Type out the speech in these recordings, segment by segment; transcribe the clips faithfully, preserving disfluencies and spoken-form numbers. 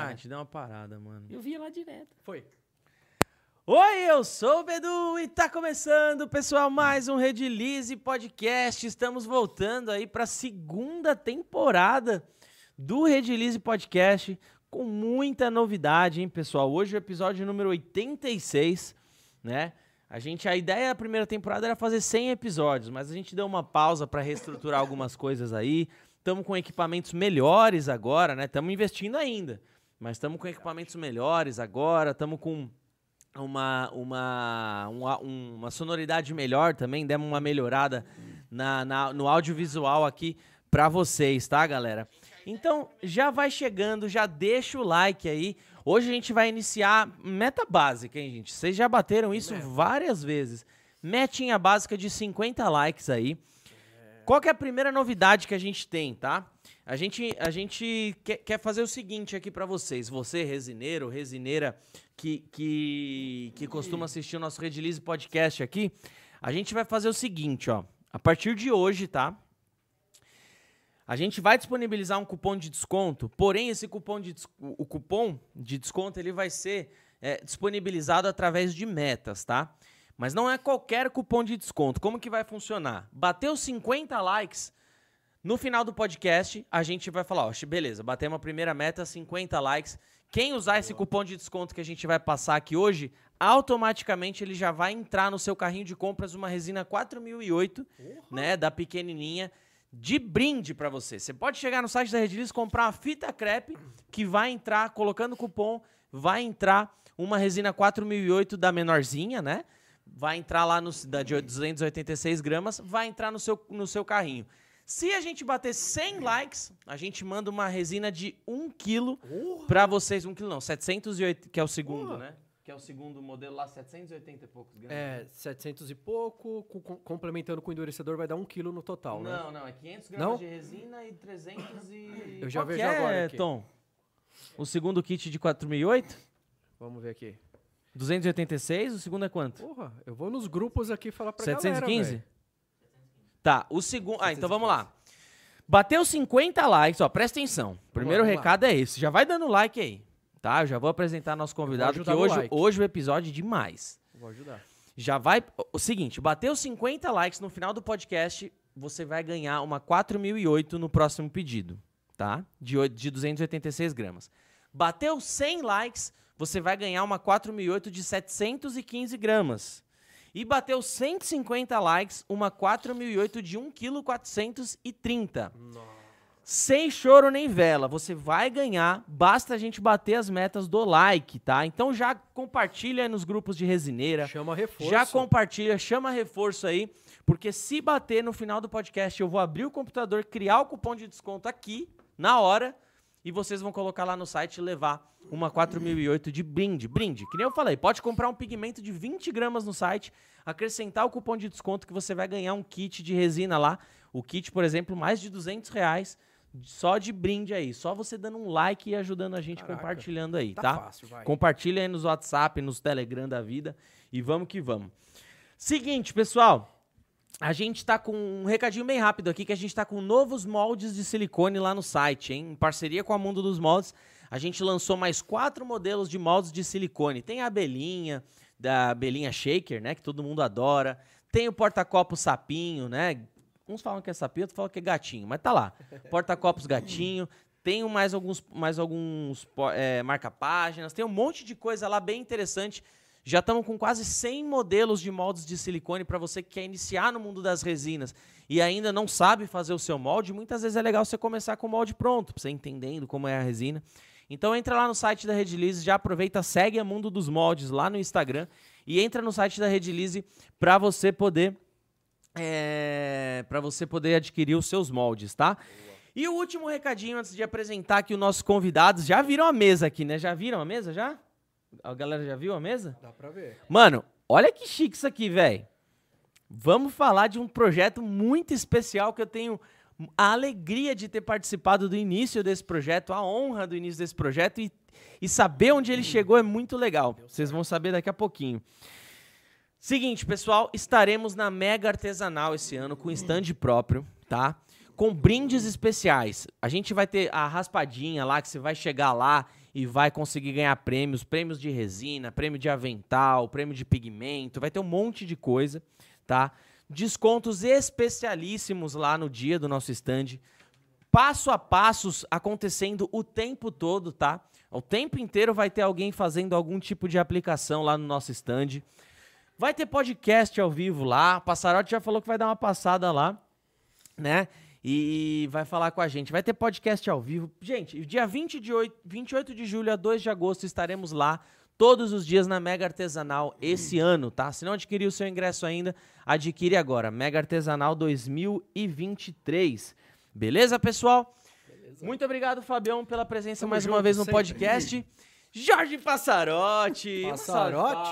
a gente deu uma parada, mano. Eu via lá direto. Foi. Oi, eu sou o Bedu e tá começando, pessoal, mais um Redilize Podcast. Estamos voltando aí pra segunda temporada do Redilize Podcast com muita novidade, hein, pessoal? Hoje é o episódio número oitenta e seis, né? A gente, a ideia da primeira temporada era fazer cem episódios, mas a gente deu uma pausa pra reestruturar algumas coisas aí. Estamos com equipamentos melhores agora, né? Estamos investindo ainda, mas estamos com equipamentos melhores agora, estamos com Uma, uma, uma, uma sonoridade melhor também, demos uma melhorada na, na, no audiovisual aqui pra vocês, tá, galera? Então, já vai chegando, já deixa o like aí. Hoje a gente vai iniciar meta básica, hein, gente? Vocês já bateram isso várias vezes. Metinha básica de cinquenta likes aí. Qual que é a primeira novidade que a gente tem, tá? A gente, a gente quer, quer fazer o seguinte aqui pra vocês. Você, resineiro, resineira, que, que, que costuma assistir o nosso Redilize Podcast aqui, a gente vai fazer o seguinte, ó. A partir de hoje, tá? A gente vai disponibilizar um cupom de desconto, porém esse cupom de, o cupom de desconto ele vai ser é, disponibilizado através de metas, tá? Mas não é qualquer cupom de desconto. Como que vai funcionar? Bateu cinquenta likes, no final do podcast a gente vai falar, ó, beleza, batemos a primeira meta, cinquenta likes. Quem usar esse cupom de desconto que a gente vai passar aqui hoje, automaticamente ele já vai entrar no seu carrinho de compras uma resina quatro mil e oito, uhum. né, da pequenininha, de brinde pra você. Você pode chegar no site da Redilize e comprar uma fita crepe que vai entrar, colocando o cupom, vai entrar uma resina quatro mil e oito da menorzinha, né? Vai entrar lá no, da de duzentos e oitenta e seis gramas, vai entrar no seu, no seu carrinho. Se a gente bater cem likes, a gente manda uma resina de um quilo uh! pra vocês. um quilo não, setecentos e oito, que é o segundo, uh! né? Que é o segundo modelo lá, setecentos e oitenta e poucos gramas. É, setecentos e pouco, com, com, complementando com o endurecedor, vai dar um quilo no total, né? Não, não, é quinhentos gramas não? de resina e trezentos e... Eu já Qual vejo que é, agora aqui. Tom? O segundo kit de quatro mil e oito? Vamos ver aqui. duzentos e oitenta e seis, o segundo é quanto? Porra, eu vou nos grupos aqui falar pra setecentos e quinze? galera, Tá, o segundo... Ah, então vamos lá. Bateu cinquenta likes, ó, presta atenção. Primeiro lá, recado é esse. Já vai dando like aí, tá? Eu já vou apresentar nosso convidado, que hoje, like. hoje o episódio é demais. Vou ajudar. Já vai... O seguinte, bateu cinquenta likes no final do podcast, você vai ganhar uma quatro mil e oito no próximo pedido, tá? De, de duzentos e oitenta e seis gramas. Bateu cem likes, você vai ganhar uma quatro mil e oito de setecentos e quinze gramas. E bateu cento e cinquenta likes, uma quatro mil e oito de um vírgula quatrocentos e trinta. Nossa. Sem choro nem vela, você vai ganhar, basta a gente bater as metas do like, tá? Então já compartilha aí nos grupos de resineira. Chama reforço. Já compartilha, chama reforço aí, porque se bater no final do podcast, eu vou abrir o computador, criar o cupom de desconto aqui, na hora, e vocês vão colocar lá no site e levar uma quatro mil e oito de brinde. Brinde, que nem eu falei, pode comprar um pigmento de vinte gramas no site, acrescentar o cupom de desconto que você vai ganhar um kit de resina lá. O kit, por exemplo, mais de duzentos reais, só de brinde aí. Só você dando um like e ajudando a gente. Caraca, compartilhando aí, tá? Tá fácil, vai. Compartilha aí nos WhatsApp, nos Telegram da vida e vamos que vamos. Seguinte, pessoal... A gente tá com um recadinho bem rápido aqui, que a gente tá com novos moldes de silicone lá no site, hein? Em parceria com a Mundo dos Moldes, a gente lançou mais quatro modelos de moldes de silicone. Tem a abelhinha, da abelhinha shaker, né? Que todo mundo adora. Tem o porta-copo sapinho, né? Uns falam que é sapinho, outros falam que é gatinho, mas tá lá. Porta-copos gatinho. Tem mais alguns, mais alguns é, marca-páginas. Tem um monte de coisa lá bem interessante. Já estamos com quase cem modelos de moldes de silicone para você que quer iniciar no mundo das resinas e ainda não sabe fazer o seu molde. Muitas vezes é legal você começar com o molde pronto, para você entendendo como é a resina. Então entra lá no site da Redilize, já aproveita, segue a Mundo dos Moldes lá no Instagram e entra no site da Redilize para você poder é, para você poder adquirir os seus moldes, tá? E o último recadinho antes de apresentar aqui os nossos convidados. Já viram a mesa aqui, né? Já viram a mesa já? A galera já viu a mesa? Dá pra ver. Mano, olha que chique isso aqui, velho. Vamos falar de um projeto muito especial que eu tenho a alegria de ter participado do início desse projeto, a honra do início desse projeto e, e saber onde ele chegou é muito legal. Vocês vão saber daqui a pouquinho. Seguinte, pessoal, estaremos na Mega Artesanal esse ano com stand próprio, tá? Com brindes especiais. A gente vai ter a raspadinha lá, que você vai chegar lá e vai conseguir ganhar prêmios, prêmios de resina, prêmio de avental, prêmio de pigmento, vai ter um monte de coisa, tá? Descontos especialíssimos lá no dia do nosso stand, passo a passos acontecendo o tempo todo, tá? O tempo inteiro vai ter alguém fazendo algum tipo de aplicação lá no nosso stand. Vai ter podcast ao vivo lá, Passarotti já falou que vai dar uma passada lá, né? E vai falar com a gente. Vai ter podcast ao vivo. Gente, dia vinte e oito de julho a dois de agosto estaremos lá todos os dias na Mega Artesanal esse ano, tá? Se não adquiriu o seu ingresso ainda, adquire agora. Mega Artesanal dois mil e vinte e três. Beleza, pessoal? Beleza. Muito obrigado, Fabião, pela presença Tamo mais junto, uma vez no sempre. podcast. Jorge Passarotti. Passarotti,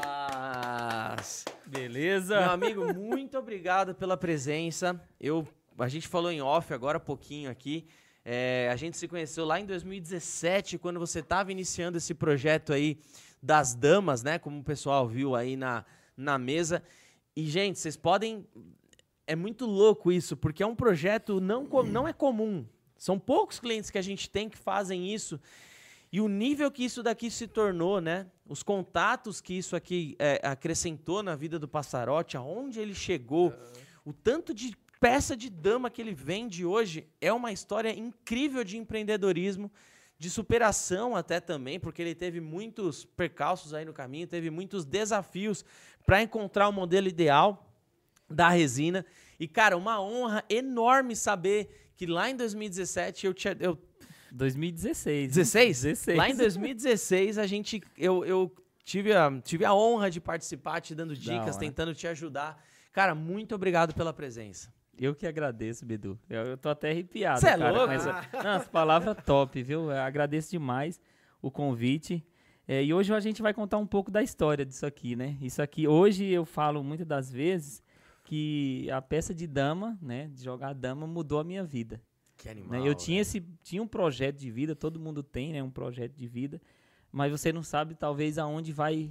beleza? Meu amigo, muito obrigado pela presença. Eu, a gente falou em off agora há pouquinho aqui. É, a gente se conheceu lá em dois mil e dezessete, quando você estava iniciando esse projeto aí das damas, né? Como o pessoal viu aí na, na mesa. E, gente, vocês podem... É muito louco isso, porque é um projeto não, não é comum. São poucos clientes que a gente tem que fazem isso. E o nível que isso daqui se tornou, né? Os contatos que isso aqui é, acrescentou na vida do Passarotti, aonde ele chegou, o tanto de peça de dama que ele vende hoje, é uma história incrível de empreendedorismo, de superação até também, porque ele teve muitos percalços aí no caminho, teve muitos desafios para encontrar o modelo ideal da resina. E, cara, uma honra enorme saber que lá em dois mil e dezessete eu tinha... Eu, dois mil e dezesseis. dezesseis? dezesseis. Lá em dois mil e dezesseis a gente, eu, eu tive, a, tive a honra de participar, te dando dicas, tentando te ajudar. Cara, muito obrigado pela presença. Eu que agradeço, Bedu. Eu, eu tô até arrepiado. Você é louco? Mas, não, as palavras top, viu? Eu agradeço demais o convite. É, e hoje a gente vai contar um pouco da história disso aqui, né? Isso aqui, hoje eu falo muitas das vezes que a peça de dama, né? De jogar dama mudou a minha vida. Que animal, né? Eu tinha, esse, tinha um projeto de vida, todo mundo tem, né? Um projeto de vida, mas você não sabe talvez aonde vai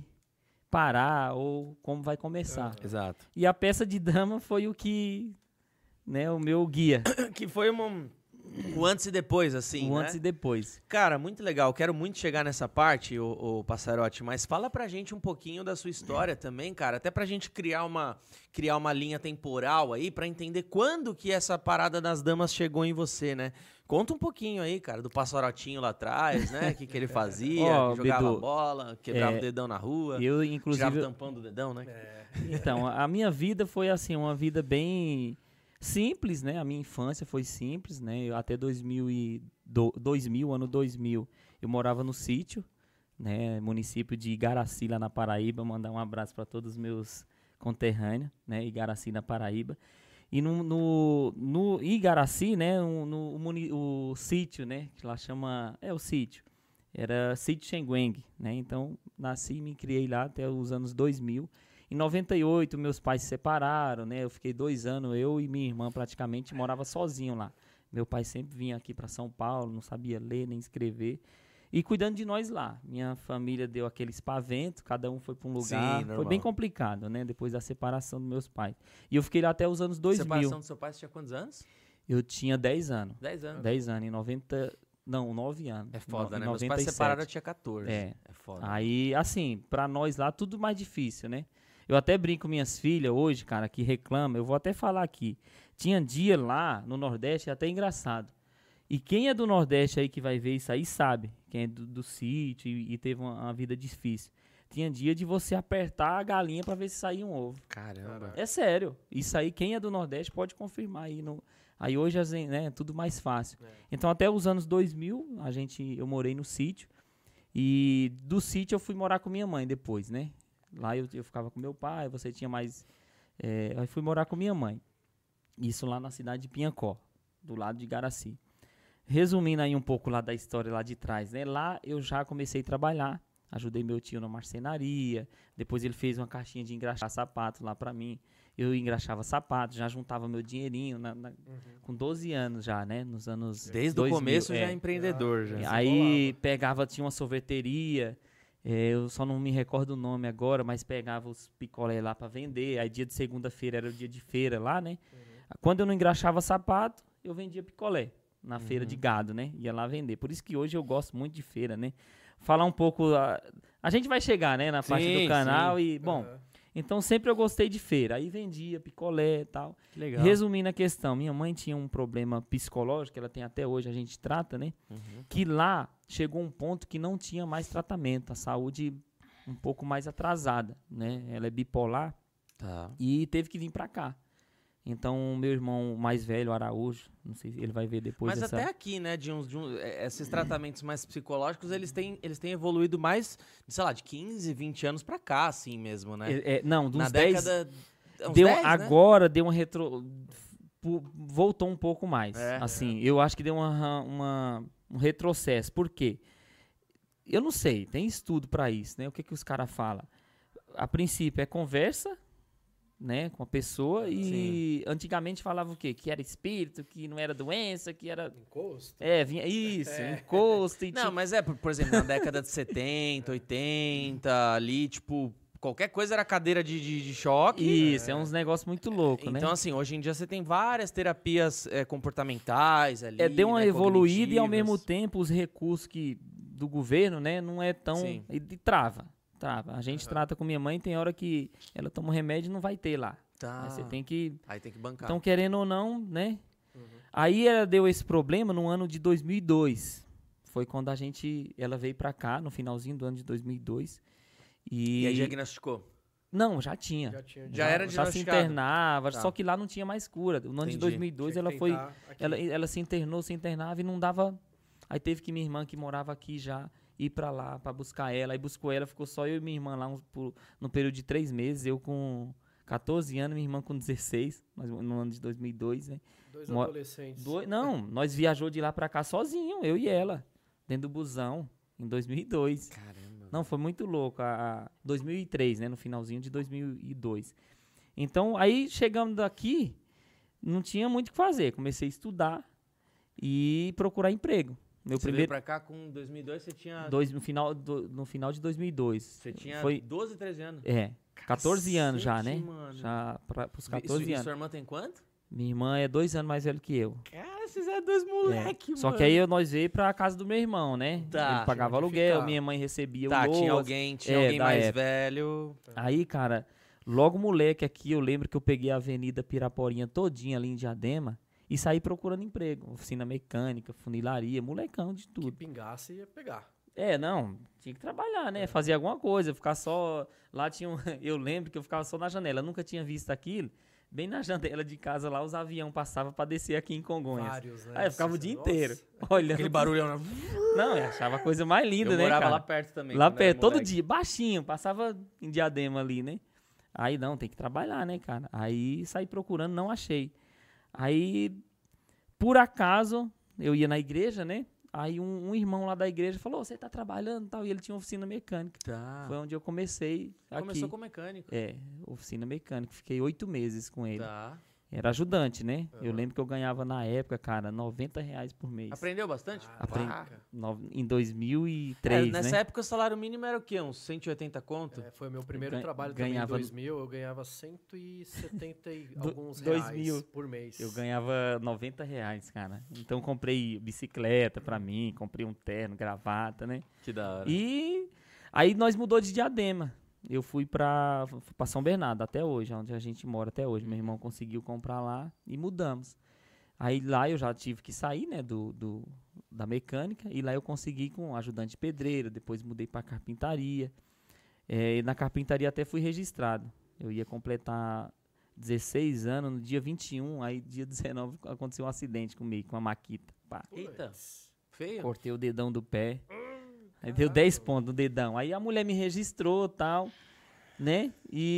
parar ou como vai começar. É, exato. E a peça de dama foi o que, né? O meu guia. Que foi um, o antes e depois, assim, O né? antes e depois. Cara, muito legal. Quero muito chegar nessa parte, o, o Passarotti, mas fala pra gente um pouquinho da sua história também, cara, até pra gente criar uma, criar uma linha temporal aí, pra entender quando que essa parada das damas chegou em você, né? Conta um pouquinho aí, cara, do Passarotinho lá atrás, né? O que, que ele fazia, oh, que jogava Bedu, bola, quebrava é, o dedão na rua, eu, inclusive, tirava o tampão do dedão, né? É. Então, a minha vida foi assim, uma vida bem simples, né? A minha infância foi simples, né? Eu, até dois mil, e do, dois mil, ano dois mil, eu morava no sítio, né? Município de Igaraci, lá na Paraíba. Mandar um abraço para todos os meus conterrâneos, né? Igaraci, na Paraíba. E no, no, no Igaraci, né, no, no, o, o sítio, né, que lá chama, é o sítio, era sítio Xengueng, né, então nasci e me criei lá até os anos dois mil. Em noventa e oito, meus pais se separaram, né, eu fiquei dois anos, eu e minha irmã praticamente morava sozinho lá. Meu pai sempre vinha aqui para São Paulo, não sabia ler nem escrever. E cuidando de nós lá. Minha família deu aquele espavento, cada um foi para um lugar. Sim, foi bem complicado, né? Depois da separação dos meus pais. E eu fiquei lá até os anos dois mil. Separação do seu pai, você tinha quantos anos? Eu tinha dez anos. dez anos. dez anos, em noventa... Não, nove anos. É foda, no, né? Meus pais separaram, eu tinha catorze. É. É foda. Aí, assim, pra nós lá, tudo mais difícil, né? Eu até brinco com minhas filhas hoje, cara, que reclamam. Eu vou até falar aqui. Tinha dia lá no Nordeste, até engraçado. E quem é do Nordeste aí que vai ver isso aí sabe. Quem é do, do sítio e, e teve uma, uma vida difícil. Tinha dia de você apertar a galinha pra ver se saía um ovo. Caramba. É sério. Isso aí, quem é do Nordeste pode confirmar aí. No, aí hoje, né, é tudo mais fácil. É. Então, até os anos dois mil, a gente, eu morei no sítio. E do sítio eu fui morar com minha mãe depois, né? Lá eu, eu ficava com meu pai, você tinha mais... É, aí fui morar com minha mãe. Isso lá na cidade de Piancó, do lado de Igaraci. Resumindo aí um pouco lá da história lá de trás, né? Lá eu já comecei a trabalhar, ajudei meu tio na marcenaria, depois ele fez uma caixinha de engraxar sapato lá pra mim. Eu engraxava sapato, já juntava meu dinheirinho na, na, uhum. com doze anos já, né? Nos anos Desde dois mil, o começo é. já é empreendedor. Já. Aí pegava, tinha uma sorveteria, é, eu só não me recordo o nome agora, mas pegava os picolé lá pra vender. Aí dia de segunda-feira era o dia de feira lá, né? Uhum. Quando eu não engraxava sapato, eu vendia picolé. na feira de gado, né? Ia lá vender. Por isso que hoje eu gosto muito de feira, né? Falar um pouco... A, a gente vai chegar, né? Na parte Sim, do canal sim. e... Bom, Aham. então sempre eu gostei de feira. Aí vendia picolé e tal. Que legal. Resumindo a questão, minha mãe tinha um problema psicológico, ela tem até hoje, a gente trata, né? Uhum. Que lá chegou um ponto que não tinha mais tratamento, a saúde um pouco mais atrasada, né? Ela é bipolar Tá. e teve que vir pra cá. Então, meu irmão mais velho, Araújo, não sei se ele vai ver depois Mas dessa... até aqui, né, de uns, de uns- eh, esses tratamentos mais psicológicos, eles têm, eles têm evoluído mais, sei lá, de quinze, vinte anos pra cá, assim mesmo, né? É, é, não, dos Na dez... década... uns deu, dez, né? agora deu um retro... pu- voltou um pouco mais. É. Assim, eu acho que deu uma, uma- um retrocesso. Por quê? Eu não sei, tem estudo pra isso, né? O que, que os caras falam? A princípio é conversa, né, com a pessoa e antigamente falava o quê? Que era espírito, que não era doença, que era... Encosto? É, vinha isso, encosto e Não, tinha- mas é, por, por exemplo, na década de setenta, oitenta, ali, tipo, qualquer coisa era cadeira de, de, de choque. Isso, é uns negócios muito loucos, né? Então, assim, hoje em dia você tem várias terapias eh, comportamentais ali. É, deu uma né, evoluída e ao cognitivas. mesmo tempo os recursos que, do governo, né, não é tão... Sim. E, e trava, trava. A gente trata com minha mãe, tem hora que ela toma um remédio e não vai ter lá. Tá. Aí você tem que... Aí tem que bancar. Então, querendo ou não, né? Aí ela deu esse problema no ano de dois mil e dois. Foi quando a gente... Ela veio pra cá, no finalzinho do ano de dois mil e dois. E... E aí diagnosticou? Não, já tinha. Já tinha. Já era Já se diagnosticado. internava, Tá. só que lá não tinha mais cura. No ano de Entendi. dois mil e dois Tinha que ela foi... tentar aqui. Ela, ela se internou, se internava e não dava... Aí teve que minha irmã, que morava aqui já, ir pra lá pra buscar ela. Aí buscou ela, ficou só eu e minha irmã lá uns, por, no período de três meses. Eu com catorze anos, minha irmã com dezesseis, mas no ano de dois mil e dois, né? Dois Mo- adolescentes. Dois- não, nós viajou de lá pra cá sozinho, eu e ela, dentro do busão, em dois mil e dois. Caramba. Não, foi muito louco. A, a dois mil e três, né? No finalzinho de dois mil e dois. Então, aí chegando daqui, não tinha muito o que fazer. Comecei a estudar e procurar emprego. Meu Você primeiro. veio pra cá com dois mil e dois, você tinha... Dois, no, final, do- no final de dois mil e dois. Você tinha Foi, doze, treze anos. é, catorze anos já, né? Cacete, mano. Já para os E catorze sua- e anos. sua irmã tem quanto? Minha irmã é dois anos mais velha que eu. Cara, vocês é dois É. moleque, mano. Só que aí eu- nós veio pra casa do meu irmão, né? Tá. Ele pagava Tinha onde aluguel, ficar. minha mãe recebia Tá, o tinha Loas. alguém, tinha É, alguém da mais época. velho. Aí, cara, logo moleque aqui, eu lembro que eu peguei a Avenida Piraporinha todinha ali em Diadema e saí procurando emprego. Oficina mecânica, funilaria, molecão de Que tudo. pingasse ia pegar. É, não, tinha que trabalhar, né? Fazer alguma coisa, ficar só... Lá tinha um... Eu lembro que eu ficava só na janela, eu nunca tinha visto aquilo. Bem na janela de casa lá, os aviões passavam pra descer aqui em Congonhas. Vários, né? Aí eu ficava o dia Nossa. inteiro, olhando. Aquele barulhão. Não, eu achava a coisa mais linda, Eu né, morava cara? lá perto também. Lá quando era perto, todo moleque. dia, baixinho, passava em Diadema ali, né? Aí não, tem que trabalhar, né, cara? Aí saí procurando, não achei. Aí, por acaso, eu ia na igreja, né? Aí um, um irmão lá da igreja falou, você tá trabalhando e tal, e ele tinha uma oficina mecânica. Tá. Foi onde eu comecei aqui. Começou com mecânico. É, oficina mecânica, fiquei oito meses com ele. Tá. Era ajudante, né? Eu lembro que eu ganhava na época, cara, noventa reais por mês. Aprendeu bastante? Aprendi. Ah. No- em dois mil e É, três, nessa né? época o salário mínimo era o quê? Uns cento e oitenta conto? É, foi meu primeiro Gan- trabalho ganhava- também em dois mil, eu ganhava cento e setenta e Do- alguns dois reais mil. por mês. Eu ganhava noventa reais, cara. Então comprei bicicleta pra mim, comprei um terno, gravata, né? Que da hora. E aí nós mudou de Diadema. Eu fui pra, pra São Bernardo até hoje, onde a gente mora até hoje. Meu irmão conseguiu comprar lá e mudamos. Aí lá eu já tive que sair, né, do, do, da mecânica. E lá eu consegui com ajudante de pedreiro. Depois mudei pra carpintaria. É, e na carpintaria até fui registrado. Eu ia completar dezesseis anos no dia vinte e um. Aí dia dezenove aconteceu um acidente comigo, com uma maquita. Pá. Eita, feio. Cortei o dedão do pé. Aí deu dez pontos no dedão. Aí a mulher me registrou e tal, né?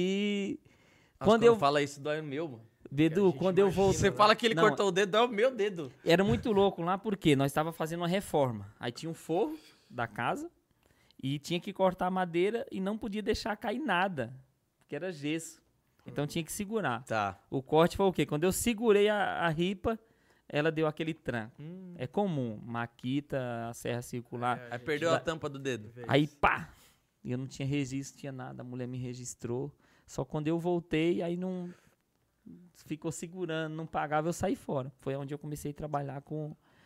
E Nossa, quando eu... fala isso, dói o meu, mano. Bedu, gente quando eu imagina, voltei... Você né? fala que ele Não. cortou o dedo, dói o meu dedo. Era muito louco lá, porque nós estávamos fazendo uma reforma. Aí tinha um forro da casa e tinha que cortar a madeira e não podia deixar cair nada, porque era gesso. Então tinha que segurar. Tá. O corte foi o quê? Quando eu segurei a, a ripa, ela deu aquele tranco. Hum. É comum, maquita, a serra circular. É, Aí gente, perdeu dá- a tampa do dedo. vez. Aí, pá! Eu não tinha registro, tinha nada. A mulher me registrou. Só quando eu voltei, aí não... Ficou segurando, não pagava, eu saí fora. Foi onde eu comecei a trabalhar com,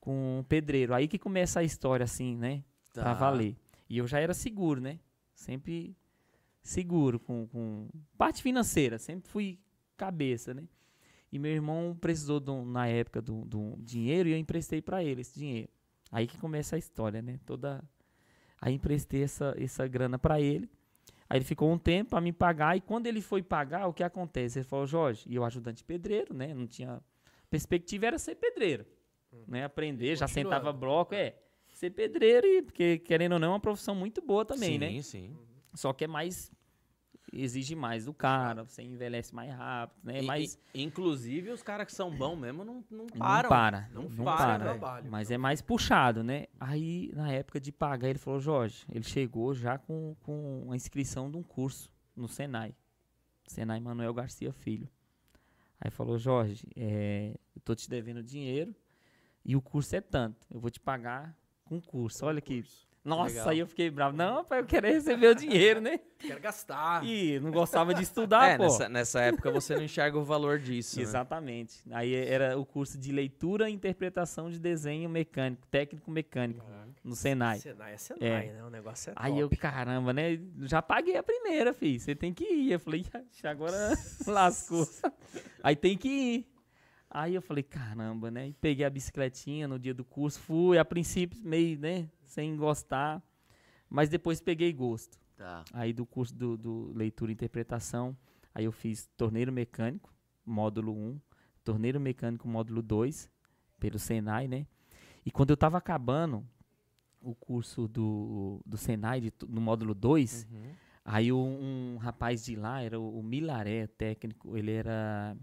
com um pedreiro. Aí que começa a história, assim, né? Tá. Pra valer. E eu já era seguro, né? Sempre seguro com, com parte financeira. Sempre fui cabeça, né? E meu irmão precisou, de um, na época, de um dinheiro e eu emprestei pra ele esse dinheiro. Aí que começa a história, né? Toda... Aí emprestei essa, essa grana pra ele. Aí ele ficou um tempo pra me pagar. E quando ele foi pagar, o que acontece? Ele falou, Jorge, e eu ajudante pedreiro, né? Não tinha... Perspectiva era ser pedreiro. Hum. Né? Aprender, já sentava bloco, é. Ser pedreiro, e, porque querendo ou não, é uma profissão muito boa também, sim, né? Sim, sim. Só que é mais... Exige mais do cara, você envelhece mais rápido, né? E, Mas, e, inclusive, os caras que são bons mesmo não, não param. Não para, Não, não para, para. trabalho. Mas é mais puxado, né? Aí, na época de pagar, ele falou, Jorge, ele chegou já com, com a inscrição de um curso no Senai. Senai Manuel Garcia Filho. Aí falou, Jorge, é, eu tô te devendo dinheiro e o curso é tanto. Eu vou te pagar com o curso. Com Olha o que... curso. Nossa, Legal. aí eu fiquei bravo. Não, pai, eu quero receber o dinheiro, né? Quero gastar. E não gostava de estudar, É, pô. nessa, nessa época você não enxerga o valor disso, né? Exatamente. Aí era o curso de leitura e interpretação de desenho mecânico, técnico mecânico, Caraca. no Senai. Senai é Senai, É. né? O negócio é Aí top. eu, caramba, né? Já paguei a primeira, filho. Você tem que ir. Eu falei, "Ixi, agora lascou. Aí tem que ir. Aí eu falei, caramba, né? E peguei a bicicletinha no dia do curso, fui, a princípio, meio, né? Sem gostar. Mas depois peguei gosto. Tá. Aí do curso do, do leitura e interpretação, aí eu fiz torneiro mecânico, módulo um, torneiro mecânico, módulo dois, pelo Senai, né? E quando eu tava acabando o curso do, do Senai, de, no módulo dois, Uhum. aí um, um rapaz de lá, era o, o Milaré, técnico, ele era...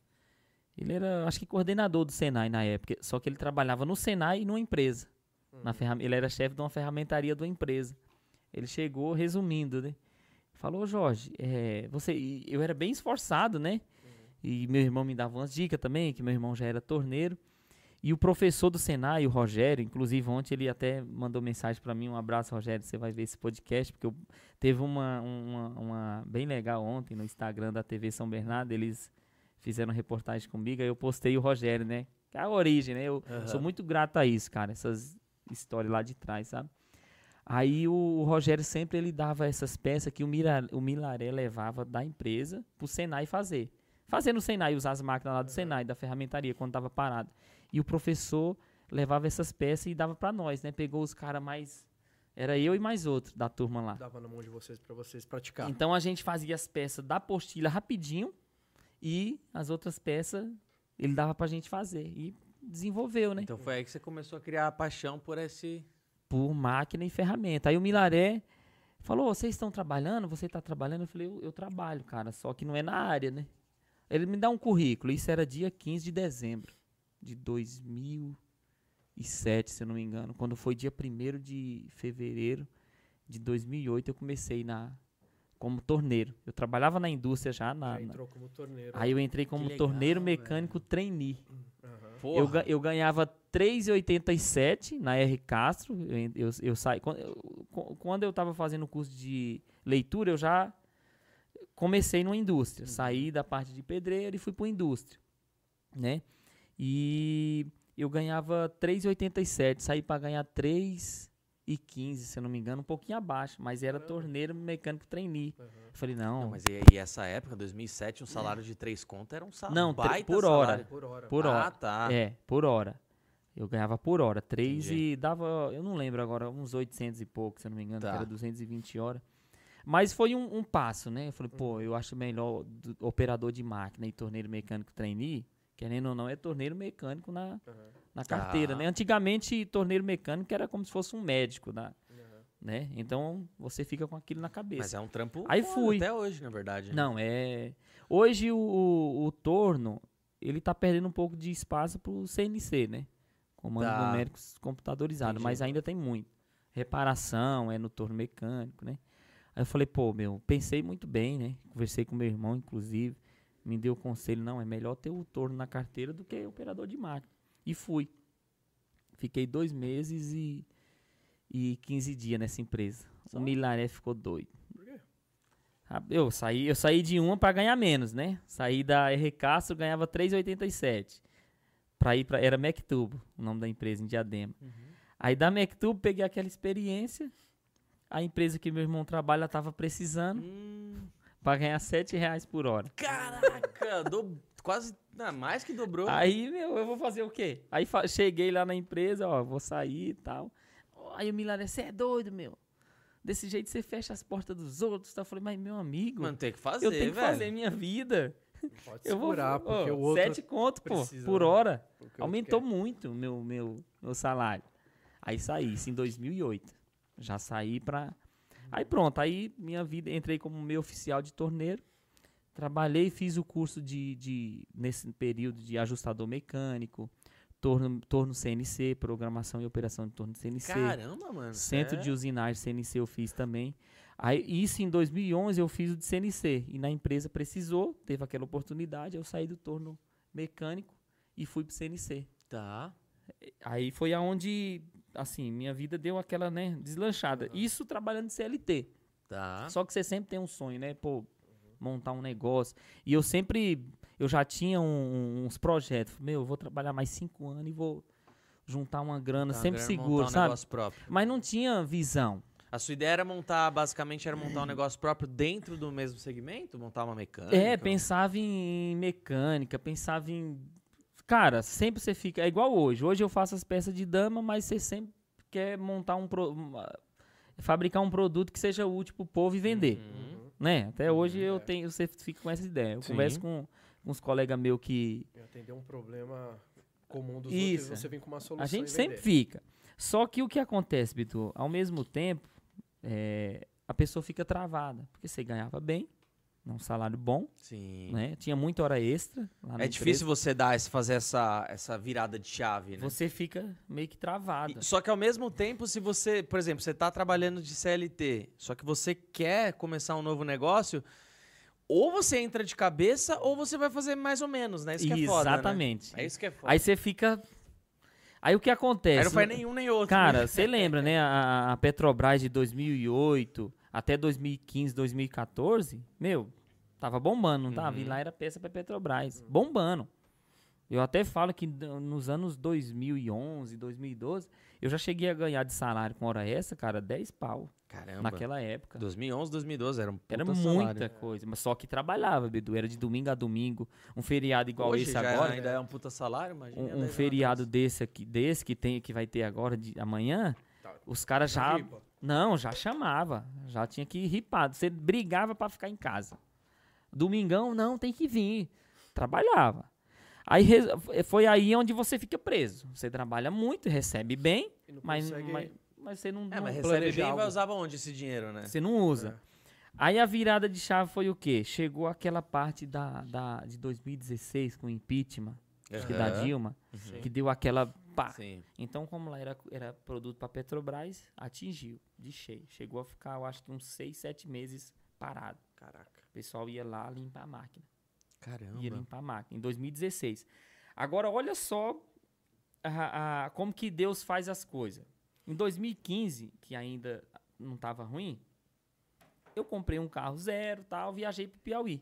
Ele era, acho que, coordenador do Senai na época, só que ele trabalhava no Senai e numa empresa. Na ferram- ele era chefe de uma ferramentaria de uma empresa. Ele chegou resumindo, né? Falou, Jorge, é, você, e eu era bem esforçado, né? E meu irmão me dava umas dicas também, que meu irmão já era torneiro. E o professor do Senai, o Rogério, inclusive ontem ele até mandou mensagem para mim, um abraço, Rogério, você vai ver esse podcast, porque eu, teve uma, uma, uma bem legal ontem no Instagram da T V São Bernardo, eles fizeram reportagem comigo, aí eu postei o Rogério, né? Que é a origem, né? Eu Uhum. sou muito grato a isso, cara, essas histórias lá de trás, sabe? Aí o, o Rogério sempre ele dava essas peças que o, Mira, o Milaré levava da empresa pro Senai fazer. Fazer no Senai, usar as máquinas lá do Senai, da ferramentaria, quando tava parado. E o professor levava essas peças e dava pra nós, né? Pegou os caras mais... Era eu e mais outro da turma lá. Dava na mão de vocês pra vocês praticar. Então a gente fazia as peças da apostila rapidinho e as outras peças ele dava pra gente fazer. E desenvolveu, né? Então foi aí que você começou a criar a paixão por esse... Por máquina e ferramenta. Aí o Milaré falou, vocês estão trabalhando? Você está trabalhando? Eu falei, eu, eu trabalho, cara, só que não é na área, né? Ele me dá um currículo, isso era dia quinze de dezembro de dois mil e sete, se eu não me engano. Quando foi dia primeiro de fevereiro de dois mil e oito, eu comecei na, como torneiro. Eu trabalhava na indústria já. Na, Já entrou como torneiro. Aí eu entrei como legal, torneiro mecânico trainee. Aham. Porra. Eu, ga- eu ganhava três reais e oitenta e sete na R. Castro. Eu, en- eu, eu saí, quando, eu, qu- quando eu estava fazendo o curso de leitura, eu já comecei numa indústria. Saí da parte de pedreiro e fui para indústria, né? E eu ganhava três reais e oitenta e sete. Saí para ganhar três reais e quinze, se eu não me engano, um pouquinho abaixo. Mas era Caramba. torneiro mecânico trainee. Aham. Eu falei, não, Não, mas e, e essa época, dois mil e sete, um salário de três conto era um salário Não, tre- baita por hora. salário. Por hora. por hora. Ah, tá. É, por hora. Eu ganhava por hora. Três Entendi. e dava, eu não lembro agora, uns oitocentos e pouco, se eu não me engano, Tá. que era duzentas e vinte horas. Mas foi um, um passo, né? Eu falei, pô, eu acho melhor do- operador de máquina e torneiro mecânico trainee, querendo ou não, é torneiro mecânico na, Aham. na carteira, Ah. né? Antigamente, torneiro mecânico era como se fosse um médico, na, Aham. né? Então, você fica com aquilo na cabeça. Mas é um trampo Aí foda fui. até hoje, na verdade. né? Não, é... Hoje o, o, o torno, ele tá perdendo um pouco de espaço pro C N C, né? Comando Tá. numérico computadorizado, Entendi. mas ainda tem muito. Reparação, é no torno mecânico, né? Aí eu falei, pô, meu, pensei muito bem, né? Conversei com meu irmão, inclusive, me deu o conselho, não, é melhor ter o torno na carteira do que operador de máquina. E fui. Fiquei dois meses e, e quinze dias nessa empresa. Só? O Milaré ficou doido. Por quê? Ah, Eu saí, eu saí de uma para ganhar menos, né? Saí da R. Castro, ganhava três reais e oitenta e sete. pra ir pra... Era Mectubo, o nome da empresa, em Diadema. Uhum. Aí da Mectubo, peguei aquela experiência. A empresa que meu irmão trabalha tava precisando Hum, pra ganhar sete reais por hora. caraca, do, quase, não, mais que dobrou. Aí, meu, eu vou fazer o quê? Aí fa- cheguei lá na empresa, ó, vou sair e tal. Aí o Milano, você é doido, meu. Desse jeito você fecha as portas dos outros. Tá? Eu falei, mas meu amigo, Mano, tem que fazer, eu tenho que velho. fazer minha vida. Pode Eu vou, segurar, porque ó, o outro sete conto, pô, precisa, por né? hora. Porque o outro Aumentou quer. muito o meu, meu, meu salário. Aí saí, isso em dois mil e oito. Já saí pra... Aí pronto, aí minha vida, entrei como meio oficial de torneiro. Trabalhei, fiz o curso de, de nesse período de ajustador mecânico, torno, torno C N C, programação e operação de torno C N C. Caramba, mano. Centro é... de usinagem C N C eu fiz também. Aí, isso em dois mil e onze eu fiz o de C N C. E na empresa precisou, teve aquela oportunidade, eu saí do torno mecânico e fui pro C N C. Tá. Aí foi aonde, assim, minha vida deu aquela, né, deslanchada. Isso trabalhando de C L T. Tá. Só que você sempre tem um sonho, né? Pô, montar um negócio. E eu sempre, eu já tinha um- uns projetos. Meu, eu vou trabalhar mais cinco anos e vou juntar uma grana, Tá, sempre agora seguro, montar um sabe? negócio próprio. Mas não tinha visão. A sua ideia era montar, basicamente, era montar um negócio próprio dentro do mesmo segmento? Montar uma mecânica? É, pensava em mecânica, pensava em... Cara, sempre você fica... É igual hoje. Hoje eu faço as peças de dama, mas você sempre quer montar um... Pro, uma- fabricar um produto que seja útil pro povo e vender. Uhum. Né? Até hoje eu é. tenho... Você fica com essa ideia. Eu Sim. converso com uns colegas meus que... Atender um problema comum dos Isso. outros e você vem com uma solução A gente e sempre vender. fica. Só que o que acontece, Bitu? Ao mesmo tempo, é, a pessoa fica travada. Porque você ganhava bem, um salário bom, Sim. né? Tinha muita hora extra lá na É difícil empresa. você dar, esse- fazer essa, essa virada de chave, né? Você fica meio que travado. E- Só que ao mesmo tempo, se você, por exemplo, você tá trabalhando de C L T, só que você quer começar um novo negócio, ou você entra de cabeça, ou você vai fazer mais ou menos, né? Isso que é foda, né? Exatamente. É isso que é foda. Aí você fica... Aí o que acontece? Aí não faz nenhum nem outro. Cara, né? você lembra, né? A, a Petrobras de dois mil e oito até dois mil e quinze, dois mil e quatorze, meu, tava bombando, não tava? E Uhum. lá era peça pra Petrobras, bombando. Eu até falo que d- nos anos dois mil e onze, dois mil e doze, eu já cheguei a ganhar de salário com hora extra, cara, dez pau Caramba. naquela época. dois mil e onze, dois mil e doze, era um puta Era salário. muita coisa, mas só que trabalhava, Bedu. Era de domingo a domingo, um feriado igual Hoje esse já agora. ainda é um puta salário, imagina. Um, dez um anos feriado atrás. desse aqui, desse que tem, que vai ter agora de amanhã, Tá. os caras já, Ripa. não, já chamava, já tinha que ir ripado. Você brigava pra ficar em casa. Domingão, não, tem que vir. Trabalhava. Aí re- foi aí onde você fica preso. Você trabalha muito, recebe bem, E não mas, consegue- mas, mas você não, É, não- mas recebe planejar bem e vai algo. usar onde esse dinheiro, né? você não usa. Aí a virada de chave foi o quê? Chegou aquela parte da, da, de dois mil e dezesseis com o impeachment, acho que da Aham. Dilma, Sim. que deu aquela pá. Sim. Então, como lá era, era produto para Petrobras, atingiu de cheio. Chegou a ficar, eu acho que uns seis, sete meses parado. Caraca. O pessoal ia lá limpar a máquina. Caramba. Ia limpar a máquina, em dois mil e dezesseis. Agora, olha só a- a- como que Deus faz as coisas. Em dois mil e quinze, que ainda não estava ruim, eu comprei um carro zero e tal, viajei pro Piauí.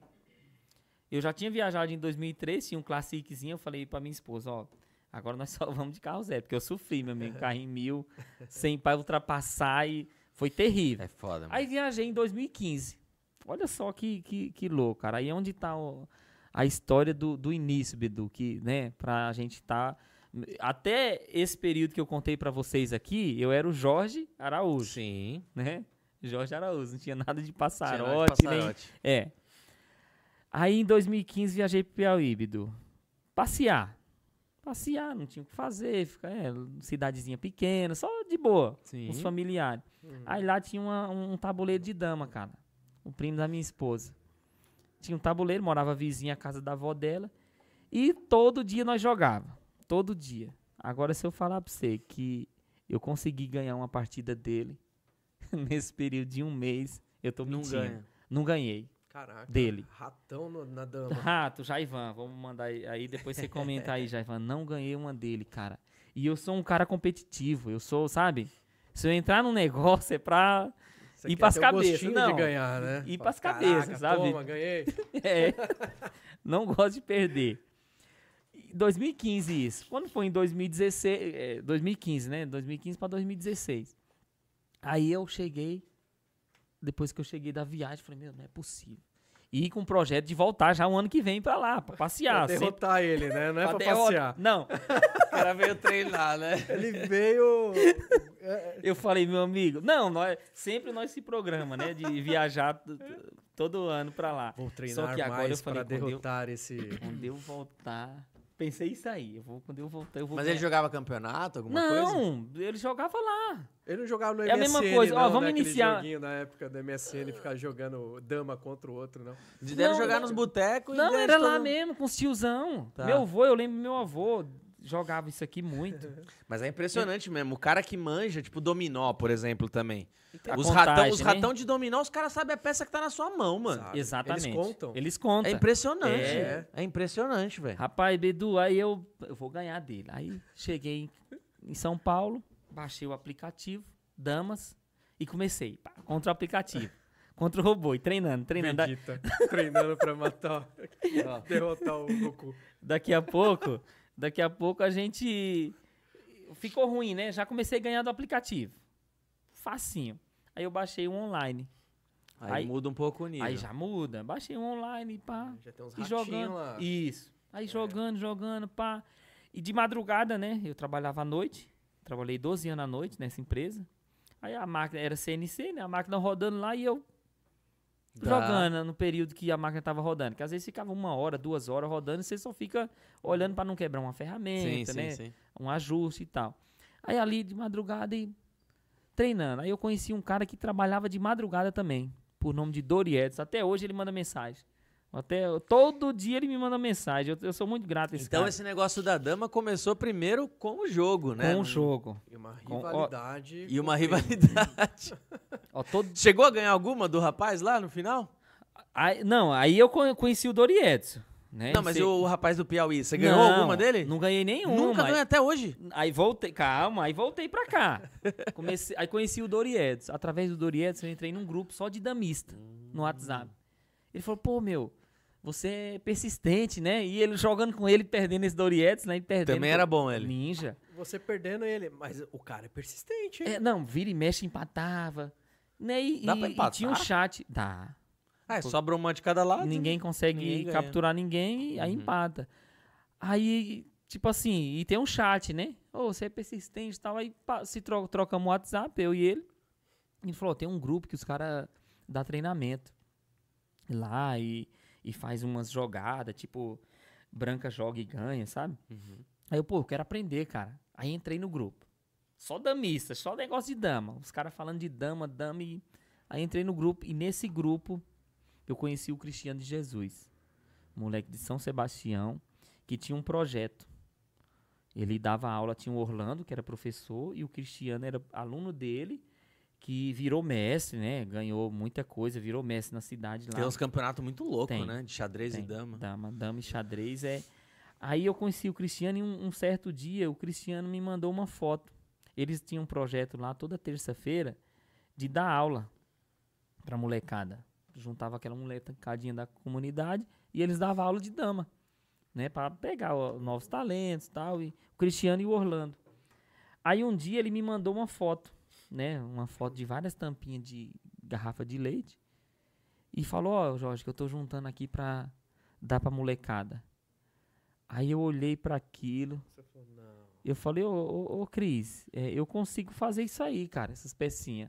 Eu já tinha viajado em dois mil e três, tinha um Classiczinho, eu falei pra minha esposa, ó, agora nós só vamos de carro zero, porque eu sofri, meu amigo, carro em mil, sem para ultrapassar e foi terrível. É foda, mano. Aí viajei em dois mil e quinze. Olha só que, que, que louco, cara. Aí é onde tá o- a história do, do início, Bedu, que, né, pra gente tá... Até esse período que eu contei pra vocês aqui, eu era o Jorge Araújo, Sim. né? Jorge Araújo, não tinha nada de Tinha passarote, nada de nem... passarote. É. Aí em dois mil e quinze viajei pro Piauí, Bidu. Passear. Passear, não tinha o que fazer, ficar, é, cidadezinha pequena, só de boa, Sim. os familiares. Uhum. Aí lá tinha uma- um tabuleiro de dama, cara. O primo da minha esposa. Tinha um tabuleiro, morava vizinha à casa da avó dela. E todo dia nós jogava. Todo dia. Agora, se eu falar pra você que eu consegui ganhar uma partida dele nesse período de um mês, eu tô Não mentindo. ganha. Não ganhei. Caraca. Dele. Ratão no- na dama. Rato, Jaivan, vamos mandar aí, aí depois você comenta aí, Jaivan. Não ganhei uma dele, cara. E eu sou um cara competitivo, eu sou, sabe? Se eu entrar num negócio é pra Você ir quer pras ter o cabeças, gostinho não. de ganhar, né? Ir Fala, pras cabeças, "Caraca, sabe?" Toma, ganhei. É, não gosto de perder. E dois mil e quinze isso. Quando foi em dois mil e dezesseis, é, dois mil e quinze, né? dois mil e quinze para dois mil e dezesseis. Aí eu cheguei, depois que eu cheguei da viagem, falei, meu, não é possível. E com o projeto de voltar já o ano que vem pra lá, pra passear. Pra derrotar sempre... ele, né? Não é pra, pra derrota... passear. Não. O cara veio treinar, né? Ele veio... Eu falei, meu amigo, não, nós, sempre nós se programa, né? De viajar t- t- todo ano pra lá. Vou treinar Só que agora mais eu falei, pra quando derrotar eu, esse... Quando eu voltar... Pensei isso aí. Eu vou, quando eu voltar, eu vou Mas ganhar. ele jogava campeonato, alguma coisa? Não, ele jogava lá. Ele não jogava no É a M S N, mesma coisa. não, Ó, vamos né? Aquele iniciar- joguinho na época do M S N, ficar jogando dama contra o outro, não. De deve Não, jogar não. nos botecos e Não, deixa era lá todo- mesmo, com os tiozão. Tá. Meu avô, eu lembro meu avô, jogava isso aqui muito. Mas é impressionante mesmo. O cara que manja, tipo dominó, por exemplo, também. A Os contagem, ratão, os né? ratão de dominó, os caras sabem a peça que tá na sua mão, mano. Sabe. Exatamente. Eles contam. Eles contam. É impressionante. É. É, impressionante, velho. Rapaz, Bedu, aí eu, eu vou ganhar dele. Aí cheguei em, em São Paulo, baixei o aplicativo, Damas, e comecei. Pá, contra o aplicativo. Contra o robô, e treinando, treinando. Da- Vegeta, treinando pra matar, derrotar o Goku. Daqui a pouco, daqui a pouco a gente ficou ruim, né? Já comecei a ganhar do aplicativo. Facinho. Aí eu baixei um online. Aí, Aí- muda um pouco o nível. Aí já muda. Baixei um online, pá. Já tem uns E ratinhos jogando. lá. Isso. Aí jogando, jogando, pá. E de madrugada, né? Eu trabalhava à noite. Trabalhei doze anos à noite nessa empresa. Aí a máquina era C N C, né? A máquina rodando lá e eu Tá. jogando no período que a máquina tava rodando. Que às vezes ficava uma hora, duas horas rodando e você só fica olhando pra não quebrar uma Sim, ferramenta, sim, né? sim. Um ajuste e tal. Aí ali de madrugada e treinando. Aí eu conheci um cara que trabalhava de madrugada também, por nome de Doriedes. Até hoje ele manda mensagem. Até todo dia ele me manda mensagem. Eu, eu sou muito grato a esse Então cara. esse negócio da dama começou primeiro com o jogo, né? Com o jogo. E uma Com- ó, rivalidade. E uma com ele. rivalidade. Ó, todo... Chegou a ganhar alguma do rapaz lá no final? aí, não, aí eu con- conheci o Doriedes. Né? Não, mas Cê- o rapaz do Piauí, você ganhou Não, alguma dele? Não ganhei nenhuma. Nunca aí- ganhou até hoje. Aí voltei, calma, aí voltei pra cá. Comecei, aí conheci o Doriedes. Através do Doriedes eu entrei num grupo só de damista no WhatsApp. Ele falou, pô, meu, você é persistente, né? E ele jogando com ele, perdendo esse Doriedes, né? E perdendo. Também pô, era bom ele. Ninja. Você perdendo ele. Mas o cara é persistente, hein? É, não, vira e mexe, empatava. Né? E, Dá pra e- e empatar? tinha um chat. Dá. Ah, é, sobra uma de cada lado. Ninguém consegue ninguém ganha. capturar ninguém, aí Uhum. empata. Aí, tipo assim, e tem um chat, né? Ô, você é persistente e tal. Aí pá, se tro trocamos o WhatsApp, eu e ele. Ele falou, tem um grupo que os caras dá treinamento lá e, e faz umas jogadas, tipo, branca joga e ganha, sabe? Uhum. Aí eu, pô, eu quero aprender, cara. Aí entrei no grupo. Só damista, só negócio de dama. Os caras falando de dama, dama e... Aí entrei no grupo e nesse grupo eu conheci o Cristiano de Jesus. Moleque de São Sebastião, que tinha um projeto. Ele dava aula, tinha o Orlando, que era professor, e o Cristiano era aluno dele, que virou mestre, né? Ganhou muita coisa, virou mestre na cidade lá. Tem uns campeonatos muito loucos, Tem. né? De xadrez Tem. e dama. Dama, dama e xadrez é. Aí eu conheci o Cristiano e um, um certo dia o Cristiano me mandou uma foto. Eles tinham um projeto lá toda terça-feira de dar aula pra molecada. Juntava aquela molecadinha da comunidade e eles davam aula de dama, né? Pra pegar ó, novos talentos e tal. E o Cristiano e o Orlando. Aí um dia ele me mandou uma foto, né? Uma foto de várias tampinhas de garrafa de leite. E falou, ó, Jorge, que eu tô juntando aqui pra dar pra molecada. Aí eu olhei pra aquilo. Você falou, não. Eu falei, ô, ô, ô Cris, é, eu consigo fazer isso aí, cara, essas pecinhas.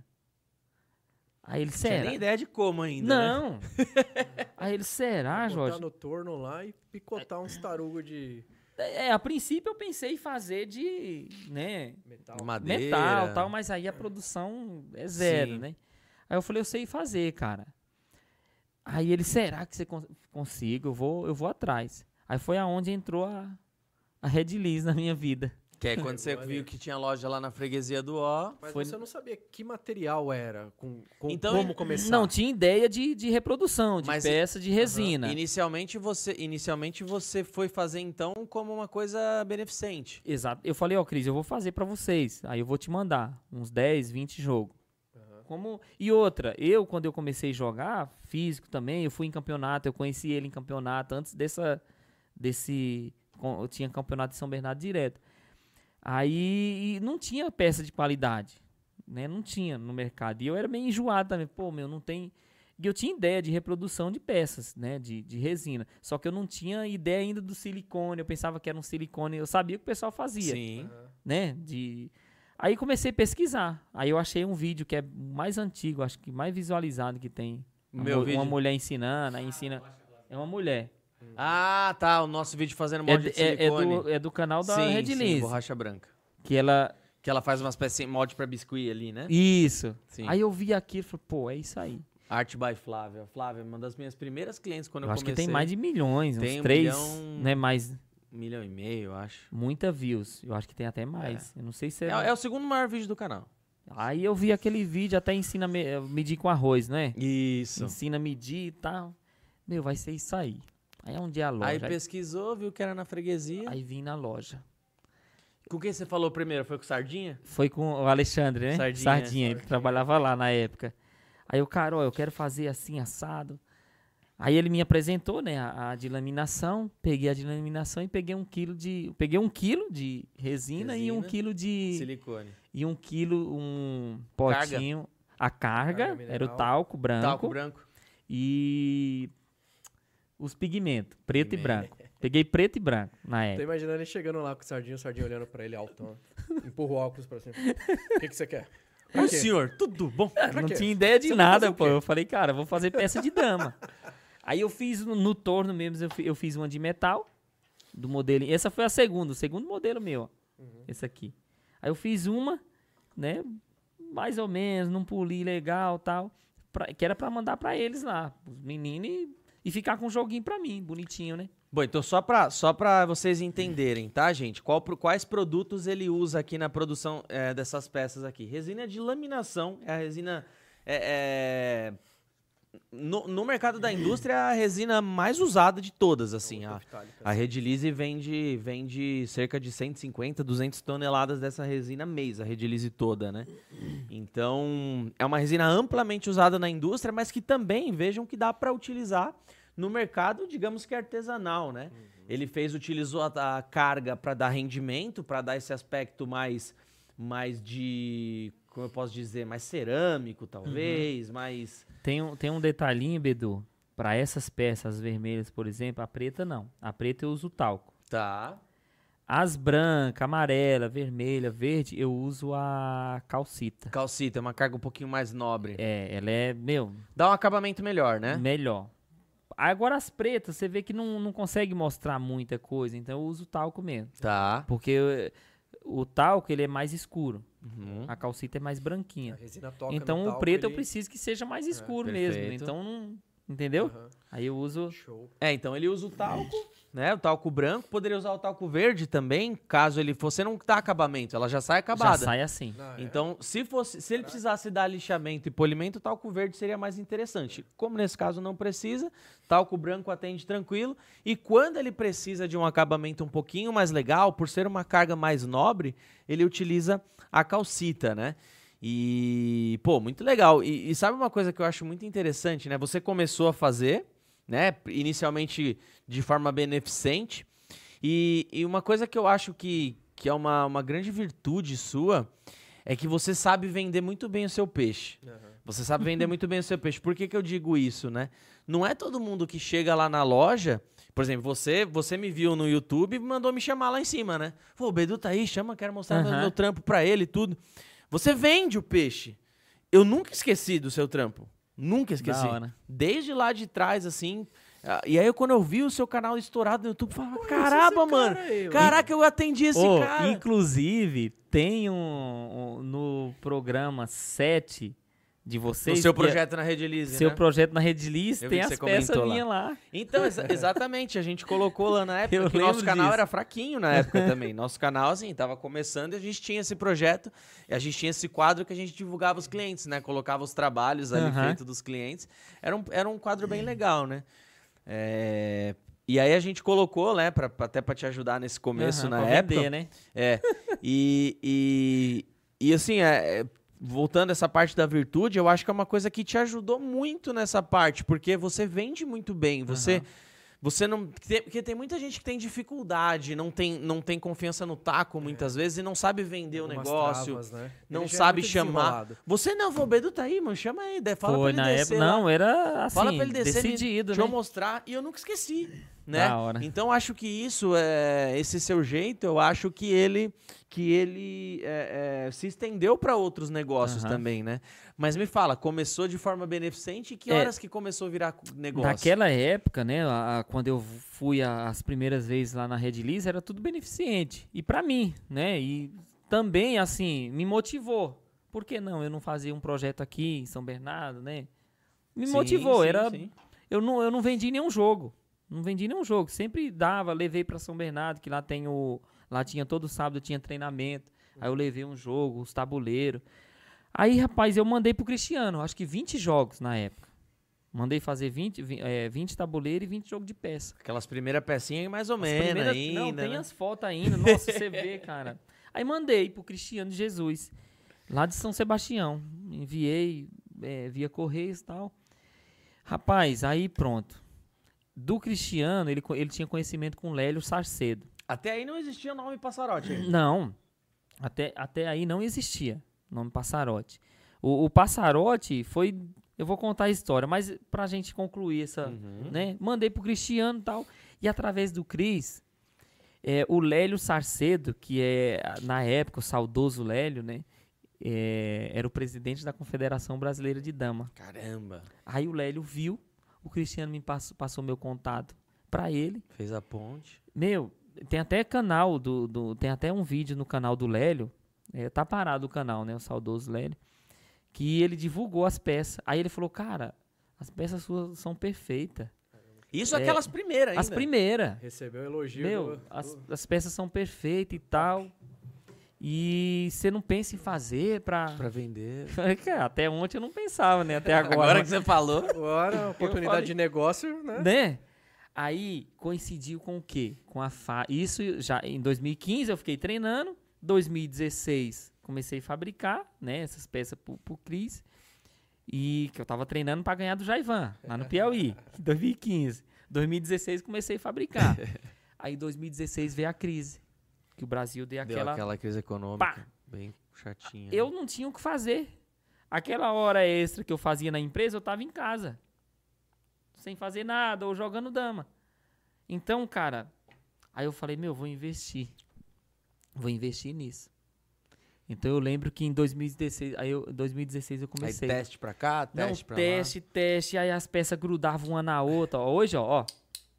Aí ele, Não tinha será? nem ideia de como ainda, né? Não. Aí ele, será, Botar Jorge? no torno lá e picotar uns tarugos de É, a princípio eu pensei em fazer de, né, metal. Madeira. metal e tal, mas aí a produção é zero, Sim. né? Aí eu falei, eu sei fazer, cara. Aí ele, será que você cons consiga? Eu vou, eu vou atrás. Aí foi aonde entrou a, a Red Liz na minha vida. Que é quando você Agora- viu que tinha loja lá na freguesia do Ó. Mas Foi- você não sabia que material era, com, com Então, como começar. Não, tinha ideia de, de reprodução, de Mas- peça de resina. Inicialmente você, inicialmente você foi fazer então como uma coisa beneficente. Exato. Eu falei, ó, Cris, eu vou fazer pra vocês. Aí eu vou te mandar uns dez, vinte jogos. Como... E outra, eu, quando eu comecei a jogar, físico também, eu fui em campeonato, eu conheci ele em campeonato, antes dessa, desse com- tinha campeonato de São Bernardo direto. Aí e não tinha peça de qualidade, né? Não tinha no mercado. E eu era meio enjoado também. Pô, meu, não tem... E eu tinha ideia de reprodução de peças, né? De, de resina. Só que eu não tinha ideia ainda do silicone. Eu pensava que era um silicone. Eu sabia o que o pessoal fazia, Sim. né? De... Aí comecei a pesquisar. Aí eu achei um vídeo que é mais antigo, acho que mais visualizado que tem. Uma, Meu mu- vídeo? uma mulher ensinando, aí ensina... É uma mulher. Ah, tá. O nosso vídeo fazendo É, molde de- de é- é silicone. do, é do canal da sim, Red sim, Lise, borracha branca. que ela... Que ela faz umas pecinhas molde pra biscuit ali, né? Isso. Sim. Aí eu vi aquilo e falei, pô, é isso aí. Arte by Flávia. Flávia, uma das minhas primeiras clientes quando Eu, eu, acho comecei. que tem mais de milhões, Tem uns um três, milhão- né? Mais, Um milhão e meio, eu acho. muita views. Eu acho que tem até mais. Eu não sei se é... É, é o segundo maior vídeo do canal. Aí eu vi aquele vídeo, até ensina a me- medir com arroz, né? Isso. Ensina a medir e tal. Meu, vai ser isso aí. Aí é um dia a loja. Aí Aí, pesquisou, viu que era na freguesia. aí vim na loja. Com quem você falou primeiro? Foi com Sardinha? Foi com o Alexandre, né? Sardinha. Sardinha, ele trabalhava lá na época. Aí o cara, ó, eu quero fazer assim, assado. Aí ele me apresentou, né, a, a de laminação. Peguei a de laminação e peguei um quilo de... Peguei um quilo de resina, e um Resina. quilo de... Silicone. E um quilo, um potinho. A carga, Carga era o mineral. talco branco. Talco branco. E os pigmentos, preto e branco. Peguei preto e branco na Tô época. imaginando ele chegando lá com o Sardinha, o Sardinha olhando pra ele altão. Empurra o óculos pra cima. O que, que você quer? Pra Ô, quê? senhor, tudo bom? Não quê? tinha ideia de Você vai nada, fazer o pô. quê? Eu falei, cara, vou fazer peça de dama. Aí eu fiz no, no torno mesmo, eu, fi- eu fiz uma de metal, do modelo. Essa foi a segunda, o segundo modelo meu, ó. Esse aqui. Aí eu fiz uma, né, mais ou menos, num poli legal e tal, pra- que era pra mandar pra eles lá, os meninos, e, e ficar com um joguinho pra mim, bonitinho, né? Bom, então só pra, só pra vocês entenderem, tá, gente? Qual pro- quais produtos ele usa aqui na produção é, dessas peças aqui? Resina de laminação, é a resina... É, é, no, no mercado da indústria, é a resina mais usada de todas, assim. A, a Red Lise vende, vende cerca de cento e cinquenta, duzentas toneladas dessa resina mês, a Red Lise toda, né? Então, é uma resina amplamente usada na indústria, mas que também, vejam que dá para utilizar no mercado, digamos que artesanal, né? Ele fez, utilizou a, a carga para dar rendimento, para dar esse aspecto mais, mais de, como eu posso dizer, mais cerâmico, talvez, mais... Tem um, tem um detalhinho, Bedu, pra essas peças vermelhas, por exemplo, a preta não. A preta eu uso talco. Tá. As branca, amarela, vermelha, verde, eu uso a calcita. Calcita, é uma carga um pouquinho mais nobre. É, ela é, meu, Dá um acabamento melhor, né? melhor. Agora as pretas, você vê que não, não consegue mostrar muita coisa, então eu uso talco mesmo. Tá. Porque eh, o talco, ele é mais escuro. Uhum. A calcita é mais branquinha. A resina toca Então no o talco, preto eu ele- preciso que seja mais escuro perfeito. mesmo. Então não... Entendeu? Aham. Aí eu uso... Show. É, então ele usa o talco, né? O talco branco. Poderia usar o talco verde também, caso ele fosse. Você não dá acabamento, ela já sai acabada. Já sai assim. Ah, é? Então, se fosse, se ele precisasse dar lixamento e polimento, o talco verde seria mais interessante. Como nesse caso não precisa, talco branco atende tranquilo. E quando ele precisa de um acabamento um pouquinho mais legal, por ser uma carga mais nobre, ele utiliza a calcita, né? E, pô, muito legal. E, e sabe uma coisa que eu acho muito interessante, né? Você começou a fazer, né? Inicialmente de forma beneficente. E, e uma coisa que eu acho que, que é uma, uma grande virtude sua é que você sabe vender muito bem o seu peixe. Aham. Você sabe vender muito bem o seu peixe. Por que, que eu digo isso, né? Não é todo mundo que chega lá na loja... Por exemplo, você, você me viu no YouTube e mandou me chamar lá em cima, né? Pô, o Bedu tá aí, chama, quero mostrar meu, Aham. meu trampo pra ele e tudo. Você vende o peixe. Eu nunca esqueci do seu trampo. Nunca esqueci. Da hora. Desde lá de trás, assim... ah, E aí, quando eu vi o seu canal estourado no YouTube, eu falava, caramba, esse mano. cara aí, Caraca, eu atendi esse Ô, cara. inclusive, tem um, um- no programa sete de vocês... O seu que é- projeto na Rede Lise, Seu né? projeto na Rede Lise Eu vi tem que as você peças comentou lá. minhas lá. Então, exa- exatamente, a gente colocou lá na época Eu que o nosso lembro canal disso. era fraquinho na época também. Nosso canal, assim, tava começando e a gente tinha esse projeto, e a gente tinha esse quadro que a gente divulgava os clientes, né? Colocava os trabalhos ali Aham. feitos dos clientes. Era um, era um quadro bem legal, né? É, E aí a gente colocou, né, pra, pra- até pra te ajudar nesse começo Aham, na pra época. vender, né? É. E, e, e assim, é, é, voltando a essa parte da virtude, eu acho que é uma coisa que te ajudou muito nessa parte, porque você vende muito bem. Você, Aham. Você não... tem- Porque tem muita gente que tem dificuldade, não tem, não tem confiança no taco muitas vezes e não sabe vender o Algumas negócio, travas, né? não Ele já é sabe muito chamar. desenrolado. Você não, o Bedu tá aí, mano, chama aí, de- fala Foi pra na ele época. descer lá. Não, era assim, Fala pra ele descer, me- decidido, deixa eu né? mostrar, e eu nunca esqueci, né? Da hora. Então acho que isso, é, esse seu jeito, eu acho que ele, que ele é, é, se estendeu para outros negócios Aham. também, né? Mas me fala, começou de forma beneficente e que É. horas que começou a virar negócio? Naquela época, né, a- a- quando eu fui a- as primeiras vezes lá na Red Lease, era tudo beneficente. E pra mim, né, e também, assim, me motivou. Por que não? Eu não fazia um projeto aqui em São Bernardo, né? Me Sim, motivou, sim, era... sim. Eu não, eu não vendi nenhum jogo. Não vendi nenhum jogo. Sempre dava, levei pra São Bernardo, que lá tem o... Lá tinha todo sábado, tinha treinamento. Aí eu levei um jogo, os tabuleiros. Aí, rapaz, eu mandei pro Cristiano, acho que vinte jogos na época. Mandei fazer vinte, vi- é, vinte tabuleiros e vinte jogos de peça. Aquelas primeiras pecinhas mais ou As menos primeiras- ainda, Não, tem né? as fotos ainda. Nossa, você vê, cara. Aí mandei pro Cristiano Jesus, lá de São Sebastião. Enviei é, via Correios e tal. Rapaz, aí pronto. Do Cristiano, ele, co- ele tinha conhecimento com Lélio Sarcedo. Até aí não existia o nome Passarote ainda. Não, até, até aí não existia nome Passarote. O, o Passarote foi... Eu vou contar a história, mas pra gente concluir essa... Uhum. né? Mandei pro Cristiano e tal. E através do Cris, é, o Lélio Sarcedo, que é, na época, o saudoso Lélio, né? É, era o presidente da Confederação Brasileira de Dama. Caramba, Aí o Lélio viu, o Cristiano me passou, passou meu contato pra ele. fez a ponte. Meu, tem até canal, do, do- tem até um vídeo no canal do Lélio, é, tá parado o canal, né? O saudoso Lélio, que ele divulgou as peças. Aí ele falou, cara, as peças suas são perfeitas. Isso É, aquelas primeiras ainda. As primeiras. Recebeu elogio. Meu, do- as, do- as peças são perfeitas e tal. E você não pensa em fazer pra... Pra vender. Falei, cara, até ontem eu não pensava, né? Até agora. Agora que você falou. Agora, oportunidade falei- de negócio, né? Né? Aí coincidiu com o quê? Com a fa... Isso já em dois mil e quinze eu fiquei treinando. dois mil e dezesseis comecei a fabricar, né? Essas peças pro, pro Cris. E que eu tava treinando pra ganhar do Jaivan, lá no Piauí, em dois mil e quinze. dois mil e dezesseis comecei a fabricar. Aí em dois mil e dezesseis veio a crise. Que o Brasil deu Deu aquela... aquela crise econômica. Pá! Bem chatinha. Eu não tinha o que fazer. Aquela hora extra que eu fazia na empresa, eu tava em casa. Sem fazer nada, ou jogando dama. Então, cara, aí eu falei, meu, vou investir. Vou investir nisso. Então eu lembro que em dois mil e dezesseis, aí eu, em dois mil e dezesseis eu Aí comecei. teste pra cá, Não, teste pra teste, teste, aí as peças grudavam uma na outra. Ó, hoje, ó, ó,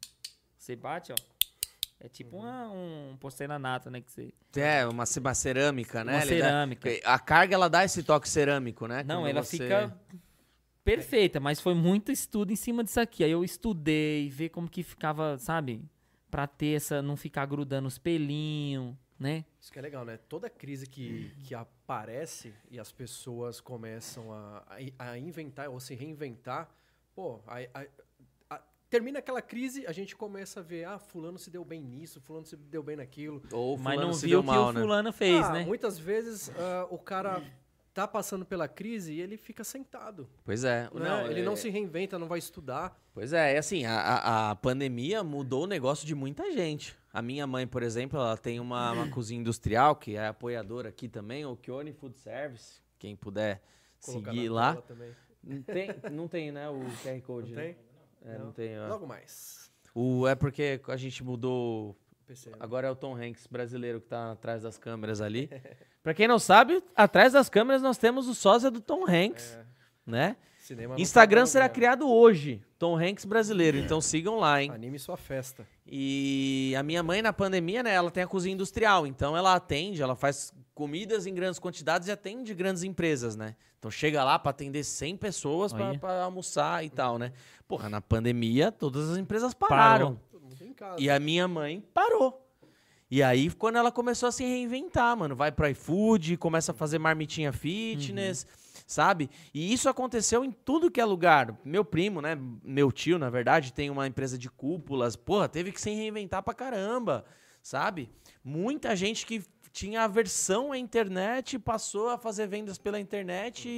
você bate, ó. É tipo uma, um porcelanato, né? Que você... lá. É, uma, ce- uma cerâmica, né? Uma Ele dá- cerâmica. a carga, ela dá esse toque cerâmico, né? Não, Quando ela você- fica perfeita, mas foi muito estudo em cima disso aqui. Aí eu estudei, ver como que ficava, sabe? Pra ter essa, não ficar grudando os pelinhos, né? Isso que é legal, né? Toda crise que, que aparece e as pessoas começam a, a, a inventar ou se reinventar, pô, a, a- a- termina aquela crise, a gente começa a ver, ah, fulano se deu bem nisso, fulano se deu bem naquilo. Ou Mas fulano não se viu deu o que mal, o né? fulano fez, Ah, né? Muitas vezes ah, o cara tá passando pela crise e ele fica sentado. Pois é. né? Não, ele é- não se reinventa, não vai estudar. Pois é, é assim, a, a, a pandemia mudou o negócio de muita gente. A minha mãe, por exemplo, ela tem uma, uma cozinha industrial, que é apoiadora aqui também, o Kione Food Service, quem puder Colocar seguir na lá. tela também. Não tem, não tem, né, o Q R Code. Não né? tem? É, não, Não. tem. ó. Logo mais. O, é porque a gente mudou. P C, né? Agora é o Tom Hanks brasileiro que tá atrás das câmeras ali. Pra quem não sabe, atrás das câmeras nós temos o sósia do Tom Hanks, É, né? cinema não Instagram tá será dando criado hoje, Tom Hanks brasileiro, então sigam lá, hein? grana. Anime sua festa. E a minha mãe na pandemia, né, ela tem a cozinha industrial, então ela atende, ela faz comidas em grandes quantidades e atende grandes empresas, né? Então chega lá pra atender cem pessoas pra Olha. pra almoçar e tal, né? Porra, na pandemia todas as empresas pararam. Parou. Todo mundo em casa. E a minha mãe parou. E aí, quando ela começou a se reinventar, mano, vai pro iFood, começa a fazer marmitinha fitness, sabe? E isso aconteceu em tudo que é lugar. Meu primo, né, meu tio, na verdade, tem uma empresa de cúpulas. Porra, teve que se reinventar pra caramba, sabe? Muita gente que tinha aversão à internet passou a fazer vendas pela internet e,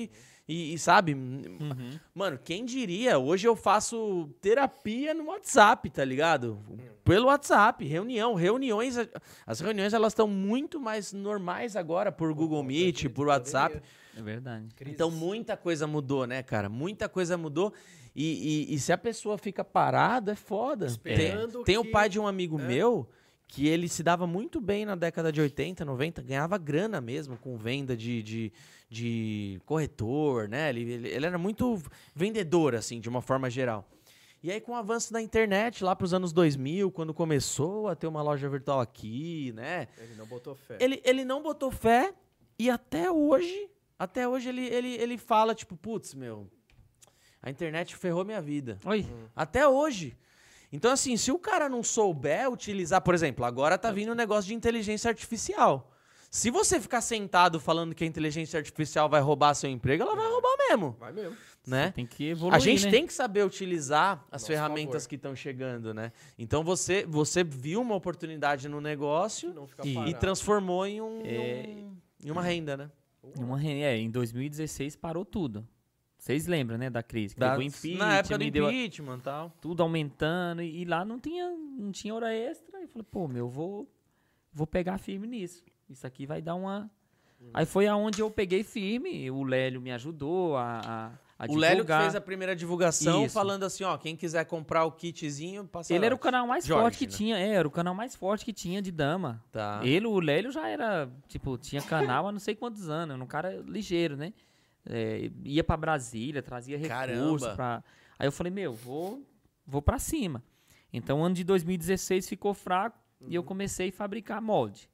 E, e sabe, Uhum. mano, quem diria? Hoje eu faço terapia no WhatsApp, tá ligado? Pelo WhatsApp, reunião, reuniões. As reuniões, elas estão muito mais normais agora por Google conta Meet, de por WhatsApp. pandemia. É verdade. Crises. Então, muita coisa mudou, né, cara? Muita coisa mudou. E, e- e se a pessoa fica parada, é foda. Tem, Esperando tem o que- pai de um amigo é. meu que ele se dava muito bem na década de oitenta, noventa, ganhava grana mesmo com venda de, de, de corretor, né? Ele, ele, ele era muito vendedor, assim, de uma forma geral. E aí, com o avanço da internet, lá pros anos dois mil, quando começou a ter uma loja virtual aqui, né? Ele não botou fé. Ele, ele não botou fé e até hoje, até hoje ele, ele, ele fala, tipo, putz, meu, a internet ferrou minha vida. Oi. Até hoje. Então, assim, se o cara não souber utilizar, por exemplo, agora tá vindo um negócio de inteligência artificial. Se você ficar sentado falando que a inteligência artificial vai roubar seu emprego, ela vai roubar mesmo, Vai mesmo. né? Tem que evoluir, A gente né? tem que saber utilizar as Nosso ferramentas favor. que estão chegando, né? Então você, você viu uma oportunidade no negócio Não ficar E- e parado. transformou em, um, É. em um- em uma renda, né? Em Uma, re- é, em dois mil e dezesseis parou tudo. Vocês lembram, né, da crise? Que Da- teve o impeachment, na época do e deu a- impeachment e tal. tudo aumentando e, e lá não tinha, não tinha hora extra. E falei, pô, meu, vou, vou pegar firme nisso. Isso aqui vai dar uma... Aí foi aonde eu peguei firme, o Lélio me ajudou a, a, a O Lélio que divulgar. fez a primeira divulgação Isso. falando assim, ó, quem quiser comprar o kitzinho, passa Ele lá. era o canal mais Jorge, forte que né? tinha, é, era o canal mais forte que tinha de dama. Tá. Ele, o Lélio já era, tipo, tinha canal há não sei quantos anos, era um cara ligeiro, né? É, ia pra Brasília, trazia recursos Caramba. pra... Aí eu falei, meu, vou, vou pra cima. Então, o ano de dois mil e dezesseis ficou fraco e eu comecei a fabricar molde.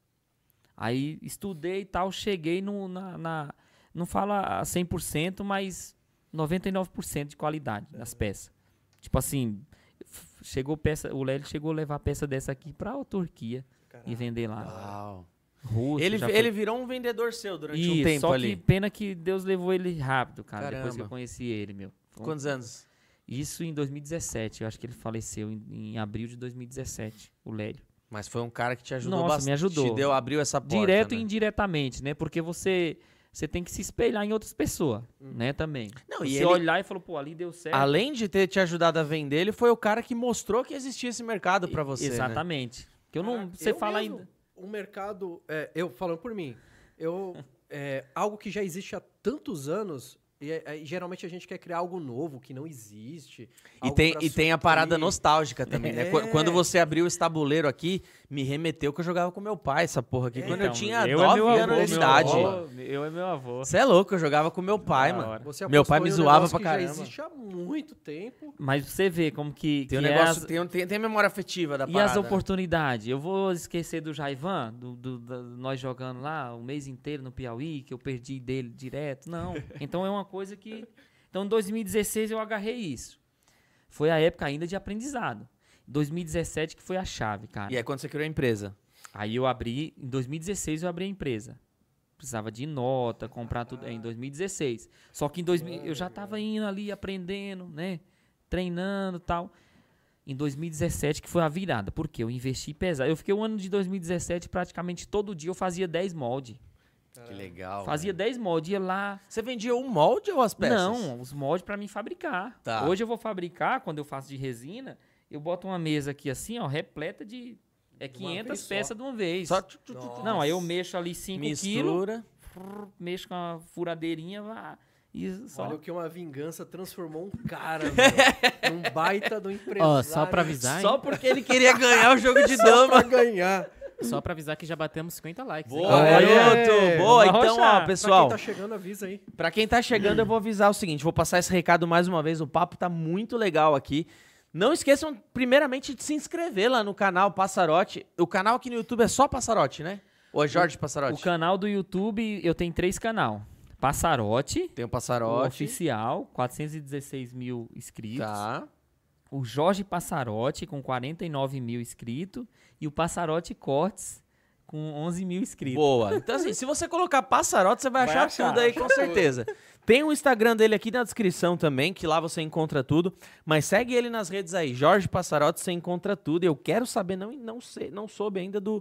Aí estudei e tal, cheguei no, na, na... Não falo a cem por cento, mas noventa e nove por cento de qualidade das peças. Tipo assim, f- chegou peça, o Lélio chegou a levar peça dessa aqui pra Turquia e vender lá. Uau. Rússia, Ele, já foi- ele virou um vendedor seu durante um Isso, tempo só ali. que pena que Deus levou ele rápido, cara, depois que Caramba. eu conheci ele, meu. Foi um- Quantos anos? Isso em dois mil e dezessete, eu acho que ele faleceu em, em abril de dois mil e dezessete, o Lélio. Mas foi um cara que te ajudou Nossa, bastante. me ajudou. Te deu, abriu essa porta, Direto né? e indiretamente, né? Porque você, você tem que se espelhar em outras pessoas, né, também. Não, e você ele- olhar e falou, pô, ali deu certo. Além de ter te ajudado a vender, ele foi o cara que mostrou que existia esse mercado pra você, né? Exatamente. Que eu não, Caraca, você eu fala mesmo, ainda... Um mercado, é, eu falando por mim, eu, é, algo que já existe há tantos anos, e, é, e geralmente a gente quer criar algo novo que não existe. E algo tem, pra e tem a parada suprir. nostálgica também, né? É. Qu- Quando você abriu esse tabuleiro aqui, me remeteu que eu jogava com meu pai essa porra aqui. É, quando eu Então, tinha eu nove é meu anos avô, de meu idade. avô, eu é meu avô. Você é louco, eu jogava com meu pai, Da mano. hora. Você Meu pai apostou me em um zoava negócio pra que caramba. já existe há muito tempo. Mas você vê como que, Tem um que é negócio, as- tem, um- tem, tem a memória afetiva da E parada. as né? oportunidades? Eu vou esquecer do Jaivan, do, do- da- nós jogando lá o mês inteiro no Piauí, que eu perdi dele direto? Não. Então é uma coisa que... Então em dois mil e dezesseis eu agarrei isso. Foi a época ainda de aprendizado. dois mil e dezessete que foi a chave, cara. E é quando você criou a empresa. Aí eu abri... Em dois mil e dezesseis eu abri a empresa. Precisava de nota, comprar tudo... É, em dois mil e dezesseis. Só que em dois mil eu já tava indo ali, aprendendo, né? Treinando e tal. Em dois mil e dezessete que foi a virada. Porque eu investi pesado. Eu fiquei o ano de dois mil e dezessete praticamente todo dia eu fazia dez moldes. Que legal. Fazia dez moldes, ia lá... Você vendia o molde ou as peças? Não, os moldes pra mim fabricar. Tá. Hoje eu vou fabricar, quando eu faço de resina, eu boto uma mesa aqui assim, ó, repleta de... É De uma quinhentas vez peças de uma vez. Só tu, tu, tu, tu. Nossa. Não, aí eu mexo ali cinco quilos, Mistura. mexo com a furadeirinha vá, e só... Olha o que uma vingança transformou um cara, meu, num baita do empresário. Ó, só pra avisar, Só hein? porque ele queria ganhar o jogo de Só dama. pra ganhar. Só pra avisar que já batemos cinquenta likes. hein? Boa, É. garoto. Boa, Vamos então, arrochar. ó, Pra pessoal. Pra quem tá chegando, avisa aí. Pra quem tá chegando, eu vou avisar o seguinte, vou passar esse recado mais uma vez, o papo tá muito legal aqui. Não esqueçam, primeiramente, de se inscrever lá no canal Passarote. O canal aqui no YouTube é só Passarote, né? Ou é Jorge Passarote? O canal do YouTube, eu tenho três canal. Passarote, Tem o o Passarote. oficial, quatrocentos e dezesseis mil inscritos. Tá. O Jorge Passarote, com quarenta e nove mil inscritos. E o Passarote Cortes, com onze mil inscritos. Boa. Então, assim, se você colocar Passarote, você vai, Vai achar, achar. tudo aí, com certeza. Tem o Instagram dele aqui na descrição também, que lá você encontra tudo. Mas segue ele nas redes aí. Jorge Passarote, você encontra tudo. Eu quero saber, não, não, sei, não soube ainda do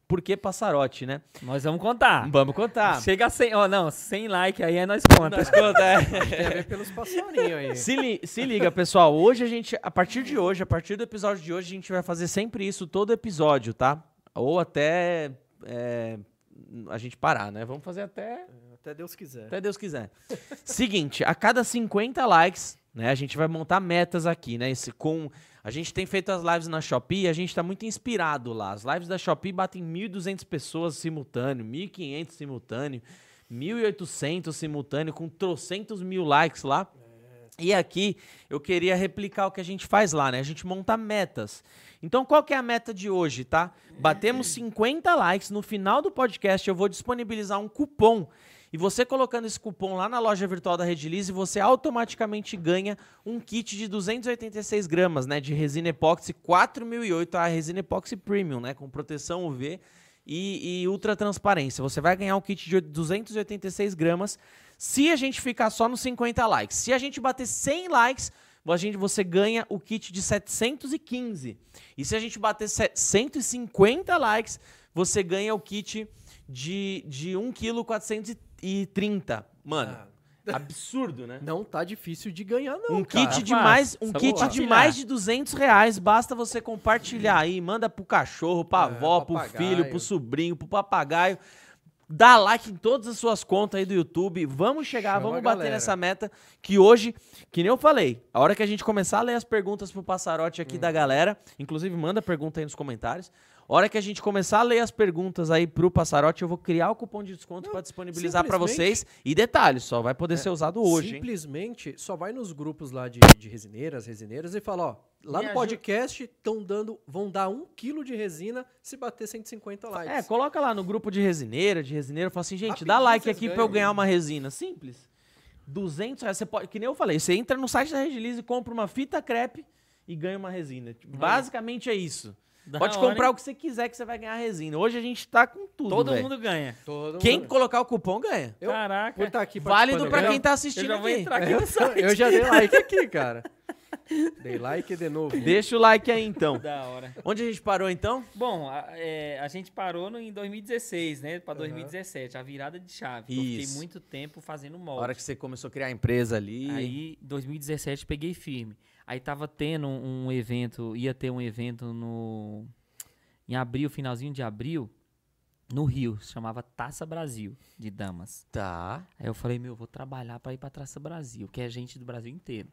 por que Passarotti, né? Nós vamos contar. Vamos contar. Chega a cem, ó, não, cem like aí, aí nós conta. Nós conta, é. Tem a ver pelos passarinhos aí. Se, li- se liga, pessoal. Hoje a gente, a partir de hoje, a partir do episódio de hoje, a gente vai fazer sempre isso, todo episódio, tá? Ou até é, a gente parar, né? Vamos fazer até, Até Deus quiser. até Deus quiser. Seguinte, a cada cinquenta likes, né? A gente vai montar metas aqui, né? Esse, com, a gente tem feito as lives na Shopee e a gente tá muito inspirado lá. As lives da Shopee batem mil e duzentas pessoas simultâneo, mil e quinhentos simultâneo, mil e oitocentos simultâneo, com trocentos mil likes lá. E aqui eu queria replicar o que a gente faz lá, né? A gente monta metas. Então, qual que é a meta de hoje, tá? Batemos cinquenta likes. No final do podcast, eu vou disponibilizar um cupom. E você colocando esse cupom lá na loja virtual da Redilize, você automaticamente ganha um kit de duzentos e oitenta e seis gramas, né? De resina epóxi quatro mil e oito, a resina epóxi premium, né? Com proteção U V e, e ultra transparência. Você vai ganhar um kit de duzentos e oitenta e seis gramas se a gente ficar só nos cinquenta likes. Se a gente bater cem likes, a gente, você ganha o kit de setecentos e quinze. E se a gente bater cento e cinquenta likes, você ganha o kit de, de um vírgula quatrocentos e trinta. Mano, Ah, absurdo, né? não tá difícil de ganhar, não, Um cara. kit de Fácil, mais, um só kit de compartilhar. mais de duzentos reais, basta você compartilhar aí, manda pro cachorro, pra É, avó, pro papagaio. filho, pro sobrinho, pro papagaio. Dá like em todas as suas contas aí do YouTube. Vamos chegar, Chama vamos a bater galera. nessa meta que hoje, que nem eu falei, a hora que a gente começar a ler as perguntas pro Passarotti aqui Hum. da galera, inclusive manda pergunta aí nos comentários. A hora que a gente começar a ler as perguntas aí pro Passarotti, eu vou criar o cupom de desconto Não, pra disponibilizar pra simplesmente- vocês. E detalhe, só vai poder É, ser usado hoje, hein? Simplesmente só vai nos grupos lá de, de resineiras, resineiras e fala, ó, lá Me no ajuda. podcast estão dando, vão dar um quilo de resina se bater cento e cinquenta likes. É, coloca lá no grupo de resineira, de resineira, fala assim, gente, Rapidinho dá like vocês aqui pra ganham. eu ganhar uma resina. Simples. duzentos reais, você pode, que nem eu falei, você entra no site da Redilize, compra uma fita crepe e ganha uma resina. Tipo, basicamente é isso. Da Pode hora, comprar hein? o que você quiser que você vai ganhar resina. Hoje a gente tá com tudo, Todo velho. mundo ganha. Todo Quem mundo- colocar o cupom ganha. Eu- Caraca. Por estar aqui Válido participando pra mesmo, quem tá Eu assistindo já vou aqui. entrar aqui eu, no site. eu já dei like aqui, cara. Dei like de novo. Deixa o like aí, então. Da hora. Onde a gente parou, então? Bom, a, é, a gente parou no, em dois mil e dezesseis, né? Pra dois mil e dezessete, a virada de chave. Eu fiquei Isso. muito tempo fazendo A molde. hora que você começou a criar a empresa ali. Aí, dois mil e dezessete, peguei firme. Aí tava tendo um evento, ia ter um evento no em abril, finalzinho de abril, no Rio, se chamava Taça Brasil, de damas. Tá. Aí eu falei, meu, vou trabalhar pra ir pra Taça Brasil, que é gente do Brasil inteiro.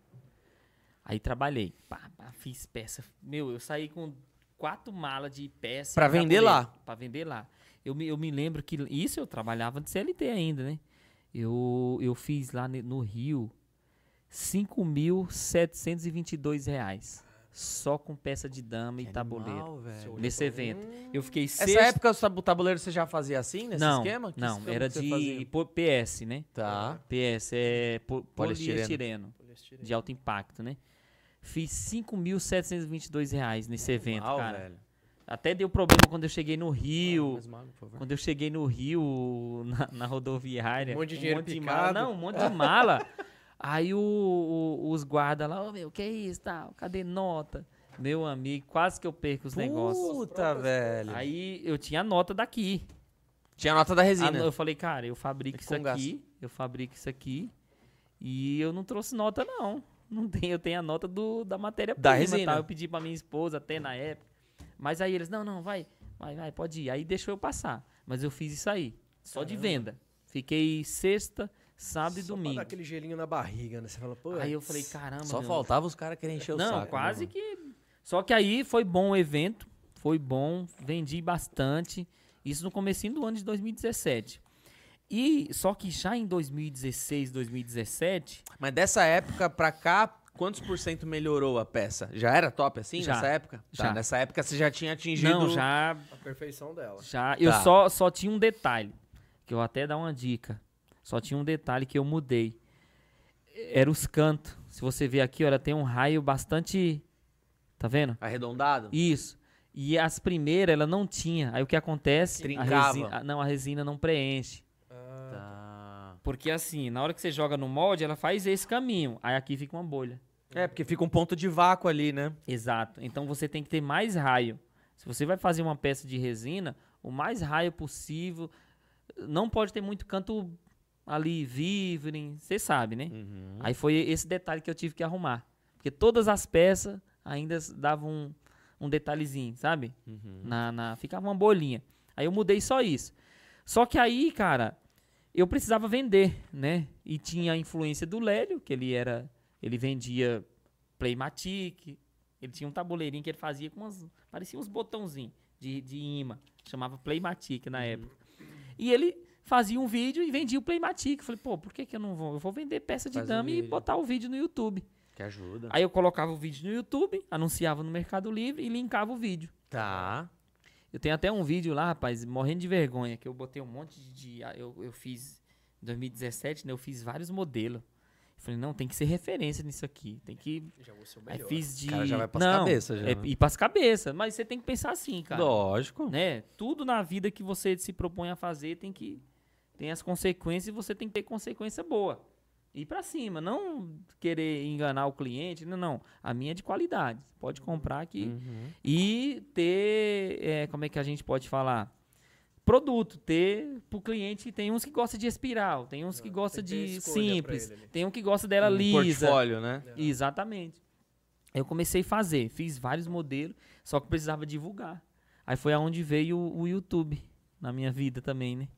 Aí trabalhei, pá, pá, fiz peça. Meu, eu saí com quatro malas de peça. Pra e vender tabuleiro, lá? Pra vender lá. Eu me, eu me lembro que, isso eu trabalhava de C L T ainda, né? Eu, eu fiz lá ne- no Rio cinco mil setecentos e vinte e dois reais. Só com peça de dama e tabuleiro. Animal, velho. Nesse evento. Eu fiquei Essa sexta... época o tabuleiro você já fazia assim, nesse não, esquema? Que não, esquema era que você de fazia? po- P S, né? Tá. P S é po- Poliestireno. poliestireno, de alto impacto, né? Fiz cinco mil setecentos e vinte e dois reais nesse evento, Animal, cara. velho. Até deu problema quando eu cheguei no Rio. Mais uma água, por favor. Quando eu cheguei no Rio, na, na rodoviária. Um monte de dinheiro de picado. mala. Não, um monte de mala. Aí o, o- os guardas lá, ô meu, que é isso, tal? Cadê nota? Meu amigo, quase que eu perco os negócios. Puta, velho. Aí eu tinha a nota daqui. Tinha a nota da Ah, resina. não, eu falei, cara, eu fabrico É isso com gás. aqui, eu fabrico isso aqui e eu não trouxe nota, não. Não tenho, eu tenho a nota do, da matéria-prima. Da resina. Tá? Eu pedi pra minha esposa até na época. Mas aí eles, não, não, vai, vai, vai, pode ir. Aí deixou eu passar. Mas eu fiz isso aí, só de venda. Fiquei sexta, sábado e Só pra domingo. dar aquele gelinho na barriga, né? Você fala, pô, Aí eu falei, caramba. Só meu, faltava os caras querem encher o não, saco. quase né, que. Só que aí foi bom o evento, foi bom, vendi bastante. Isso no comecinho do ano de dois mil e dezessete. E só que já em dois mil e dezesseis, dois mil e dezessete, mano? Mas dessa época pra cá, quantos por cento melhorou a peça? Já era top assim Já. nessa época? Tá, Já. nessa época você já tinha atingido... não, já, a perfeição dela. já, eu Tá. só, só tinha um detalhe, que eu até dar uma dica. Só tinha um detalhe que eu mudei. Era os cantos. Se você ver aqui, olha, tem um raio bastante, tá vendo? Arredondado? Isso. E as primeiras, ela não tinha. Aí o que acontece? A Trincava. resina, a- não, a resina não preenche. Ah, Tá. Porque assim, na hora que você joga no molde, ela faz esse caminho. Aí aqui fica uma bolha. É, porque fica um ponto de vácuo ali, né? Exato. Então você tem que ter mais raio. Se você vai fazer uma peça de resina, o mais raio possível. Não pode ter muito canto ali, vivre, você sabe, né? Uhum. Aí foi esse detalhe que eu tive que arrumar. Porque todas as peças ainda davam um, um detalhezinho, sabe? Uhum. Na, na, ficava uma bolinha. Aí eu mudei só isso. Só que aí, cara, eu precisava vender, né? E tinha a influência do Lélio, que ele era... Ele vendia Playmatic. Ele tinha um tabuleirinho que ele fazia com umas... Parecia uns botãozinhos de, de imã. Chamava Playmatic na época. E ele fazia um vídeo e vendia o Playmatic. Eu falei, pô, por que que eu não vou? Eu vou vender peça de Faz o dama e vídeo. botar o vídeo no YouTube. Que ajuda. Aí eu colocava o vídeo no YouTube, anunciava no Mercado Livre e linkava o vídeo. Tá. Eu tenho até um vídeo lá, rapaz, morrendo de vergonha, que eu botei um monte de... de- eu, eu fiz, em dois mil e dezessete, né, eu fiz vários modelos. Eu falei, não, tem que ser referência nisso aqui, tem que... Já vou ser o Aí melhor. fiz de... O cara já vai pras não, cabeças já, É, né? ir pras cabeças, mas você tem que pensar assim, cara. Lógico. Né? Tudo na vida que você se propõe a fazer tem que... Tem as consequências e você tem que ter consequência boa. Ir pra cima, não querer enganar o cliente, não, não. A minha é de qualidade, você pode comprar aqui. Uhum. E ter, é, como é que a gente pode falar? Produto, ter pro cliente, tem uns que gostam de espiral, tem uns que gostam tem que ter de escolha pra simples, ele ali. tem um que gosta dela Um lisa. portfólio, né? Exatamente. Eu comecei a fazer, fiz vários modelos, só que precisava divulgar. Aí foi aonde veio o, o YouTube na minha vida também, né?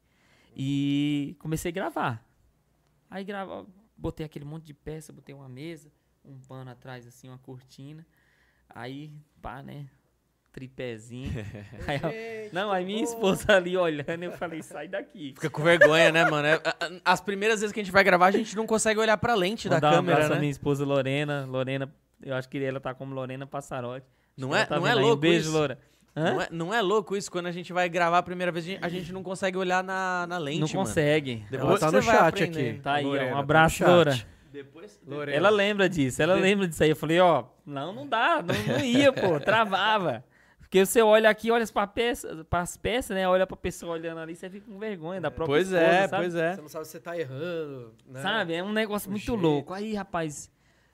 E comecei a gravar. Aí grava, botei aquele monte de peça, botei uma mesa, um pano atrás, assim, uma cortina. Aí, pá, né? Tripézinho. Aí, ó, Gente, não, aí minha tudo bom? esposa ali olhando, eu falei, sai daqui. Fica com vergonha, né, mano? É- a- As primeiras vezes que a gente vai gravar, a gente não consegue olhar pra lente da Mandar um câmera, abraço à né? minha esposa Lorena. Lorena, eu acho que ela tá como Lorena Passarotti. Acho Não que é- ela tá não é vendo aí. louco Um beijo, isso? Loura. Hã? Não é, não é louco isso? Quando a gente vai gravar a primeira vez, a gente, a gente não consegue olhar na, na lente, Não mano. consegue. Depois Ela tá você no vai chat aprender. aqui. Tá aí, ó, Lorena, um tá no abraço, chat. Loura. Depois, Lorena. Ela lembra disso, ela lembra disso aí. Eu falei, ó, não, não dá, não, não ia, pô, travava. Porque você olha aqui, olha para peças, as peças, né? Olha pra pessoa olhando ali, você fica com vergonha da própria Pois esposa, é, sabe? pois é. Você não sabe se você tá errando, né? Sabe? É um negócio O muito jeito. louco. Aí, rapaz,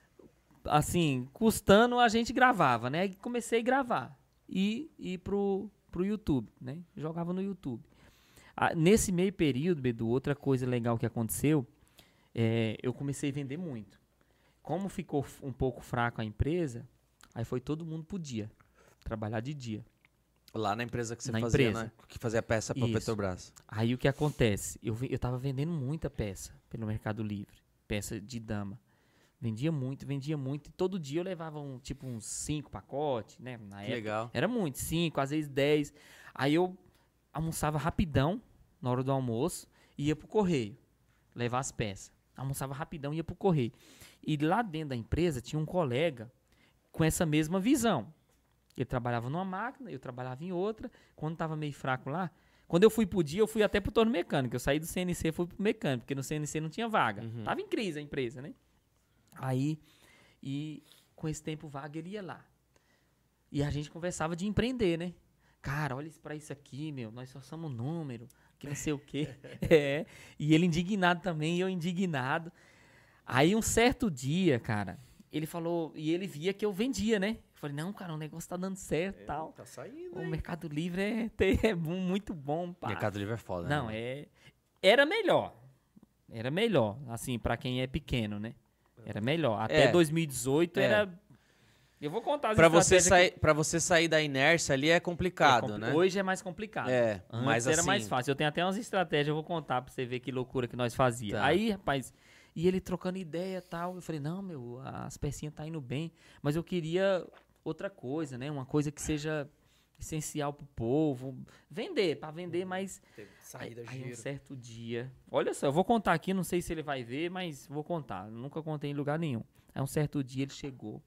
assim, custando a gente gravava, né? Aí comecei a gravar e ir pro, pro YouTube, né? Jogava no YouTube. Ah, nesse meio período, Bedu, outra coisa legal que aconteceu, é, eu comecei a vender muito. Como ficou f- um pouco fraco a empresa, aí foi todo mundo pro dia, trabalhar de dia. Lá na empresa que você Na fazia, empresa. né? Que fazia peça pra Isso. Petrobras. Aí o que acontece? Eu, ve- eu tava vendendo muita peça pelo Mercado Livre, peça de dama. Vendia muito, vendia muito. E todo dia eu levava um, tipo uns cinco pacotes, né? Na Que época. legal. Era muito, cinco, às vezes dez. Aí eu almoçava rapidão, na hora do almoço, e ia pro correio, levar as peças. Almoçava rapidão e ia pro correio. E lá dentro da empresa tinha um colega com essa mesma visão. Ele trabalhava numa máquina, eu trabalhava em outra. Quando tava meio fraco lá, quando eu fui pro dia, eu fui até pro torno mecânico. Eu saí do C N C e fui pro mecânico, porque no C N C não tinha vaga. Uhum. Tava em crise a empresa, né? Aí, e com esse tempo vago, ele ia lá. E a gente conversava de empreender, né? Cara, olha isso pra isso aqui, meu. Nós só somos um número, que não sei o quê. É. E ele indignado também, e eu indignado. Aí, um certo dia, cara, ele falou... E ele via que eu vendia, né? Eu falei, não, cara, o negócio tá dando certo e É, tal. tá saindo, O hein? Mercado Livre é, é bom, muito bom, pá. Mercado Livre é foda, Não, né? é... Era melhor. Era melhor, assim, pra quem é pequeno, né? Era melhor. Até É. dois mil e dezoito É. era... Eu vou contar as Pra você, estratégias sair, que- pra você sair da inércia ali é é complicado, compli- né? Hoje é mais complicado. É, Antes mas era assim- mais fácil. Eu tenho até umas estratégias, eu vou contar pra você ver que loucura que nós fazia. Tá. Aí, rapaz, e ele trocando ideia e tal, eu falei, não, meu, as pecinhas tá indo bem, mas eu queria outra coisa, né? Uma coisa que seja essencial pro povo. Vender, pra vender, mas... Teve Saída, Aí um giro. certo dia... Olha só, eu vou contar aqui, não sei se ele vai ver, mas vou contar. Nunca contei em lugar nenhum. Aí um certo dia ele chegou.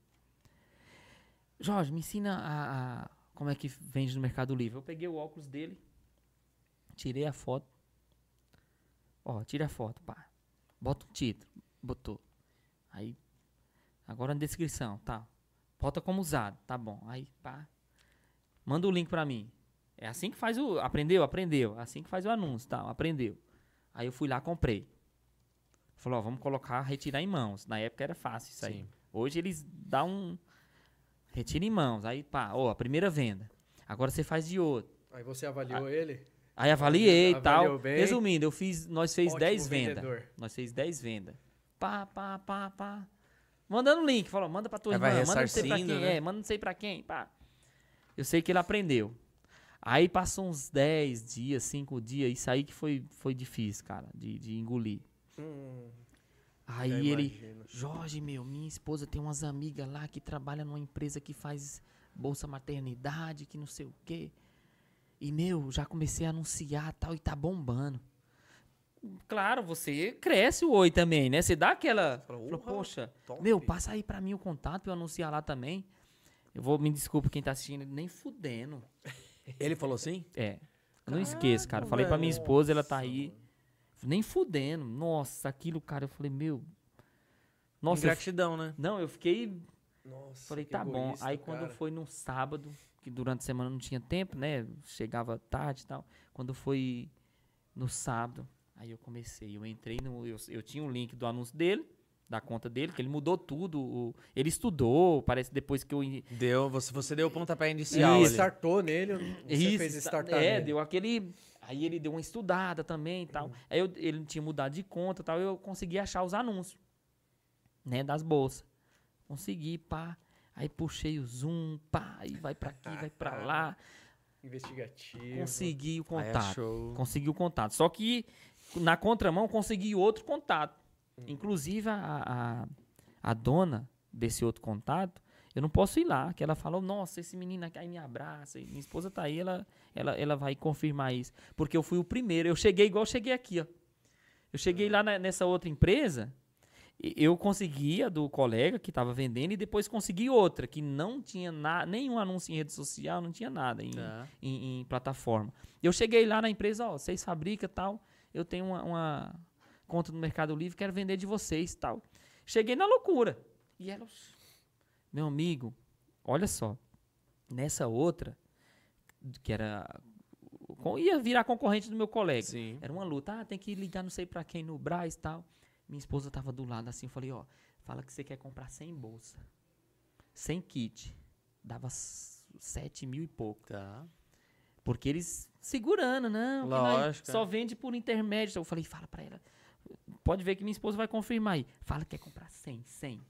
Jorge, me ensina a, a- como é que vende no Mercado Livre. Eu peguei o óculos dele, tirei a foto. Ó, tira a foto, pá. Bota um título. Botou. Aí, agora na descrição, tá. Bota como usado, tá bom. Aí, pá. Manda o link pra mim. É assim que faz o... Aprendeu? Aprendeu. É assim que faz o anúncio, tá. Aprendeu. Aí eu fui lá, comprei. Falou, ó, vamos colocar, retirar em mãos. Na época era fácil isso aí. Sim. Hoje eles dão um... Retira em mãos. Aí, pá, ó, a primeira venda. Agora você faz de outro. Aí você avaliou ele? Aí avaliei e Avaliou tal. bem. Resumindo, eu fiz, nós fez Ótimo dez vendas. vendedor. Nós fez dez vendas. Pá, pá, pá, pá. Mandando link, falou, manda pra tua Aí irmã, vai manda não sei pra quem, ressarcindo, né? é, manda não sei pra quem, pá. Eu sei que ele aprendeu. Aí passou uns dez dias, cinco dias, isso aí que foi, foi difícil, cara, de, de engolir. Hum, Aí eu ele, imagino. Jorge, meu, minha esposa tem umas amigas lá que trabalham numa empresa que faz bolsa maternidade, que não sei o quê. E, meu, já comecei a anunciar tal e tá bombando. Claro, você cresce o oi também, né? Você dá aquela... Fala, Fala, "Urra, poxa, top." meu, passa aí pra mim o contato pra eu anunciar lá também. Eu vou, me desculpa quem tá assistindo, nem fudendo. Ele falou assim? É, eu não esqueço, cara. Eu falei pra minha velho. esposa, ela tá aí. Nem fudendo. Nossa, aquilo, cara, eu falei, meu... Nossa, eu, Ingratidão, né? não, eu fiquei... Nossa, Falei, que tá bom. egoísta, Aí quando cara. foi num sábado, que durante a semana não tinha tempo, né? Chegava tarde e tal. Quando foi no sábado, aí eu comecei. Eu entrei no. Eu, eu tinha um link do anúncio dele, da conta dele, que ele mudou tudo. o- ele estudou, parece depois que eu. in- Deu, você, você deu o pontapé Você inicial Isso. ali. startou nele, você Isso, fez sa- startar É, nele. deu aquele. Aí ele deu uma estudada também e tal. Aí eu- ele tinha mudado de conta e tal. Eu consegui achar os anúncios, né? Das bolsas. Consegui, pá. Aí puxei o zoom, pá. Aí vai pra aqui, vai pra lá. Investigativo. Consegui o Aí contato. achou. Consegui o contato. Só que na contramão consegui outro contato. Inclusive a, a, a dona desse outro contato, eu não posso ir lá. Que ela falou, nossa, esse menino aqui aí me abraça. E minha esposa tá aí, ela, ela, ela vai confirmar isso. Porque eu fui o primeiro. Eu cheguei igual eu cheguei aqui, ó. Eu cheguei lá na- nessa outra empresa, e eu consegui a do colega que estava vendendo e depois consegui outra que não tinha na, nenhum anúncio em rede social, não tinha nada em, Tá. em, em plataforma. Eu cheguei lá na empresa, ó, vocês fabricam tal, eu tenho uma, uma conta no Mercado Livre, quero vender de vocês tal. Cheguei na loucura. E ela, meu amigo, olha só, nessa outra, que era, com- ia virar concorrente do meu colega. Sim. Era uma luta, ah, tem que ligar não sei pra quem no Brás e tal. Minha esposa tava do lado assim, eu falei, ó, fala que você quer comprar cem bolsa, cem kit. Dava s- sete mil e pouco. Tá. Porque eles segurando, não, que nós Lógico, só é. vende por intermédio. Eu falei, fala pra ela, pode ver que minha esposa vai confirmar aí. Fala que quer comprar cem, cem.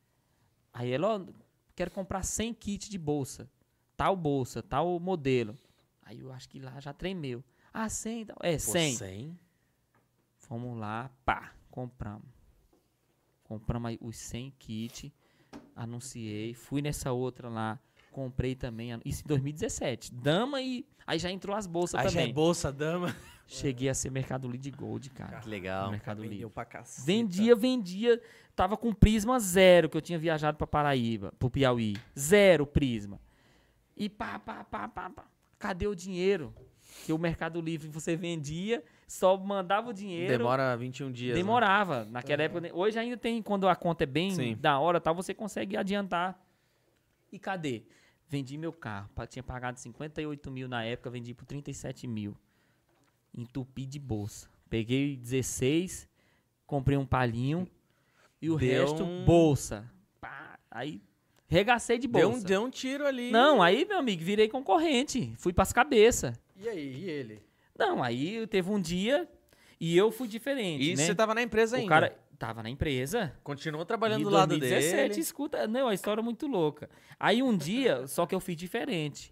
Aí ela, ó, quero comprar cem kits de bolsa. Tal bolsa, tal modelo. Aí eu acho que lá já tremeu. Ah, cem, então. É, Pô, cem. cem? Fomos lá, pá, compramos. Compramos aí os cem kits, anunciei, fui nessa outra lá, comprei também, anu- isso em dois mil e dezessete. Dama e... Aí já entrou as bolsas Aí já também. é bolsa, dama. Cheguei a ser Mercado Livre Gold, cara. Que legal. No Mercado Vendeu Livre. pra caceta. Vendia, vendia. Tava com prisma zero, que eu tinha viajado pra Paraíba, pro Piauí. Zero prisma. E pá, pá, pá, pá, pá. Cadê o dinheiro? Que o Mercado Livre você vendia, só mandava o dinheiro. Demora vinte e um dias. né? Demorava. Naquela época. ne- Hoje ainda tem, quando a conta é bem Sim. da hora, tal, você consegue adiantar. E cadê? Vendi meu carro. pa- Tinha pagado cinquenta e oito mil na época, vendi por trinta e sete mil. Entupi de bolsa. Peguei dezesseis, comprei um palinho e o Deu resto, um- bolsa. Pá, aí, regacei de Deu um, bolsa. deu um tiro ali. Não, aí, meu amigo, virei concorrente. Fui pras cabeças. E aí, e ele? Não, aí teve um dia e eu fui diferente, E né? você tava na empresa O ainda. cara tava na empresa. Continuou trabalhando E do lado dois mil e dezessete, dele. escuta, não, a história é muito louca. Aí um dia, só que eu fiz diferente.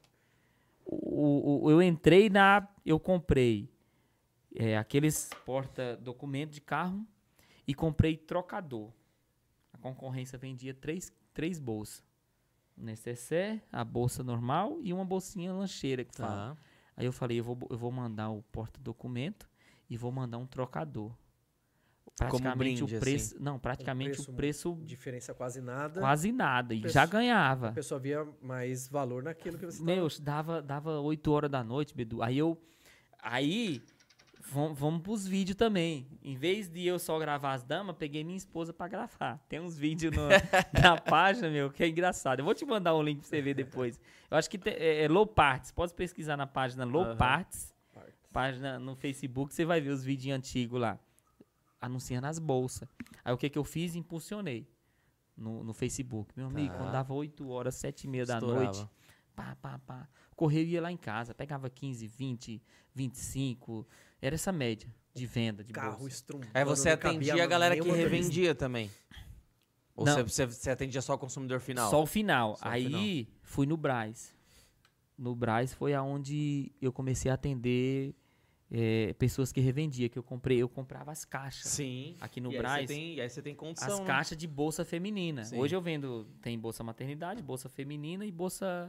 O, o- eu entrei na, eu comprei é, aqueles porta-documento de carro e comprei trocador. A concorrência vendia três, três bolsas. Um necessaire, a bolsa normal e uma bolsinha lancheira que fala. Tá. Aí eu falei, eu vou, eu vou mandar o porta-documento e vou mandar um trocador. Praticamente brinde, o preço, não, praticamente preço o preço Diferença quase nada. quase nada e Preço- já A ganhava. pessoa via mais valor naquilo que você Meu, dava dava oito horas da noite, Bedu. Aí eu aí vamos, vamos pros vídeos também. Em vez de eu só gravar as damas, peguei minha esposa pra gravar. Tem uns vídeos no- na página, meu, que é engraçado. Eu vou te mandar um link pra você ver depois. Eu acho que tem- é, é Low Parts. Pode pesquisar na página Low Aham. Parts. estava. Página no Facebook, você vai ver os vídeos antigos lá. Anunciando as bolsas. Aí o que que eu fiz? Impulsionei no, no Facebook. Meu amigo, Tá. quando dava oito horas, sete e meia da Estourava. noite, Pá, pá, pá. Correio ia lá em casa, pegava quinze, vinte, vinte e cinco. Era essa média de venda de Carro bolsa. estrumbando. Aí você não cabia atendia a galera que nenhuma vez. revendia também? Ou Não. você, você, você atendia só o consumidor final? Só o final. Só o Aí final. fui no Brás. No Brás foi aonde eu comecei a atender é, pessoas que revendia, que eu comprei, eu comprava as caixas. Sim. Aqui no e Brás, Aí você tem, e aí você tem condição. as né? caixas de bolsa feminina. Sim. Hoje eu vendo, tem bolsa maternidade, bolsa feminina e bolsa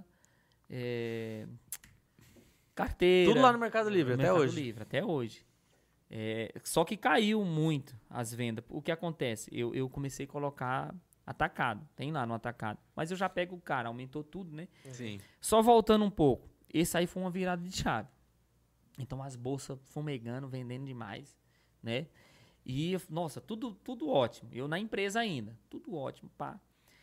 é, carteira. Tudo lá no Mercado Livre, No até Mercado hoje. Livre, até hoje. É, só que caiu muito as vendas. O que acontece? Eu, eu comecei a colocar atacado. Tem lá no atacado. Mas eu já pego o cara, aumentou tudo, né? Sim. Só voltando um pouco. Esse aí foi uma virada de chave. Então as bolsas fumegando, vendendo demais, né? E, eu- nossa, tudo, tudo ótimo. Eu na empresa ainda. Tudo ótimo, pá.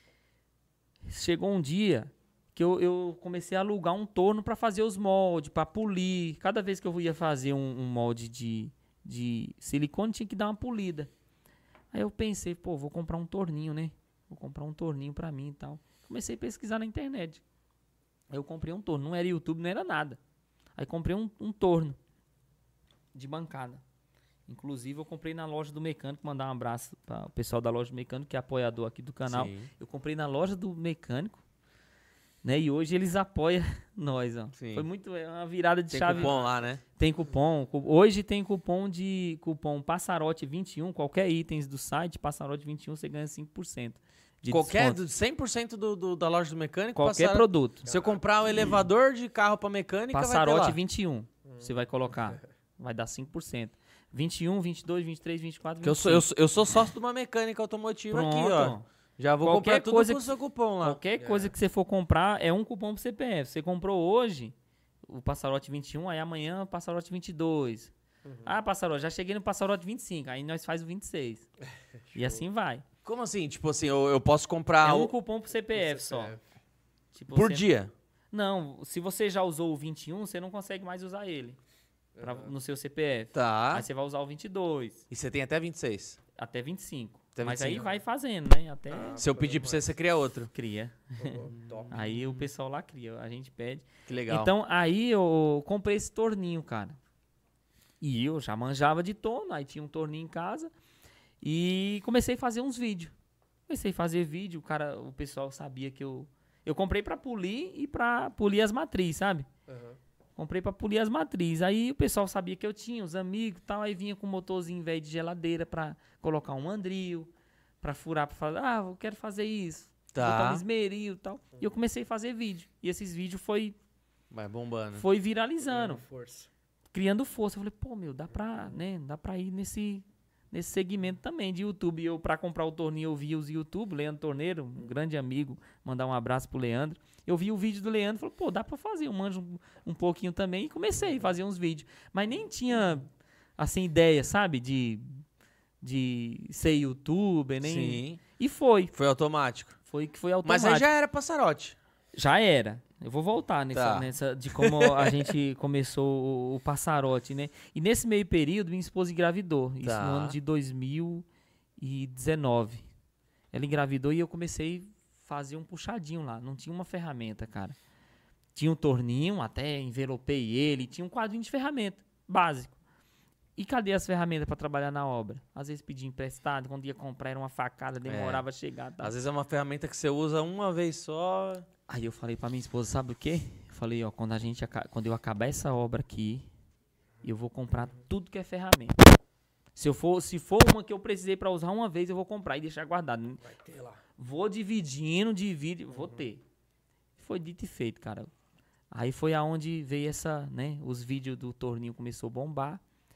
Chegou um dia que eu, eu comecei a alugar um torno para fazer os moldes, para polir. Cada vez que eu ia fazer um, um molde de, de silicone, tinha que dar uma polida. Aí eu pensei, pô, vou comprar um torninho, né? Vou comprar um torninho pra mim e tal. Comecei a pesquisar na internet. Aí eu comprei um torno. Não era YouTube, não era nada. Aí comprei um, um torno de bancada. Inclusive, eu comprei na loja do mecânico. Mandar um abraço para o pessoal da loja do mecânico, que é apoiador aqui do canal. Sim. Eu comprei na loja do mecânico, né? E hoje eles apoiam nós, ó. Sim. Foi muito, é uma virada de Tem chave. cupom lá, né? Tem cupom. cu- Hoje tem cupom de cupom Passarote vinte e um. Qualquer itens do site, Passarote vinte e um, você ganha cinco por cento de Qualquer, desconto. do, cem por cento do, do- da loja do mecânico, Qualquer passaram- produto. Se eu comprar um elevador de carro pra mecânica, vai ter Passarote lá. vinte e um. Você vai colocar. Vai dar cinco por cento. vinte e um, vinte e dois, vinte e três, vinte e quatro, Que eu, vinte e sou, eu, cinco. sou, eu sou sócio de uma mecânica automotiva aqui, Pronto. ó. Já vou Qualquer comprar tudo coisa com o que- seu cupom lá. Qualquer coisa que você for comprar é um cupom pro C P F. Você comprou hoje o Passarote vinte e um, aí amanhã o Passarote vinte e dois. Ah, Passarote, já cheguei no Passarote vinte e cinco, aí nós faz o vinte e seis. E assim vai. Como assim? Tipo assim, eu, eu posso comprar é um o- cupom pro C P F só. Tipo, por você- dia? Não, se você já usou o vinte e um, você não consegue mais usar ele pra- no seu C P F. Tá. Aí você vai usar o vinte e dois, E você tem até vinte e seis. até vinte e cinco. Até Mas vinte e aí cinco. vai fazendo, né? Até Se eu pedir pra você, você cria outro. cria. Top. Aí o pessoal lá cria, a gente pede. Que legal. Então, aí eu comprei esse torninho, cara. E eu já manjava de torno, aí tinha um torninho em casa. E comecei a fazer uns vídeos. Comecei a fazer vídeo, o cara, o pessoal sabia que eu... Eu comprei pra polir e pra polir as matrizes, sabe? Aham. Comprei pra polir as matrizes. Aí o pessoal sabia que eu tinha, os amigos e tal. Aí vinha com um motorzinho velho de geladeira pra colocar um mandril, pra furar, pra falar, ah, eu quero fazer isso. Tá. Botar um esmeril e tal. E eu comecei a fazer vídeo. E esses vídeos foi, Vai bombando. foi viralizando, Ganhando força. criando força. Eu falei, pô, meu, dá pra, né, dá pra ir nesse, nesse segmento também de YouTube. E eu, pra comprar o torninho, eu vi os YouTube, Leandro Torneiro, um grande amigo, mandar um abraço pro Leandro. Eu vi o vídeo do Leandro e falei, pô, dá pra fazer, eu manjo um, um pouquinho também. E comecei a fazer uns vídeos. Mas nem tinha, assim, ideia, sabe, de, de ser youtuber, nem... Sim. E foi, Foi automático. foi que foi Mas automático. aí já era passarote. Já era. Eu vou voltar nessa, Tá. nessa de como a gente começou o, o passarote, né? E nesse meio período, minha esposa engravidou. Isso Tá. no ano de dois mil e dezenove. Ela engravidou e eu comecei a fazer um puxadinho lá. Não tinha uma ferramenta, cara. Tinha um torninho, até envelopei ele. Tinha um quadrinho de ferramenta, básico. E cadê as ferramentas para trabalhar na obra? Às vezes pedia emprestado, quando ia comprar era uma facada, demorava a chegar. Tá? Às vezes é uma ferramenta que você usa uma vez só. Aí eu falei pra minha esposa, sabe o quê? Eu falei, ó, quando, a gente, aca- quando eu acabar essa obra aqui, eu vou comprar tudo que é ferramenta. Se, eu for, se for uma que eu precisei pra usar uma vez, eu vou comprar e deixar guardado. Vai ter lá. Vou dividindo, divido, vou ter. Foi dito e feito, cara. Aí foi aonde veio essa, né, os vídeos do torninho começou a bombar.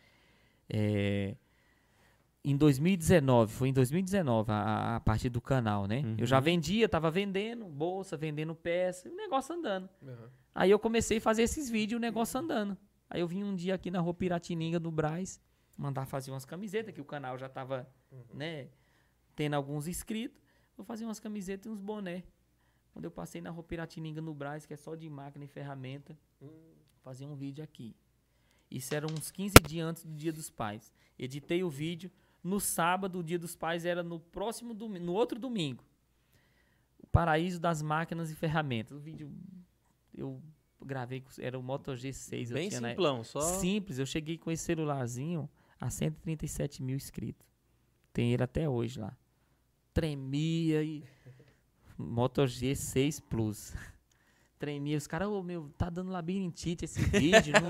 É, em dois mil e dezenove, foi em dois mil e dezenove a, a parte do canal, né? Eu já vendia, tava vendendo bolsa, vendendo peça, o negócio andando. Aham. Aí eu comecei a fazer esses vídeos, o negócio andando. Aí eu vim um dia aqui na Rua Piratininga, no Brás, mandar fazer umas camisetas, que o canal já tava, né, tendo alguns inscritos. Vou fazer umas camisetas e uns boné. Quando eu passei na Rua Piratininga, no Brás, que é só de máquina e ferramenta, fazer um vídeo aqui. Isso era uns quinze dias antes do Dia dos Pais. Editei o vídeo. No sábado, o Dia dos Pais era no próximo domingo, no outro domingo. O paraíso das máquinas e ferramentas. O vídeo eu gravei, com, era o Moto G seis. Bem eu tinha, simplão, né? só... Simples, eu cheguei com esse celularzinho a cento e trinta e sete mil inscritos. Tem ele até hoje lá. Tremia e... Moto G seis Plus. Tremia. Os caras, ô, meu, tá dando labirintite esse vídeo. Não...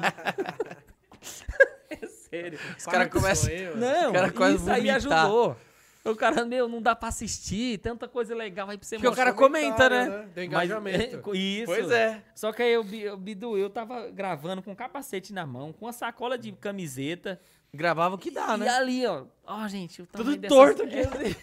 É sério. Os caras começam... Não, cara quase isso aí vomitar. ajudou. O cara, meu, não dá pra assistir, tanta coisa legal aí pra você Porque o mostrar. cara comenta, né? Tem Mas, engajamento. é, isso. Pois é. Só que aí, eu, eu, Bidu, eu tava gravando com capacete na mão, com a sacola de camiseta. Gravava o que dá, e né? ali, ó. Ó, gente, o tamanho Tudo dessa... torto aqui.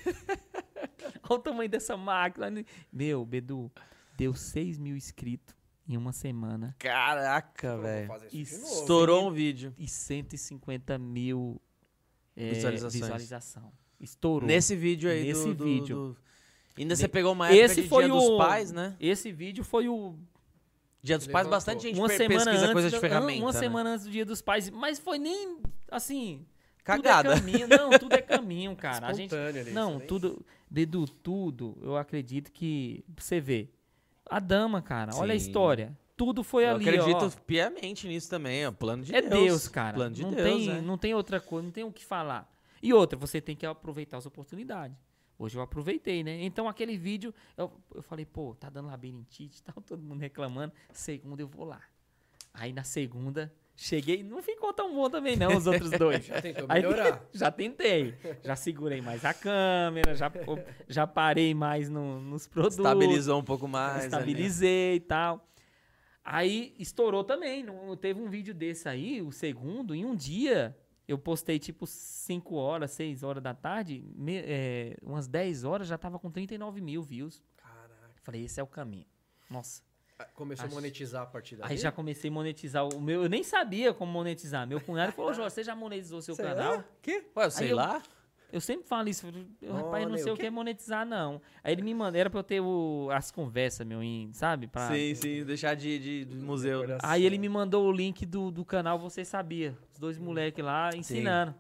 Olha o tamanho dessa máquina. Meu, Bedu, deu seis mil inscritos em uma semana. Caraca, Vou velho. fazer isso de novo. Estourou um vídeo. E cento e cinquenta mil é, Visualizações. visualização. Estourou. Nesse vídeo aí Nesse do, do- vídeo. do- Ainda você Ne- pegou uma época Esse de foi Dia o... dos Pais, né? Esse vídeo foi o... Dia dos Pais, Levantou. bastante gente Uma pe- semana pesquisa antes, coisa de da- ferramenta, Uma né? semana antes do Dia dos Pais. Mas foi nem, assim... Cagada. Tudo é caminho. Não, tudo é caminho, cara. A gente... Espontâneo ali, Não, isso nem- tudo... Bedu, tudo, eu acredito que... Você vê. A dama, cara, olha a Sim. história. Tudo foi Eu ali, acredito ó. piamente nisso também, ó. Plano de É Deus. Deus, cara. Plano de não, Deus, tem, né? não tem outra coisa, não tem o que falar. E outra, você tem que aproveitar as oportunidades. Hoje eu aproveitei, né? Então aquele vídeo, eu, eu falei, pô, tá dando labirintite e tal, todo mundo reclamando. Segunda eu vou lá. Aí na segunda, cheguei, não ficou tão bom também não, os outros dois. Já tentou Aí, melhorar. já tentei. Já segurei mais a câmera, já, já parei mais no- nos produtos. Estabilizou um pouco mais. Estabilizei e tal. Aí estourou também. Não, teve um vídeo desse aí, o segundo, em um dia. Eu postei tipo cinco horas, seis horas da tarde. me- é, umas dez horas já tava com trinta e nove mil views. Caraca. Falei, esse é o caminho. Nossa. Ah, Começou Acho- a monetizar a partir daí? Aí já comecei a monetizar o meu. Eu nem sabia como monetizar. Meu cunhado falou, Jorge, você já monetizou seu Será? canal? Que? Ué, eu sei Aí eu- lá. Eu sempre falo isso. Eu, rapaz, não Olha, sei o o que quê? é monetizar, não. Aí ele me manda, era pra eu ter o- as conversas, meu, em, sabe? Pra, Sim, sim, deixar de, de, de museu. né? Aí ele me mandou o link do, do canal Você Sabia. Os dois moleques lá ensinando.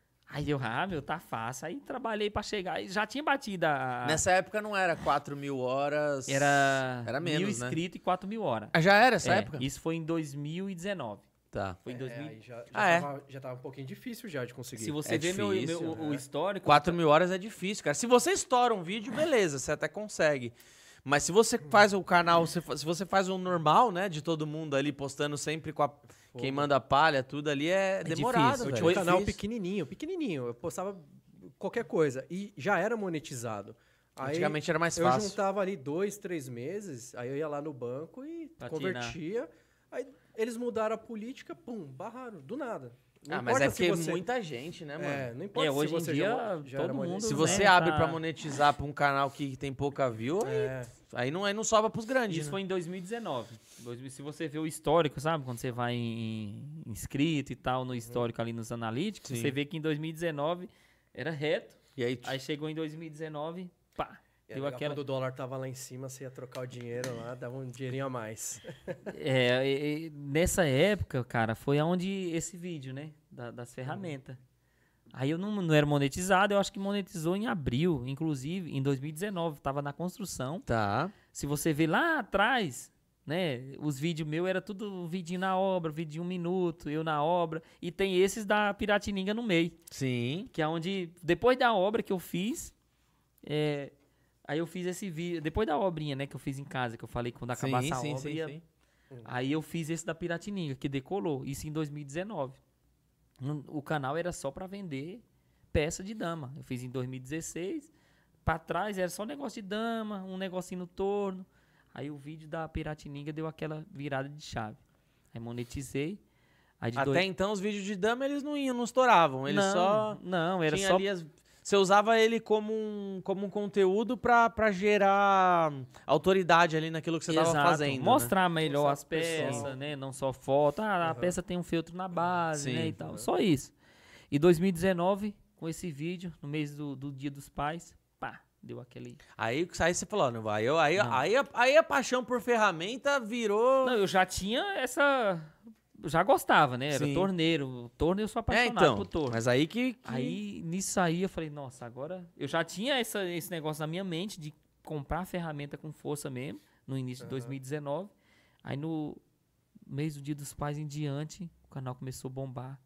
Aí eu, ah, meu, tá fácil. Aí trabalhei pra chegar. E já tinha batido a... Nessa época não era quatro mil horas. Era, Era mil menos, né? inscritos e quatro mil horas. Ah, já era essa É, época? Isso foi em dois mil e dezenove. Tá. Foi em É, dois mil. aí já, já, Ah, é? tava, já tava um pouquinho difícil já de conseguir. Se você É ver meu, difícil, meu- o, o né? histórico... quatro mil horas é difícil, cara. Se você estoura um vídeo, beleza, você até consegue. Mas se você faz o canal, se fa- se você faz um normal, né, de todo mundo ali postando sempre com a queimando a palha, tudo ali é, demorado, difícil. Eu velho. tinha um Foi canal difícil. pequenininho, pequenininho. Eu postava qualquer coisa e já era monetizado. Aí Antigamente era mais eu fácil. juntava ali dois, três meses, aí eu ia lá no banco e Pra convertia. Aí eles mudaram a política, pum, barraram, do nada. Não Ah, mas importa é se porque você- muita gente, né, mano? É, não importa É, se hoje em você dia, já, já era todo monetizado. mundo, Se né, você tá- abre pra monetizar pra um canal que tem pouca view, aí, É. aí não, aí não sobra pros grandes. Isso né? foi em dois mil e dezenove. Dois mil Se você vê o histórico, sabe? Quando você vai em em inscrito e tal, no histórico ali nos analíticos, Sim. você vê que em dois mil e dezenove era reto. E aí, Aí chegou em dois mil e dezenove, pá, E deu legal, aquela... Quando o dólar tava lá em cima, você ia trocar o dinheiro lá, dava um dinheirinho a mais. É, e- e nessa época, cara, foi aonde esse vídeo, né? da- das ferramentas. Aí eu não, não era monetizado, eu acho que monetizou em abril, inclusive, em dois mil e dezenove, tava na construção. tá. Se você ver lá atrás, né, os vídeos meus era tudo vidinho na obra, vídeo de um minuto, eu na obra, e tem esses da Piratininga no meio, Sim. que é onde, depois da obra que eu fiz, é, aí eu fiz esse vídeo, depois da obrinha, né, que eu fiz em casa, que eu falei que quando acabasse sim, a sim, obra, sim, ia- sim. aí eu fiz esse da Piratininga, que decolou, isso em dois mil e dezenove. Hum, O canal era só pra vender peça de dama, eu fiz em dois mil e dezesseis, pra trás era só negócio de dama, um negocinho no torno. Aí o vídeo da Piratininga deu aquela virada de chave. Aí monetizei. Aí de Até dois... então os vídeos de dama eles não iam, não estouravam. Eles não, só. Não, era tinha só... ali as- Você usava ele como um, como um conteúdo pra, pra gerar autoridade ali naquilo que você tava Exato, fazendo. né? mostrar melhor Mostrar as pro pessoal. peças, né? Não só foto. Ah, a Aham. peça tem um feltro na base, né? Sim. E tal. Só isso. E dois mil e dezenove, com esse vídeo, no mês do, do Dia dos Pais, pá, deu aquele... Aí, aí você falou, não vai. Eu, aí, Não. Aí, a- aí a paixão por ferramenta virou. Não, eu já tinha essa... eu já gostava, né? Era Sim. torneiro. Torno eu sou é, apaixonado então. por torno. Mas aí que. que- Aí, nisso aí, eu falei, nossa, agora... Eu já tinha essa, esse negócio na minha mente de comprar ferramenta com força mesmo, no início de dois mil e dezenove. Aí no mês do Dia dos Pais em diante, o canal começou a bombar.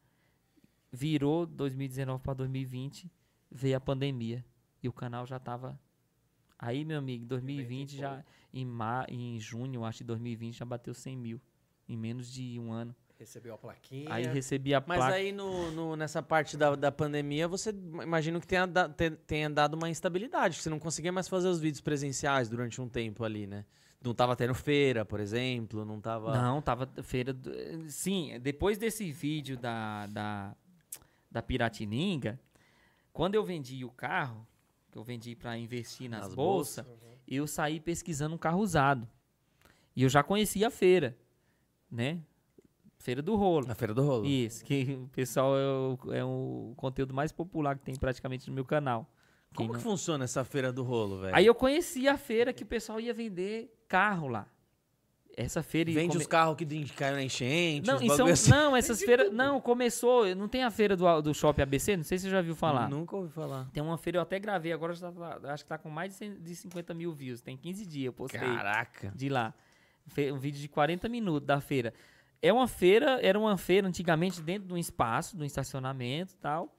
Virou dois mil e dezenove para dois mil e vinte, veio a pandemia. E o canal já tava... Aí, meu amigo, dois mil e vinte já... Em, ma... em junho, acho que dois mil e vinte, já bateu cem mil. Em menos de um ano. Recebeu a plaquinha. Aí recebi a Mas placa. aí no, no- nessa parte da, da pandemia, você imagino que tenha, da- te- tenha dado uma instabilidade, que você não conseguia mais fazer os vídeos presenciais durante um tempo ali, né? Não tava tendo feira, por exemplo, não tava... Não, tava feira... do- Sim, depois desse vídeo da, da, da Piratininga, quando eu vendi o carro, que eu vendi para investir nas, Nas bolsas, bolsas. eu saí pesquisando um carro usado. E eu já conhecia a feira, né? Feira do Rolo. Na Feira do Rolo. Isso, que o pessoal é o, é o conteúdo mais popular que tem praticamente no meu canal. Quem Como não- que funciona essa Feira do Rolo, velho? Aí eu conheci a feira que o pessoal ia vender carro lá. Essa feira... ia Vende come- os carros que de- caiu na enchente, Não, os e são- bagulho assim. não, essas feiras... Não, começou... Não tem a feira do, do Shopping A B C? Não sei se você já viu falar. Nunca ouvi falar. Tem uma feira, eu até gravei, agora já tá- acho que tá com mais de cem de cinquenta mil views. Tem quinze dias, eu postei Caraca. de lá. Fe- Um vídeo de quarenta minutos da feira. É uma feira, era uma feira antigamente dentro de um espaço, de um estacionamento e tal.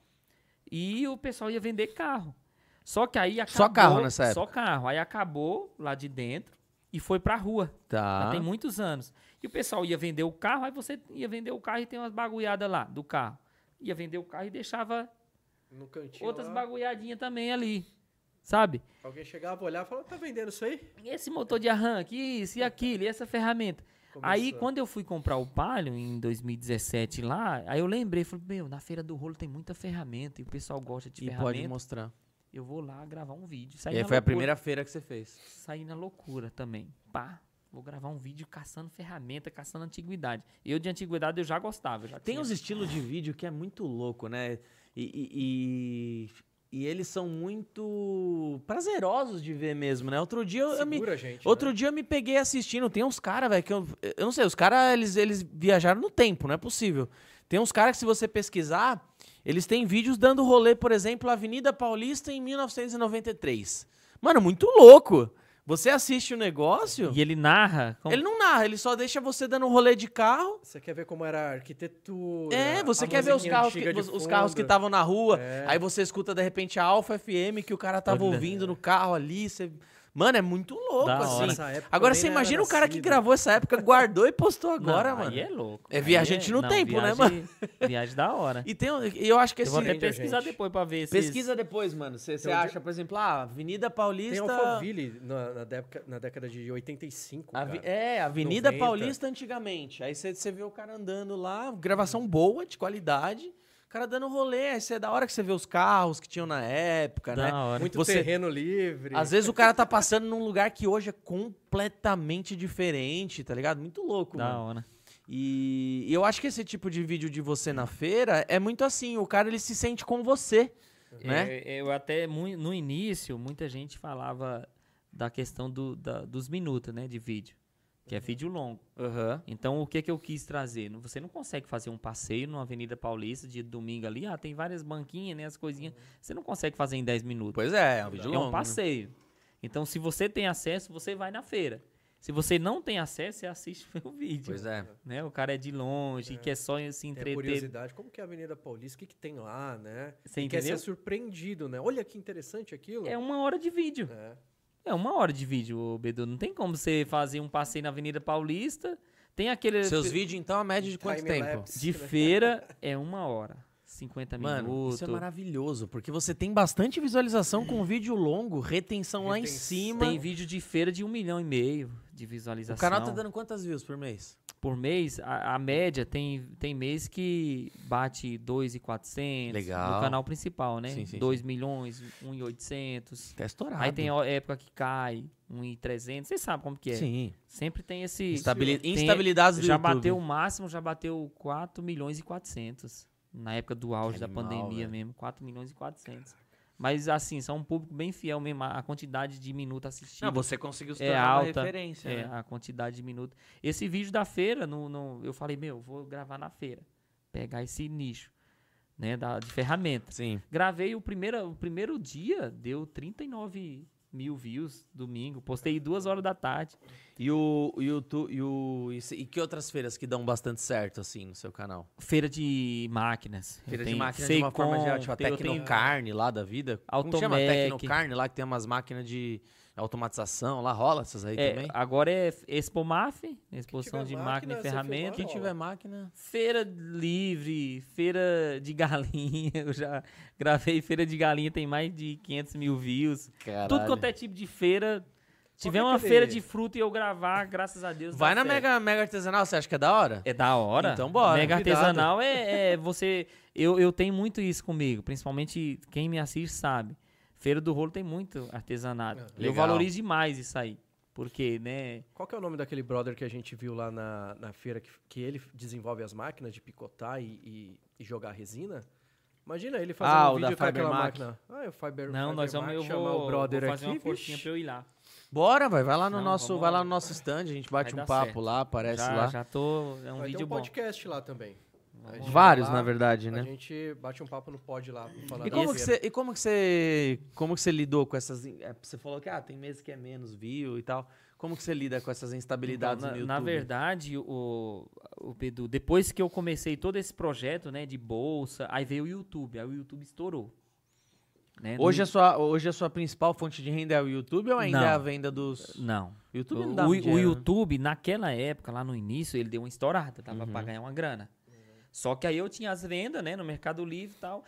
E o pessoal ia vender carro. Só que aí acabou... Só carro nessa época? Só carro. Aí acabou lá de dentro e foi pra rua. Já Tá. tem muitos anos. E o pessoal ia vender o carro, aí você ia vender o carro e tem umas bagulhadas lá do carro. Ia vender o carro e deixava No cantinho outras lá, bagulhadinhas também ali. Sabe? alguém chegava, olhava e falava, tá vendendo isso aí? E esse motor de arranque, isso e aquilo, e essa ferramenta. Aí, Começou. quando eu fui comprar o Palio, em dois mil e dezessete lá, aí eu lembrei, falei, meu, na Feira do Rolo tem muita ferramenta, e o pessoal gosta de E pode ferramenta. mostrar. Eu vou lá gravar um vídeo. Saí E aí na foi a loucura. primeira feira que você fez. Saí na loucura também. Pá, vou gravar um vídeo caçando ferramenta, caçando antiguidade. Eu, de antiguidade, eu já gostava. Eu já Tem tinha. uns estilos de vídeo que é muito louco, né? E, e, e, e eles são muito prazerosos de ver mesmo, né? Outro dia eu, eu me... Segura a gente, Outro né? dia eu me peguei assistindo, tem uns caras, velho, que eu, eu não sei, os caras, eles, eles viajaram no tempo, não é possível. Tem uns caras que se você pesquisar, eles têm vídeos dando rolê, por exemplo, Avenida Paulista em mil novecentos e noventa e três. Mano, muito louco. Você assiste o negócio, E ele narra. como- ele não narra, ele só deixa você dando um rolê de carro. Você quer ver como era a arquitetura? É, você a quer ver os musiquinha carros, que, antiga de os, os carros que fundo. estavam na rua, É. aí você escuta de repente a Alfa F M que o cara tava Olha. ouvindo no carro ali, você... Mano, é muito louco, Da assim. hora. Nessa época eu Agora nem você era imagina o cara que nascido. gravou essa época, guardou e postou agora, Não, mano. Aí é louco. É Aí viajante no tempo, né, viagem- Viagem da hora. E tem, um- e eu acho que Eu esse... vou até Surpreende a pesquisar gente. depois pra ver esses... Pesquisa depois, mano. Você você Tem um acha, por exemplo, ah, Avenida Tem Paulista... Alphaville na, na, década, na década de oitenta e cinco, Avi- cara. É, Avenida noventa. Paulista antigamente. Aí você você vê o cara andando lá, gravação boa, de qualidade, o cara dando rolê. Aí você é da hora que você vê os carros que tinham na época, Da né? hora. Muito Você- terreno livre. Às vezes o cara tá passando num lugar que hoje é completamente diferente, tá ligado? Muito louco, Da mano. hora. E eu acho que esse tipo de vídeo de você na feira é muito assim, o cara ele se sente com você, né? É, eu até, mui- no início, muita gente falava da questão do, da- dos minutos, né, de vídeo. Que é vídeo longo. Aham. Então, o que que eu quis trazer? Não- Você não consegue fazer um passeio numa Avenida Paulista de domingo ali. Ah, tem várias banquinhas, né, as coisinhas. Você não consegue fazer em dez minutos. Pois é, é um vídeo É longo. um né? passeio. Então, se você tem acesso, você vai na feira. Se você não tem acesso, você assiste o vídeo. Pois é. Né? O cara é de longe, quer só se Tem a entreter. curiosidade, como que é a Avenida Paulista, o que, que tem lá, né? Você E quer entendeu? ser surpreendido, né? Olha que interessante aquilo. É uma hora de vídeo. É. É uma hora de vídeo, ô, Bedu. Não tem como você fazer um passeio na Avenida Paulista. Tem aquele... Seus vídeos, então, a média de quanto Time tempo? lapse. De feira é uma hora. cinquenta Mano, minutos. isso é maravilhoso, porque você tem bastante visualização com vídeo longo, retenção lá em Retenção. cima. Tem vídeo de feira de um milhão e meio de visualização. O canal tá dando quantas views por mês? Por mês, a, a média tem, tem mês que bate dois mil e quatrocentos. Legal. No canal principal, né? Sim, sim, dois milhões, um milhão e oitocentos. Tá estourado. Aí tem ó- época que cai, um milhão e trezentos. Vocês sabem como que é. Sim. Sempre tem esse... Estabili- tem- Instabilidades do Já YouTube. bateu o máximo, já bateu quatro milhões e quatrocentos. Na época do auge da animal, pandemia velho. mesmo, quatro milhões e quatrocentos. Mas assim, são um público bem fiel mesmo, a a quantidade de minutos assistidos. Não, você conseguiu se é tornar uma alta, referência, é, né? a quantidade de minutos. Esse vídeo da feira, no, no- eu falei, meu, vou gravar na feira. Pegar esse nicho, né, da, de ferramenta. Sim. Gravei o primeiro, o primeiro dia, deu trinta e nove mil views domingo. Postei duas horas da tarde. E o YouTube e o e, se- e que outras feiras que dão bastante certo assim no seu canal? Feira de máquinas. Eu Feira de tenho máquinas de uma forma Feicom, geral, tipo a eu tenho Tecnocarne lá da vida. Como que chama? Automec. Tecnocarne lá que tem umas máquinas de automatização, lá rola essas aí É, também? agora é Expomaf, exposição tiver de máquina, máquina e você ferramenta. Quem rola. tiver máquina... Feira livre, feira de galinha. Eu já gravei feira de galinha, tem mais de quinhentos mil views. Caralho. Tudo quanto é tipo de feira. Se tiver que é uma aquele- feira de fruta e eu gravar, graças a Deus. Vai dá na certo. Mega, Mega Artesanal, você acha que é da hora? É da hora. Então bora. Mega Convidado. artesanal é, é você. Eu, eu tenho muito isso comigo. Principalmente quem me assiste sabe. Feira do Rolo tem muito artesanato. Ah, eu legal. valorizo demais isso aí. Porque, né? Qual que é o nome daquele brother que a gente viu lá na, na feira, que, que ele desenvolve as máquinas de picotar e, e- e jogar resina? Imagina ele fazendo Ah, um o da vídeo com aquela Fibermac. máquina. Ah, é o Fiber, Não, nós vamos. Fibermac, Eu chamar vou, o brother vou fazer aqui. uma forcinha vixe. pra eu ir lá. Bora, vai, vai lá no Não, nosso, vamos vai lá lá. no nosso stand, a gente bate Vai um dar papo certo. lá, aparece já, lá. já tô. É um Vai ter vídeo um bom. podcast lá também. A gente Vários, vai lá, na verdade, A né? gente bate um papo no pod lá pra falar E da como, que feira. você, e como que você como que você lidou com essas... é, Você falou que ah, tem meses que é menos view e tal. Como que você lida com essas instabilidades Então, no na, YouTube? na verdade, o, o Pedro, depois que eu comecei todo esse projeto, né, de bolsa, aí veio o YouTube, aí o YouTube estourou. Né? Hoje, No- a sua, hoje a sua principal fonte de renda é o YouTube ou ainda Não. é a venda dos... Não. YouTube O, não dá o- muito o dinheiro, né? YouTube, naquela época, lá no início, ele deu uma estourada, dava Uhum. pra ganhar uma grana. Só que aí eu tinha as vendas, né, no Mercado Livre e tal,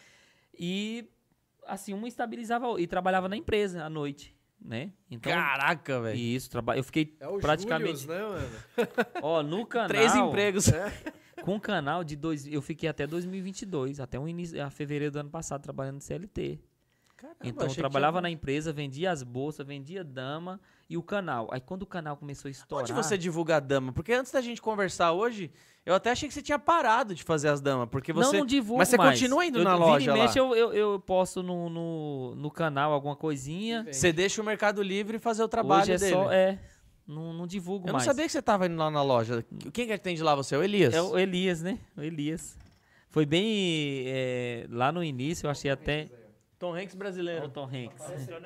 e, assim, uma estabilizava a outra, e trabalhava na empresa à noite, né? Então, Caraca, velho. isso, traba- eu fiquei É o praticamente, Július, né, mano? ó, no canal... Três empregos. Com o canal de dois, eu fiquei até dois mil e vinte e dois, até o início, a fevereiro do ano passado, trabalhando no C L T. Caramba, Então eu achei que trabalhava tinha- na empresa, vendia as bolsas, vendia dama e o canal. Aí quando o canal começou a estourar... Onde você divulga a dama? Porque antes da gente conversar hoje, eu até achei que você tinha parado de fazer as damas. Porque você... Não, não divulgo Mas você mais. continua indo eu, na vira loja e lá? mexe, eu, eu, eu posto no, no, no canal alguma coisinha. Vende. Você deixa o Mercado Livre fazer o trabalho Hoje é dele. só... É, não, não divulgo Eu não mais. sabia que você tava indo lá na loja. Quem que atende lá você? É o Elias? É o Elias, né? O Elias. Foi bem... é, lá no início eu achei até... Tom Hanks Olha brasileiro. o Tom Hanks.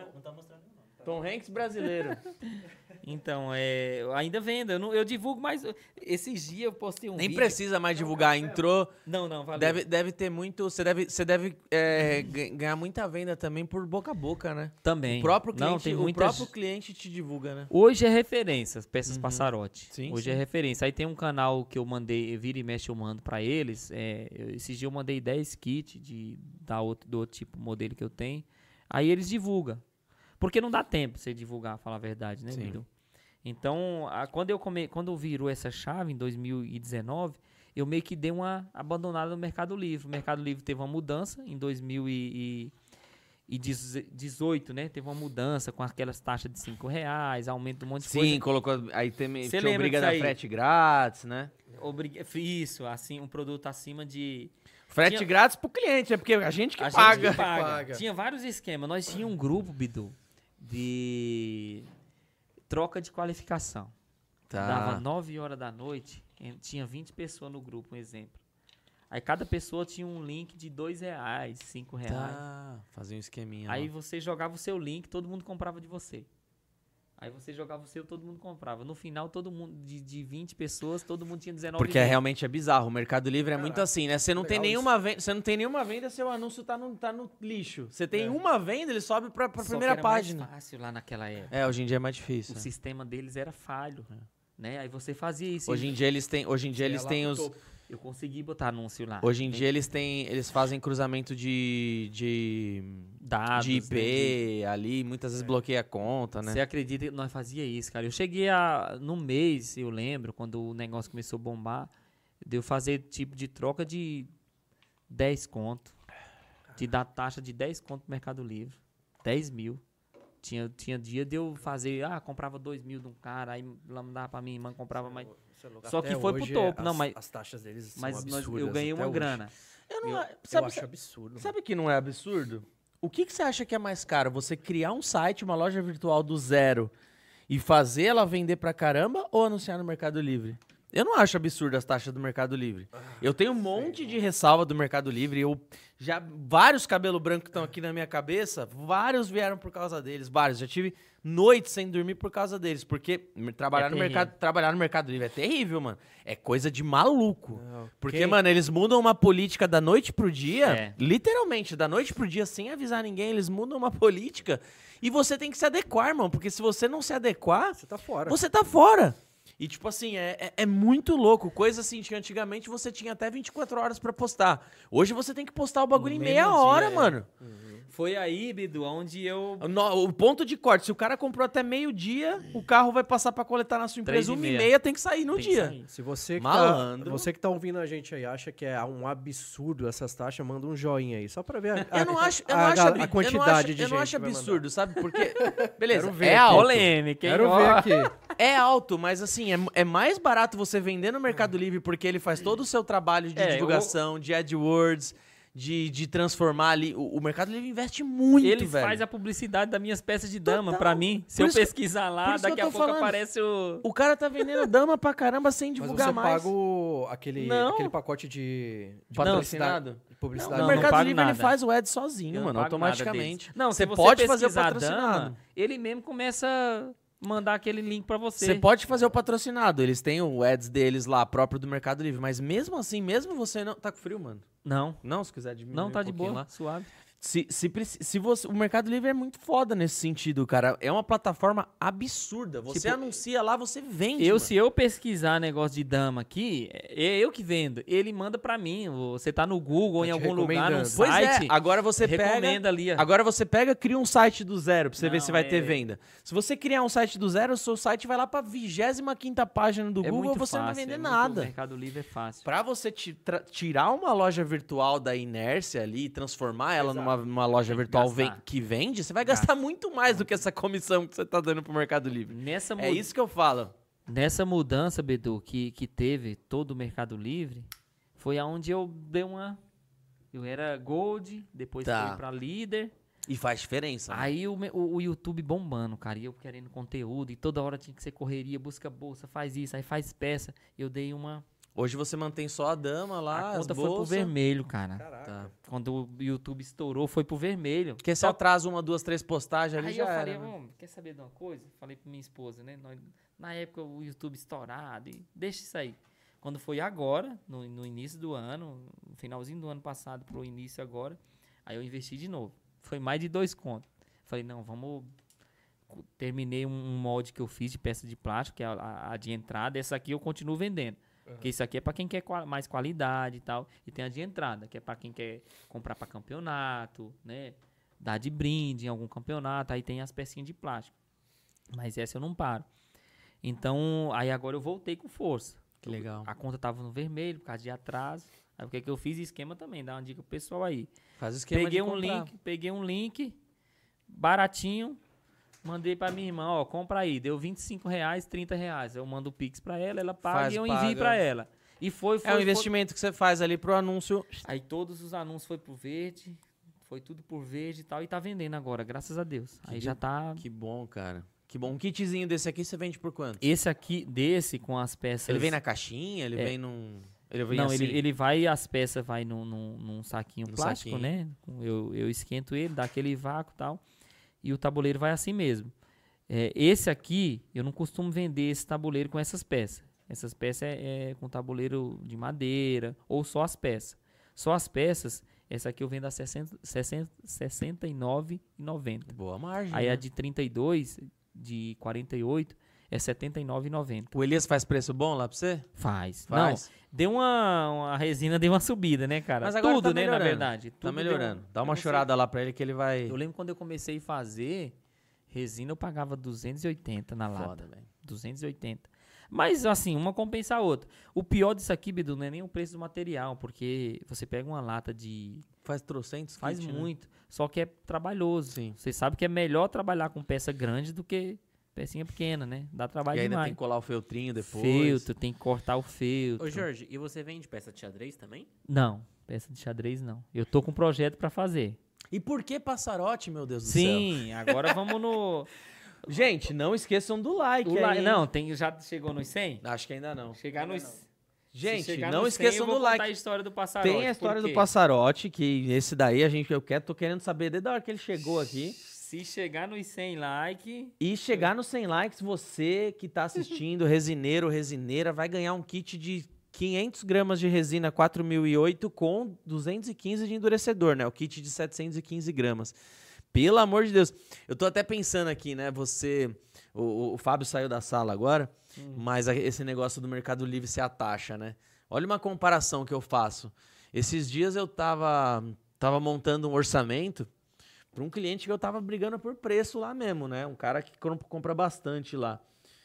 Tom Hanks brasileiro. Então, é, eu ainda vendo. Eu, não, eu divulgo mais... Esses dias eu postei um Nem vídeo... precisa mais divulgar. Entrou. Não, não, valeu. Deve, deve ter muito. Você deve, você deve é, gan- ganhar muita venda também por boca a boca, né? Também. O próprio cliente, Não, tem o muitas... próprio cliente te divulga, né? Hoje é referência, as peças Uhum. passarote. Sim, Hoje sim. é referência. Aí tem um canal que eu mandei, vira e mexe eu mando pra eles. É, eu- esses dias eu mandei dez kits de, da outro, do outro tipo de modelo que eu tenho. Aí eles divulgam. Porque não dá tempo você divulgar, falar a verdade, né, Sim. Bidu? Então, a- quando, eu come, quando virou essa chave, em dois mil e dezenove, eu meio que dei uma abandonada no Mercado Livre. O Mercado Livre teve uma mudança em dois mil e dezoito, né? Teve uma mudança com aquelas taxas de cinco reais, aumento de um monte de coisa. Sim, colocou. Aí tem, Cê tinha lembra obriga disso da aí? frete grátis, né? Obriga... Isso, assim, um produto acima de... Frete Tinha- grátis pro cliente, é porque a gente que a gente paga. que paga. Paga. Tinha vários esquemas. Nós tínhamos um grupo, Bidu, de troca de qualificação. Dava Tá. nove horas da noite, em- tinha vinte pessoas no grupo, um exemplo. Aí cada pessoa tinha um link de dois reais, cinco reais. Tá. Fazia um esqueminha. Aí lá. você jogava o seu link, todo mundo comprava de você. Aí você jogava o seu, todo mundo comprava. No final, todo mundo, de, de vinte pessoas, todo mundo tinha dezenove Porque é, vendas. realmente é bizarro. O Mercado Livre é muito Caraca, assim, né? Você não tem legal nenhuma venda, você não tem nenhuma venda, seu anúncio tá no, tá no lixo. Você tem É. uma venda, ele sobe pra, pra Só que primeira era página. mais fácil lá naquela época. É, hoje em dia é mais difícil. O né? sistema deles era falho, né? Aí você fazia isso. Hoje em dia eles têm, hoje em dia Você eles ia lá têm pro os topo. Eu consegui botar anúncio lá. Hoje em dia eles têm, eles fazem cruzamento de de, Dados, de I né, P ali, muitas vezes bloqueia a conta, né? Você acredita que nós fazia isso, cara? Eu cheguei a... No mês, eu lembro, quando o negócio começou a bombar, de eu fazer tipo de troca de dez conto. De dar taxa de dez conto pro Mercado Livre. dez mil. Tinha, tinha dia de eu fazer... Ah, comprava dois mil de um cara, aí mandava pra minha irmã, comprava mais... Você é louco. Só Até que foi pro hoje, topo, as- não, mas- As taxas deles Mas são nós- absurdas. eu ganhei até uma hoje. grana. Eu não, Eu, sabe, eu acho absurdo. mano. sabe que não é absurdo? O que, que você acha que é mais caro? Você criar um site, uma loja virtual do zero e fazer ela vender pra caramba ou anunciar no Mercado Livre? Eu não acho absurdo as taxas do Mercado Livre. Eu tenho um monte de ressalva do Mercado Livre. Eu já vários cabelos brancos que estão aqui na minha cabeça, vários vieram por causa deles, vários. Já tive noites sem dormir por causa deles, porque trabalhar É no terrível. mercado, trabalhar no Mercado Livre é terrível, mano. É coisa de maluco. Não. Porque, Quem- mano, eles mudam uma política da noite pro dia, É. literalmente, da noite pro dia, sem avisar ninguém, eles mudam uma política e você tem que se adequar, irmão, porque se você não se adequar, Você tá fora. você tá fora. E, tipo assim, é, é, é muito louco. Coisa assim que antigamente você tinha até vinte e quatro horas pra postar. Hoje você tem que postar o bagulho em No meia mesmo hora, dia, é. mano. Foi aí, Bidu, onde eu... No- o ponto de corte, se o cara comprou até meio-dia, o carro vai passar pra coletar na sua Três empresa e uma e meia. meia, tem que sair no Tem que dia. sair. Se você que, Malandro. tá, você que tá ouvindo a gente aí acha que é um absurdo essas taxas, manda um joinha aí, só pra ver a, Eu não acho, eu a, não acho, a, abi- a eu quantidade não acho, de eu gente não acho que vai absurdo, sabe? Porque, beleza, Quero ver é aqui. alto. Polêmica, hein? Quero Ó. ver aqui. É alto, mas assim, é, é mais barato você vender no Mercado Livre porque ele faz todo o seu trabalho de É, divulgação, de AdWords, de, de transformar ali. O, o Mercado Livre investe muito, Ele velho. faz a publicidade das minhas peças de dama Total. pra mim. Se Por eu isso que- pesquisar por lá, isso que daqui eu a tô pouco falando. aparece o... O cara tá vendendo dama pra caramba sem Mas divulgar você mais. paga o, aquele, Não. aquele pacote de, de Patrocinado? publicidade. publicidade. Não, Não, o Mercado pago Livre ele nada. faz o ad sozinho, Eu não mano, pago nada automaticamente. deles. Não, você se você pode fazer o pesquisar patrocinado. dama, ele mesmo começa a mandar aquele link pra você. Você pode fazer o patrocinado. Eles têm o ads deles lá, próprio do Mercado Livre. Mas mesmo assim, mesmo você não... Tá com frio, mano? Não, Não, se quiser diminuir não tá um de pouquinho boa, lá. suave. Se, se, preci- se você, o Mercado Livre é muito foda nesse sentido, cara. É uma plataforma absurda. Você Tipo, anuncia lá, você vende. Eu, mano. se eu pesquisar negócio de dama aqui, é eu que vendo. Ele manda pra mim. Você tá no Google, Tá em te algum lugar, num recomendando. Pois site. é, agora você pega... recomenda ali. ó. Agora você pega, cria um site do zero pra você ver Não, se vai ter é- venda. Se você criar um site do zero, o seu site vai lá pra vigésima quinta página do É Google, muito você não vai fácil, vender é muito- nada. O Mercado Livre é fácil. Pra você ti- tra- tirar uma loja virtual da inércia ali e transformar ela numa, numa loja virtual ven- gastar. que vende, você vai gastar muito mais do que essa comissão que você tá dando pro Mercado Livre. Nessa, É mu- isso que eu falo. Nessa mudança, Bedu, que, que teve todo o Mercado Livre, foi aonde eu dei uma... Eu era Gold, depois Tá. fui pra Líder. E faz diferença. né? Aí o, me- o, o YouTube bombando, cara. E eu querendo conteúdo. E toda hora tinha que ser correria, busca bolsa, faz isso, aí faz peça. Eu dei uma... Hoje você mantém só a dama lá, a as conta foi pro bolsas. vermelho, cara. Caraca. Tá. Quando o YouTube estourou, foi pro vermelho. Porque se atrasa uma, duas, três postagens ali Aí já eu era, falei, né? "Ô, quer saber de uma coisa? Falei pra minha esposa, né? Nós- na época o YouTube estourado, e deixa isso aí. Quando foi agora, no, no início do ano, no finalzinho do ano passado pro início agora, aí eu investi de novo. Foi mais de dois contos. Falei, não, vamos... Terminei um, um molde que eu fiz de peça de plástico, que é a, a- a de entrada. Essa aqui eu continuo vendendo. Porque isso aqui é pra quem quer qua- mais qualidade e tal. E tem a de entrada, que é pra quem quer comprar pra campeonato, né? Dar de brinde em algum campeonato. Aí tem as pecinhas de plástico. Mas essa eu não paro. Então, aí agora eu voltei com força. Que legal. A conta tava no vermelho por causa de atraso. Aí o que que eu fiz? Esquema também, dá uma dica pro pessoal aí. Faz o esquema Peguei de um comprar. link, peguei um link baratinho, mandei pra minha irmã, ó, compra aí, deu vinte e cinco reais, trinta reais. Eu mando o Pix pra ela, ela paga Faz, e eu paga. envio pra ela. E foi, foi, É um foi. investimento que você faz ali pro anúncio. Aí todos os anúncios foi pro verde, foi tudo por verde e tal, e tá vendendo agora, graças a Deus. Aí Que já tá... Que bom, cara. Que bom. Um kitzinho desse aqui você vende por quanto? Esse aqui, desse, com as peças... Ele vem na caixinha? Ele É. vem num... Ele vem Não, assim? ele, ele vai, as peças vai num, num, num saquinho Num plástico, saquinho. né? Eu, eu esquento ele, dá aquele vácuo e tal. E o tabuleiro vai assim mesmo. É, esse aqui, eu não costumo vender esse tabuleiro com essas peças. Essas peças é, é com tabuleiro de madeira ou só as peças. Só as peças, essa aqui eu vendo a sessenta, sessenta, sessenta e nove reais e noventa centavos. Boa margem. Aí né? a de trinta e dois, de quarenta e oito, é setenta e nove reais e noventa centavos. O Elias faz preço bom lá pra você? Faz. Faz. Não, deu uma, uma... A resina deu uma subida, né, cara? Mas agora Tudo, tá né, na melhorando. verdade. Tá Tudo melhorando. deu- Dá uma eu não sei- chorada lá pra ele que ele vai... Eu lembro quando eu comecei a fazer resina, eu pagava duzentos e oitenta na lata. Foda, velho. duzentos e oitenta. Mas, assim, uma compensa a outra. O pior disso aqui, Bidu, não é nem o preço do material, porque você pega uma lata de... Faz trocentos Faz kit, né? muito, só que é trabalhoso. Sim. Você sabe que é melhor trabalhar com peça grande do que pecinha pequena, né? Dá trabalho E ainda demais. tem que colar o feltrinho depois. Feltro, tem que cortar o feltro. Ô, Jorge, e você vende peça de xadrez também? Não, peça de xadrez não. Eu tô com um projeto pra fazer. E por que passarote, meu Deus do céu? Sim, agora vamos no... Gente, não esqueçam do like O aí. like- hein? não, tem, já chegou nos cem? Acho que ainda não. Chegar nos... Gente, se chegar não nos cem, esqueçam eu vou do contar like. a história do passarote. Tem a história por do quê? passarote, que esse daí a gente, eu quero, tô querendo saber desde a hora que ele chegou aqui. Se chegar nos cem likes... E chegar nos cem likes, você que tá assistindo, resineiro ou resineira, vai ganhar um kit de quinhentas gramas de resina quatro mil e oito com duzentos e quinze de endurecedor, né? O kit de setecentos e quinze gramas. Pelo amor de Deus. Eu tô até pensando aqui, né? Você... O, o- o Fábio saiu da sala agora, mas a- esse negócio do Mercado Livre se atacha, né? Olha uma comparação que eu faço. Esses dias eu tava, tava montando um orçamento para um cliente que eu tava brigando por preço lá mesmo, né? Um cara que com- compra bastante lá.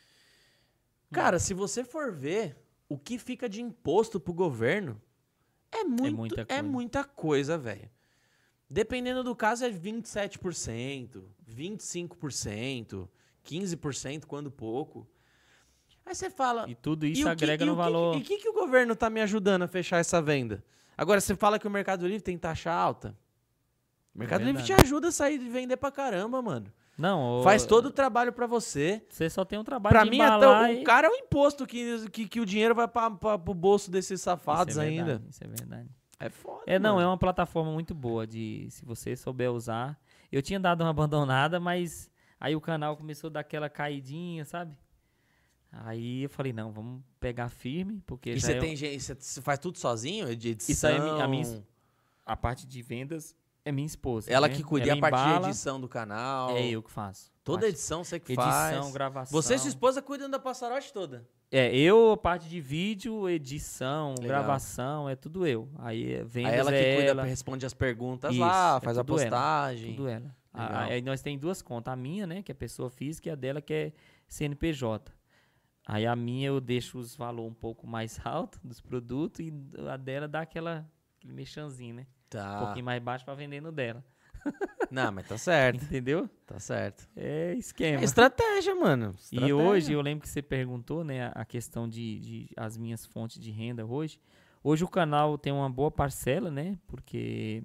Cara, se você for ver o que fica de imposto pro governo, é muito, muita é coisa. muita coisa, velho. Dependendo do caso é vinte e sete por cento, vinte e cinco por cento, quinze por cento quando pouco. Aí você fala, E tudo e isso o que- agrega e no o que- valor. E o que, que o governo tá me ajudando a fechar essa venda? Agora, você fala que o Mercado Livre tem taxa alta. O Mercado Livre te verdade. ajuda a sair de vender pra caramba, mano. Não, Faz ô, todo o trabalho pra você. Você só tem um trabalho Pra de mim, até embalar o, e- o cara é o imposto que, que, que o dinheiro vai pra, pra, pro bolso desses safados Isso é ainda. verdade, Isso é verdade. É foda, É, não, mano. é uma plataforma muito boa de, se você souber usar. Eu tinha dado uma abandonada, mas aí o canal começou a dar aquela caidinha, sabe? Aí eu falei, não, vamos pegar firme, porque E já você é- tem gente, você- você faz tudo sozinho? De edição? Isso aí é mi- a minha- a parte de vendas é minha esposa. Ela né? que cuida. E Ela a parte embala, de edição do canal? É eu que faço. Toda Parte- edição você que edição, faz. gravação. Você e sua esposa cuidam da passarote toda. É, eu, a parte de vídeo, edição, Legal. gravação, é tudo eu. Aí é, vendas Aí ela que é cuida, ela, responde as perguntas Isso, lá, é faz a tudo ela, postagem. tudo ela. A- Legal. Aí nós tem duas contas, a minha, né, que é pessoa física, e a dela que é C N P J. Aí a minha eu deixo os valores um pouco mais alto dos produtos e a dela dá aquela, aquele mexanzinho, né? Um Tá. pouquinho mais baixo pra vender no dela. Não, mas tá certo. Entendeu? Tá certo. É É esquema. estratégia, mano. E Estratégia. hoje, eu lembro que você perguntou, né, a- a questão de, de as minhas fontes de renda hoje. Hoje o canal tem uma boa parcela, né, porque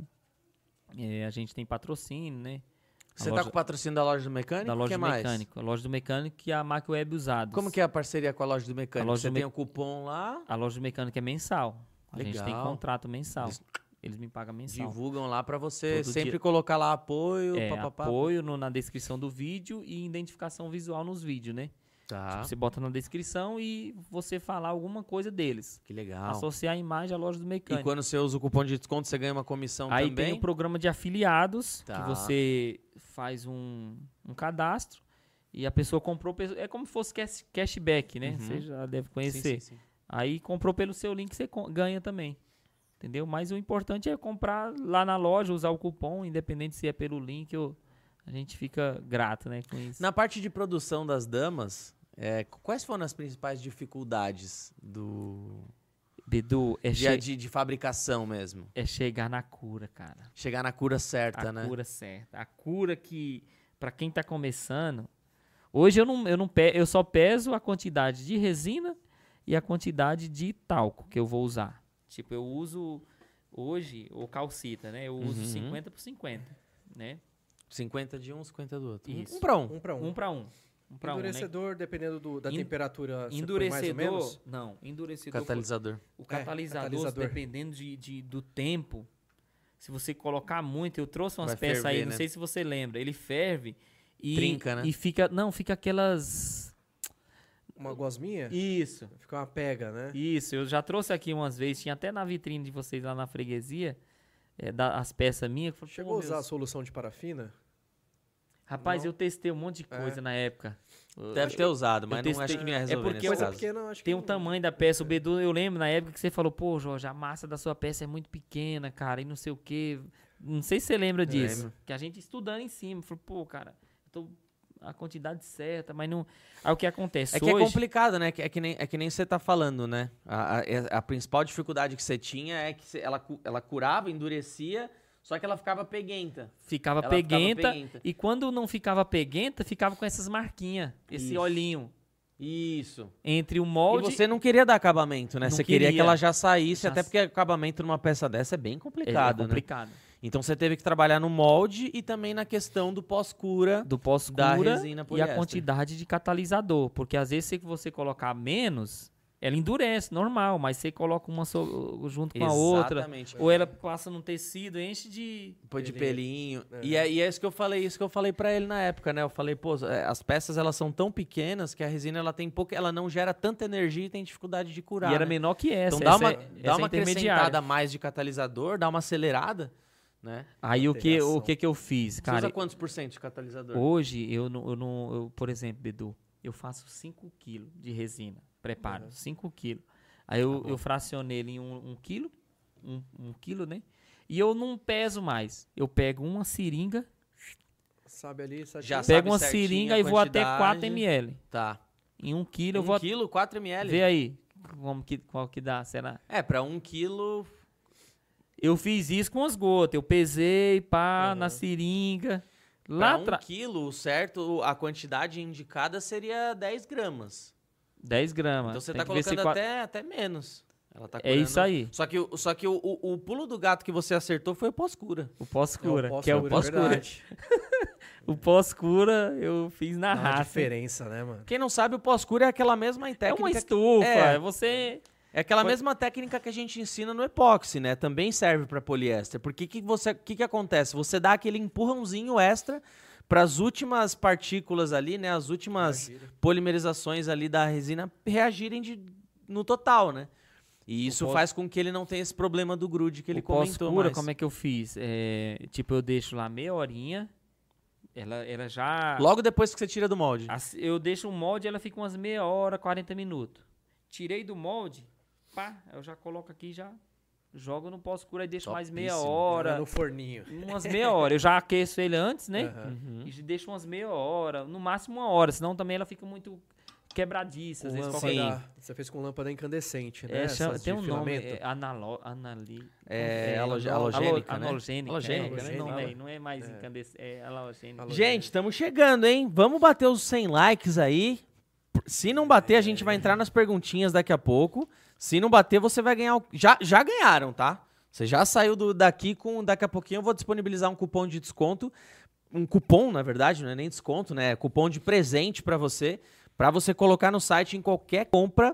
é, a gente tem patrocínio, né, a Você tá loja- com o patrocínio da loja do mecânico? da O loja que do mais? mecânico. A loja do mecânico e a Mac Web Usados. Como que é a parceria com a loja do mecânico? A loja Você do tem me- o cupom lá, A loja do mecânico é mensal. A gente tem Legal. contrato mensal. Eles- Eles me pagam mensal. divulgam lá pra você Todo sempre dia. colocar lá apoio, É, papapá. apoio no- na descrição do vídeo e identificação visual nos vídeos, né? Tá, Tipo, você bota na descrição e você falar alguma coisa deles. que legal. Associar a imagem à loja do E mecânico. quando você usa o cupom de desconto, você ganha uma comissão Aí também? tem o programa de afiliados, Tá. que você faz um, um cadastro e a pessoa comprou... pe- É como se fosse cash- cashback, né? Uhum. Você já deve Sim, conhecer. sim, sim. Aí comprou pelo seu link, você co- ganha também. Entendeu? Mas o importante é comprar lá na loja, usar o cupom, independente se é pelo link ou... A gente fica grato, né, com isso. Na parte de produção das damas, é, quais foram as principais dificuldades do Bedu, é, de, che- de, de fabricação mesmo? é chegar na cura, cara. Chegar na cura certa, A né? cura certa. A cura que, pra quem tá começando... Hoje eu, não, eu, não pe, eu só peso a quantidade de resina e a quantidade de talco que eu vou usar. Tipo, eu uso hoje o calcita, né? Eu uso Uhum. cinquenta por cinquenta, né? cinquenta de um, cinquenta do outro. Isso. Um pra um. Um para um. Um para um. Um para um, né? Endurecedor, dependendo do- da En- temperatura, você põe mais ou Endurecedor, menos. não, endurecedor, Catalisador. o catalisador, catalisador. dependendo de, de- do tempo, se você colocar muito, eu trouxe umas Vai peças aí, ferver, não né? sei se você lembra, ele ferve e Trinca, né? e fica, não, fica aquelas Uma gosminha, isso. fica uma pega, né? Isso, eu já trouxe aqui umas vezes, tinha até na vitrine de vocês lá na freguesia, é, da- as peças minhas. que eu falei, Chegou a "Pô, usar a meus-" solução de parafina? Rapaz, Não? eu testei um monte de É. coisa na época. Deve ter usado, mas não testei- acho que não ia é resolver porque nesse eu- Coisa caso. pequena, acho que Tem o não- tamanho da peça. O Bedu, eu lembro na época que você falou, pô, Jorge, a massa da sua peça é muito pequena, cara, e não sei o quê. Não sei se você lembra disso. lembro. Que a gente estudando em cima, falou, pô, cara, eu tô a quantidade certa, mas não... Aí o que acontece É que hoje... é complicado, né? Que- É que nem, é que nem você tá falando, né? A, a- a principal dificuldade que você tinha é que você- ela, cu- ela curava, endurecia, só que ela ficava peguenta. Ficava Ela ficava peguenta, peguenta. e quando não ficava peguenta, ficava com essas marquinhas, esse Isso. olhinho Isso. entre o E molde... você não queria dar acabamento, né? Não Você queria que queria. ela já saísse, Já até s- porque acabamento numa peça dessa é bem é complicado, né? complicado. Então você teve que trabalhar no molde e também na questão do pós-cura. Do Da pós-cura resina e a poliéster. quantidade de catalisador. Porque às vezes se você colocar menos, ela endurece, normal, mas você coloca uma so- junto com a outra, Exatamente. ou ela passa num tecido, enche de... Pô, de Pelinho. pelinho. E, é, e é isso que eu falei, isso que eu falei pra ele na época, né? Eu falei, pô, é, as peças elas são tão pequenas que a resina ela tem pouca, ela não gera tanta energia e tem dificuldade de curar. E era né? menor que essa. Então dá essa uma, é, dá essa uma é intermediária. acrescentada mais de catalisador, dá uma acelerada, né? Aí o que, o Integração. que que eu fiz, Você cara? usa quantos por cento de catalisador? Hoje, eu não, eu não eu, por exemplo, Bedu, eu faço cinco quilos de resina, preparo, Uhum. cinco quilos. Aí eu, eu fracionei ele em um, um quilo, um, um quilo, né? E eu não peso mais. Eu pego uma seringa, Sabe ali, certinho? Já sabe pego uma certinho seringa a e vou até quantidade. quatro mililitros. Tá. Em um quilo eu Um vou... quilo, quatro mililitros? Vê aí, como que, qual que dá, será? É, pra um quilo... Eu fiz isso com as gotas, eu pesei, pá, Uhum. na seringa. Pra Lá um atrás... quilo, o certo, a quantidade indicada seria dez gramas. dez gramas. Então você Tem tá que ver se colocando quatro- até, até menos. Ela tá É curando- isso aí, Só que, o- só que o, o, o pulo do gato que você acertou foi o pós-cura. o pós-cura, que é o pós-cura, pós-cura. verdade. O pós-cura eu fiz na Dá uma raça. diferença, né, mano? Quem não sabe, o pós-cura é aquela mesma É técnica... uma estufa, É. é você... É aquela Foi- mesma técnica que a gente ensina no epóxi, né? Também serve para poliéster. Porque que você, que que acontece? Você dá aquele empurrãozinho extra para as últimas partículas ali, né? As últimas Reagirem. polimerizações ali da resina reagirem de, no total, né? E isso pós- faz com que ele não tenha esse problema do grude que ele o comentou pós-cura, mais. como é que eu fiz? É, tipo, eu deixo lá meia horinha, ela, ela já... Logo depois que você tira do molde. As- Eu deixo o molde, ela fica umas meia hora, quarenta minutos. Tirei do molde, pá, eu já coloco aqui, já jogo no pós-cura e deixo mais meia Topíssimo. Joga hora, no forninho. umas meia hora. Eu já aqueço ele antes, né? Aham. Uhum. E deixo umas meia hora, no máximo uma hora, senão também ela fica muito quebradiça. Às Com vezes lâmpada- qualquer... Sim. Você fez com lâmpada incandescente, né? É, chama- Essas tem de um nome, filamento. é analo, anali, É, como haloge- alo- halogênica, alo- né? halogênica, Halogênica, é, né? não, Fala. é, não é mais incandescente, é halogênica. Halogênica. Gente, estamos chegando, hein? Vamos bater os cem likes aí. Se não bater, a gente vai entrar nas perguntinhas daqui a pouco. Se não bater, você vai ganhar... o- Já, já ganharam, tá? Você já saiu do, daqui com... Daqui a pouquinho eu vou disponibilizar um cupom de desconto. Um cupom, na verdade, não é nem desconto, né? É cupom de presente pra você. Pra você colocar no site em qualquer compra.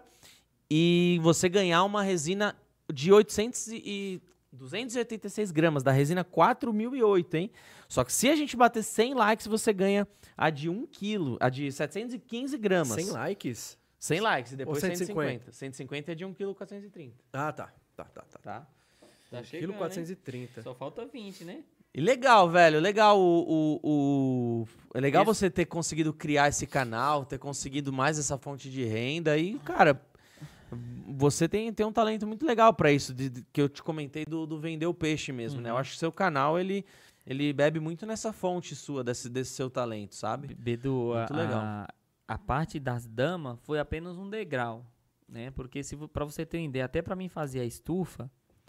E você ganhar uma resina de oitocentos e... duzentos e oitenta e seis gramas, da resina quatro mil e oito, hein? Só que se a gente bater cem likes, você ganha a de um quilo, a de setecentos e quinze gramas. cem likes? cem likes e depois Ou cento e cento e cinquenta? cinquenta. cento e cinquenta é de um quilo quatrocentos e trinta, Ah, tá. Tá, tá, tá. tá? Tá Quilo chegando, quatrocentos hein? e trinta. Só falta vinte, né? E legal, velho, legal o... o, o- É legal Esse- você ter conseguido criar esse canal, ter conseguido mais essa fonte de renda e, cara... Você tem, tem um talento muito legal pra isso, de, de- que eu te comentei do, do vender o peixe mesmo, né? Eu acho que seu canal, ele, ele bebe muito nessa fonte sua, desse, desse seu talento, sabe? Bedu, a, Muito legal. a, a parte das damas foi apenas um degrau, né? Porque se vo- pra você ter uma ideia, até pra mim fazer a estufa,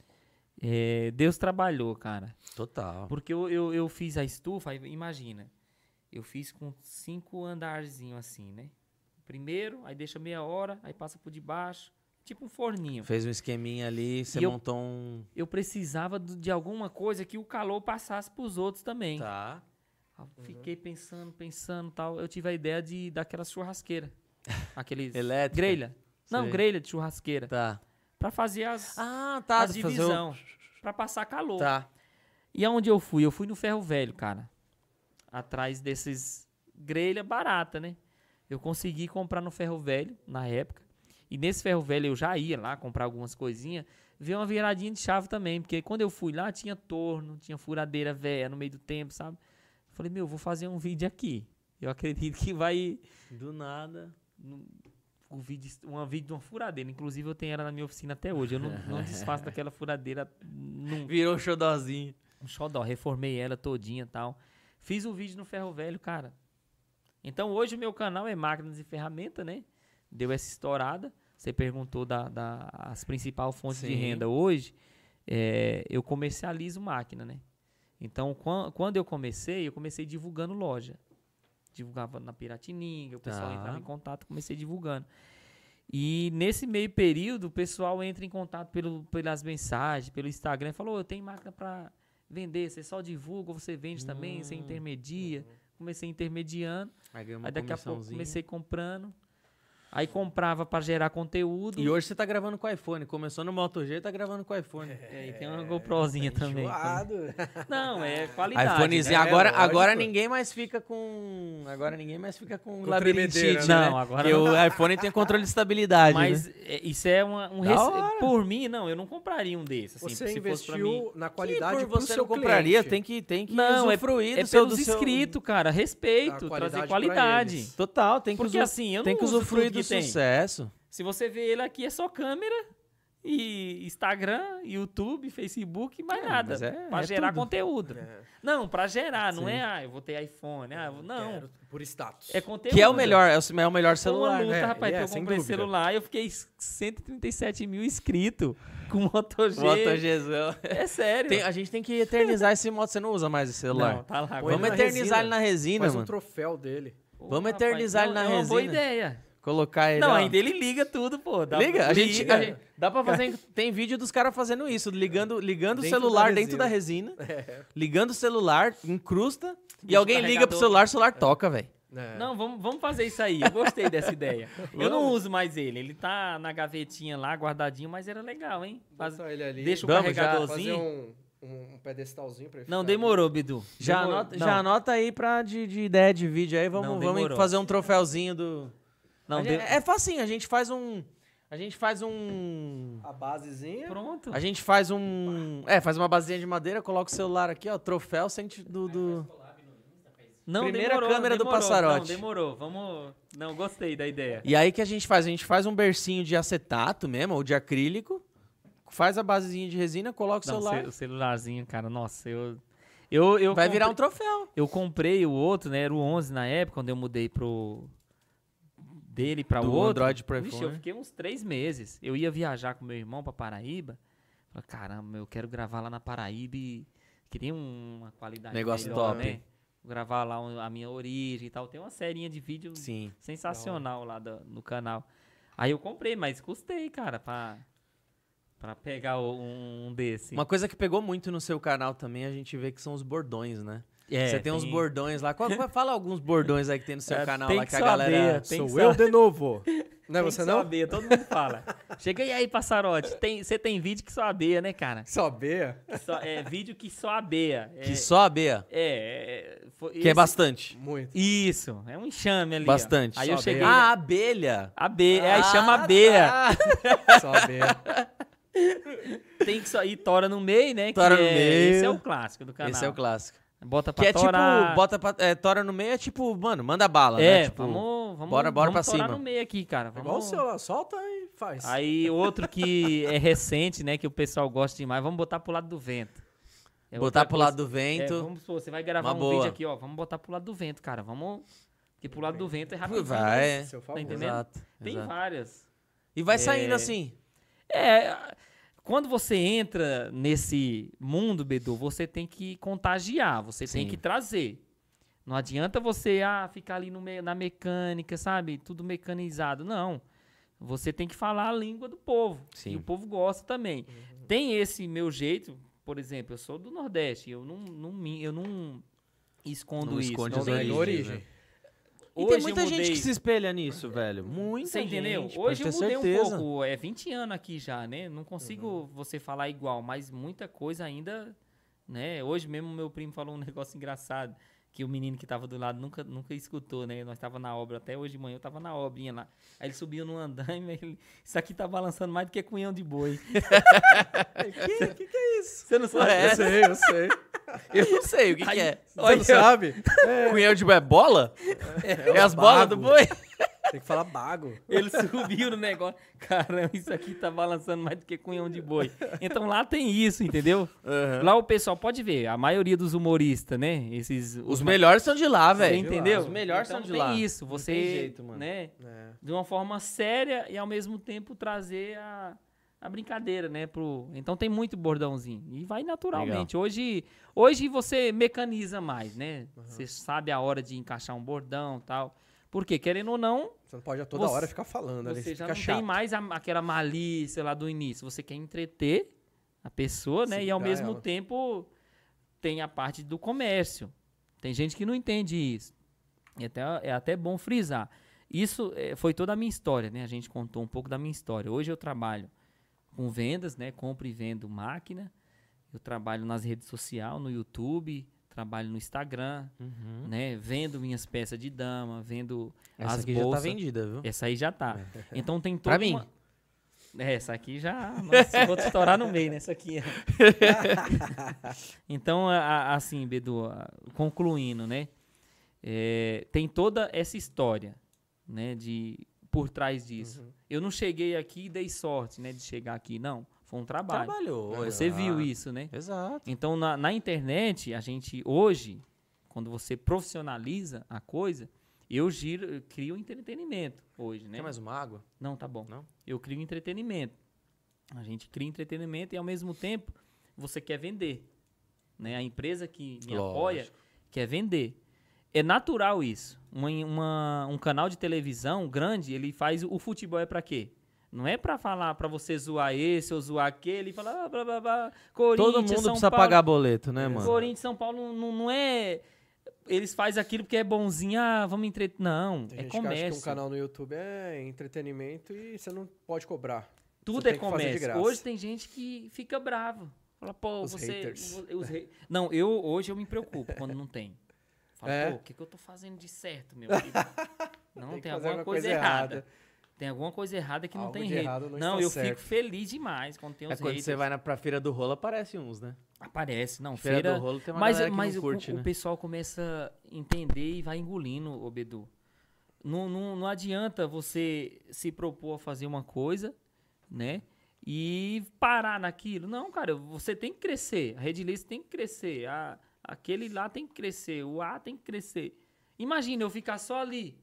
é, Deus trabalhou, cara. Total. Porque eu, eu, eu fiz a estufa, aí imagina, eu fiz com cinco andarzinhos assim, né? Primeiro, aí deixa meia hora, aí passa por debaixo, tipo um forninho. Fez um esqueminha ali, você E eu- montou um... Eu precisava do- de alguma coisa que o calor passasse pros outros também. Tá. Aí eu Fiquei pensando, pensando tal. Eu tive a ideia de daquelas churrasqueiras. Aqueles. Elétrica? Grelha. Não, Sei. grelha de churrasqueira. Tá. Pra fazer as, Ah, tá. as de fazer o- divisão. Pra passar calor. Tá. E aonde eu fui? Eu fui no Ferro Velho, cara. Atrás desses grelha barata, né? Eu consegui comprar no Ferro Velho, na época. E nesse Ferro Velho eu já ia lá comprar algumas coisinhas. Ver uma viradinha de chave também. Porque quando eu fui lá, tinha torno, tinha furadeira velha no meio do tempo, sabe? Falei, meu, vou fazer um vídeo aqui. Eu acredito que vai... Do nada. Um vídeo, uma vídeo de uma furadeira. Inclusive eu tenho ela na minha oficina até hoje. Eu não, não desfaço daquela furadeira. Não, Virou um xodózinho. um xodó, reformei ela todinha e tal. Fiz um vídeo no Ferro Velho, cara. Então hoje o meu canal é Máquinas e Ferramenta, né? Deu essa estourada. Você perguntou das da, as principais fontes de Sim. renda hoje. É, eu comercializo máquina, né? Então quan- quando eu comecei, eu comecei divulgando loja. Divulgava na Piratininga, o pessoal Tá. entrava em contato, comecei divulgando. E nesse meio período, o pessoal entra em contato pelo, pelas mensagens, pelo Instagram, falou, eu tenho máquina para vender, você só divulga, ou você vende também, você intermedia. Comecei intermediando, Aí, ganhou uma aí daqui a pouco comissãozinha. comecei comprando. Aí comprava pra gerar conteúdo. E hoje você tá gravando com o iPhone. Começou no Moto G e tá gravando com o iPhone. É, e tem uma GoProzinha também. Enjoado. Não, é qualidade. iPhonezinho. né? Agora, lógico. agora ninguém mais fica com. Agora ninguém mais fica com, Com labirintite, tremedeira, né? Não, agora Porque não. o iPhone tem controle de estabilidade. Mas né? é, isso é uma, um Da rece... hora. Por mim, não, eu não compraria um desses. Assim, Você se fosse pra mim. investiu na qualidade que pro por você seu não compraria, cliente. tem que, tem que Não, é, usufruir é do seu, pelos do seu... inscritos, cara. Respeito, A trazer qualidade pra qualidade. eles. Total, tem que, Porque usu- assim, eu não tem que uso usufruir tudo do que tem. sucesso. Se você vê ele aqui, é só câmera e Instagram, YouTube, Facebook, mais É, nada. mas é- pra é gerar tudo. conteúdo. É, Não, pra gerar, não Sim. é, ah, eu vou ter iPhone. Ah, eu vou- não, quero por status. é conteúdo. Que é o melhor, é o, é o melhor Foi uma celular. luta, né? rapaz, é, que eu sem comprei dúvida. celular e eu fiquei cento e trinta e sete mil inscritos com Moto G. Moto Gzão. É sério. Tem- a gente tem que eternizar esse moto. Você não usa mais esse celular. Não, tá lá. Põe Vamos ele na eternizar resina. ele na resina, Faz um mano. troféu dele. Pô, Vamos rapaz, eternizar ele não, na é uma boa resina. ideia. Colocar ele. Não, ó. ainda ele liga tudo, pô. Dá- Liga, a gente, liga. a gente- dá pra fazer, tem vídeo dos caras fazendo isso, ligando, ligando o Dentro celular da dentro da resina. resina, ligando o celular, incrusta, e Deixa o alguém liga pro carregador. celular, o celular toca, velho. É. Não, vamos, vamos fazer isso aí. Eu gostei dessa ideia. Eu não uso mais ele. Ele tá na gavetinha lá, guardadinho, mas era legal, hein? Faz- Bota ele ali. Deixa o Vamos, já fazer carregadorzinho. um, um, um pedestalzinho pra ele Não, ficar demorou, Bidu. Já, Demorou. anota, Não, já anota aí pra de, de ideia de vídeo aí, vamos, Não, vamos demorou. fazer um troféuzinho do... Não, A gente- de- É facinho, a gente faz um... A gente faz um... ali. A basezinha. Pronto. A gente faz um... É, faz uma basezinha de madeira, coloca o celular aqui, ó, troféu sente do... do... Não, primeira demorou, câmera do demorou. passarote. Não, demorou. Vamos... Não, gostei da ideia. E aí que a gente faz? A gente faz um bercinho de acetato mesmo, ou de acrílico, faz a basezinha de resina, coloca o Não, celular, ce- o celularzinho, cara, nossa, eu... eu, eu vai virar um comprei- troféu. Eu comprei o outro, né? Era o onze na época, quando eu mudei pro... Dele pra o Do outro. Android pro Vixe, iPhone. eu fiquei uns três meses. Eu ia viajar com meu irmão pra Paraíba. Falei, caramba, eu quero gravar lá na Paraíba e... Queria um- uma qualidade Negócio melhor, top. né? Gravar lá um- a minha origem e tal. Tem uma serinha de vídeo Sim. sensacional lá do- no canal. Aí eu comprei, mas custei, cara, pra, pra pegar o- um, um desse. Uma coisa que pegou muito no seu canal também, a gente vê que são os bordões, né? É, Você tem, uns bordões lá. Qual, qual- fala alguns bordões aí que tem no seu É, canal tem lá que que a saber, galera... tem Sou que eu saber. de novo. Não é Tem você que não? saber, todo mundo fala. Chega aí, aí, passarote. Tem, você tem vídeo que só abeia, né, cara? Saber? Que só- é vídeo que só abeia. É, Que só a Bea, É, é, foi- que é esse- bastante. Muito. Isso, é um enxame ali. ó. Bastante. Aí Só eu cheguei. abeia. Ah, abelha. Abeia, é, aí Ah, chama abeia. tá. Saber. Tem que só ir tora no meio, né? que Tora no é- meio. Esse é o clássico do canal. Esse é o clássico. Bota pra Que é torar. tipo, bota pra, é, tora no meio, é tipo, mano, manda bala, É, né? Tipo, vamos, vamos, bora- bora vamos pra torar cima. no meio aqui, cara. É Vamos... igual o seu lá. Solta e faz. Aí outro que é recente, né, que o pessoal gosta demais, vamos botar pro lado do vento. É botar outra pro lado coisa- do vento. É, vamos supor, você vai gravar Uma um boa. vídeo aqui, ó, vamos botar pro lado do vento, cara. Vamos, porque pro lado do vento é rapidinho. Vai, mas é. Seu Tá favor. entendendo? Exato, Tem exato. várias. E vai saindo É. assim. É, quando você entra nesse mundo, Bedu, você tem que contagiar, você tem Sim. que trazer. Não adianta você ah, ficar ali no me- na mecânica, sabe? Tudo mecanizado. Não. Você tem que falar a língua do povo. Sim. E o povo gosta também. Tem esse meu jeito, por exemplo, eu sou do Nordeste, eu não, não, min- eu não escondo Não isso. esconde não as tem Não, origens, na isso. origem. E Hoje tem eu muita gente mudei- que se espelha nisso, velho. Muita Você gente. entendeu? pode Hoje eu ter mudei certeza. um pouco. É vinte anos aqui já, né? Não consigo você falar igual, mas muita coisa ainda, né? Hoje mesmo meu primo falou um negócio engraçado, que o menino que tava do lado nunca, nunca escutou, né? Nós tava na obra, até hoje de manhã eu tava na obrinha lá. Aí ele subiu no andaime, ele, isso aqui tá balançando mais do que cunhão de boi. Que, que que é isso? Você não sabe? É, Eu sei, eu sei. Eu não sei o que, Aí- que é. Você não sabe? Cunhão de é bola? É, as um bolas do bago. boi? Tem que falar bago. Ele subiu no negócio. Caramba, isso aqui tá balançando mais do que cunhão de boi. Então lá tem isso, entendeu? Lá o pessoal pode ver, a maioria dos humoristas, né? Esses Os melhores são de lá, Você velho. entendeu? Os melhores Então são de tem lá. isso, você, tem jeito, mano. né? É. De uma forma séria e ao mesmo tempo trazer a, a brincadeira, né? Pro... Então tem muito bordãozinho. E vai naturalmente. Hoje, hoje você mecaniza mais, né? Você sabe a hora de encaixar um bordão e tal. Porque, querendo ou não, Você não pode a toda Você- hora ficar falando ali. você já Fica não chato. tem mais a- aquela malícia lá do início. Você quer entreter a pessoa, né? E ao Segurar mesmo ela. tempo tem a parte do comércio. Tem gente que não entende isso. É até, é até bom frisar. Isso é, foi toda a minha história, né? A gente contou um pouco da minha história. Hoje eu trabalho com vendas, né? Compro e vendo máquina. Eu trabalho nas redes sociais, no YouTube, trabalho no Instagram, Uhum. né? Vendo minhas peças de dama, vendo Essa as aqui bolsas. já tá vendida, viu? Essa aí já tá. Então tem Pra toda mim. uma... É, essa aqui já... Nossa, eu vou te estourar no meio nessa aqui. Então, a- a- assim, Bedu, a- concluindo, né? É, tem toda essa história, né? De, por trás disso. Uhum. Eu não cheguei aqui e dei sorte, né? De chegar aqui, não. Foi um trabalho. Trabalhou. Você exato. viu isso, né? Exato. Então, na, na internet, a gente, hoje, quando você profissionaliza a coisa, eu giro, eu crio entretenimento hoje, né? Quer mais uma água? Não, tá bom. Não? Eu crio entretenimento. A gente cria entretenimento e, ao mesmo tempo, você quer vender. Né? A empresa que me Lógico. apoia quer vender. É natural isso. Uma, uma- um canal de televisão grande, ele faz... O futebol é pra quê? Não é pra falar, pra você zoar esse ou zoar aquele e falar... Ah, blá, blá, blá, Corinthians, Todo mundo São precisa Paulo. pagar boleto, né, mano? Corinthians, São Paulo não, não é... Eles fazem aquilo porque é bonzinho, ah, vamos entreter. Não, Tem é gente que acha comércio. que um canal no YouTube é entretenimento e você não pode cobrar. Tudo Você é tem que fazer de comércio. graça. Hoje tem gente que fica bravo. Fala, pô, Os você... haters. os rei- Não, eu hoje eu me preocupo quando não tem. Falo, É? pô, o que, que eu tô fazendo de certo, meu filho? Não, tem, Tem que fazer alguma alguma coisa, coisa errada. errada. Tem alguma coisa errada que não Algo tem de rede. errado não Não, está eu certo. fico feliz demais quando tem os É quando haters. você vai na, pra feira do rolo, aparece uns, né? Aparece, não, Feira, feira... do rolo tem uma Mas, galera que mas não o- curte, o, né? o pessoal começa a entender e vai engolindo, ô Bedu. Não, não, não adianta você se propor a fazer uma coisa, né? E parar naquilo. Não, cara, você tem que crescer. A Redilice tem que crescer. A, aquele lá tem que crescer. O A tem que crescer. Imagina eu ficar só ali.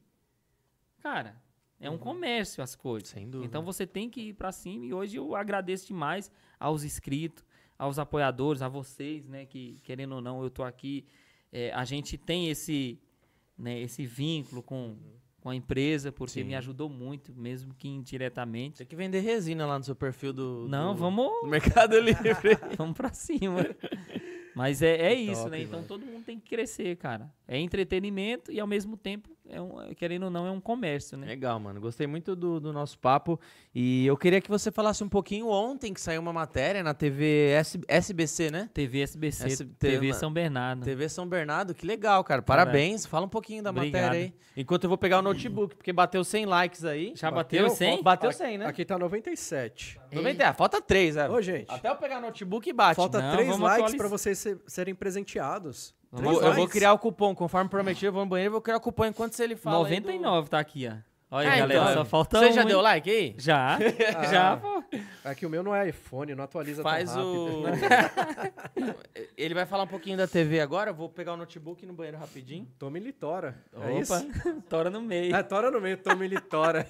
Cara, é um comércio as coisas. Sem dúvida. Então você tem que ir pra cima. E hoje eu agradeço demais aos inscritos, aos apoiadores, a vocês, né? Que querendo ou não, eu tô aqui. É, a gente tem esse, né, esse vínculo com, com a empresa, porque Sim. me ajudou muito, mesmo que indiretamente. Tem que vender resina lá no seu perfil do, Não, do, vamos, do Mercado Livre. vamos pra cima. Mas é, é Que isso, top, né? Então mano. todo mundo tem que crescer, cara. É entretenimento e ao mesmo tempo, é um, querendo ou não, é um comércio, né? Legal, mano. Gostei muito do, do nosso papo. E eu queria que você falasse um pouquinho ontem, que saiu uma matéria na T V S, S B C, né? T V S B C, S- T V na- São Bernardo. T V São Bernardo, que legal, cara. Parabéns. Fala um pouquinho da Obrigado. matéria aí. Enquanto eu vou pegar o notebook, porque bateu cem likes aí. Já Bateu? bateu cem? Bateu Aqui- cem, né? Aqui tá noventa e sete. noventa, ah, falta três, é. Ô, gente. Até eu pegar o notebook e bate. Falta Não, três vamos likes atualizar. pra vocês ser- serem presenteados. Eu Vamos vou, Três eu vou likes. criar o cupom, conforme prometido, eu vou no banheiro e vou criar o cupom enquanto ele fala. aí noventa e nove tá aqui, ó. Olha, Ah, galera, então, só falta Você um, já hein? deu like aí? Já, Ah. já, pô. É que o meu não é iPhone, não atualiza Faz tão o. rápido. Ele vai falar um pouquinho da T V agora, eu vou pegar o notebook e ir no banheiro rapidinho. Tome Litora. É Opa, isso? tora no meio. É, Tora no meio, Tome Litora.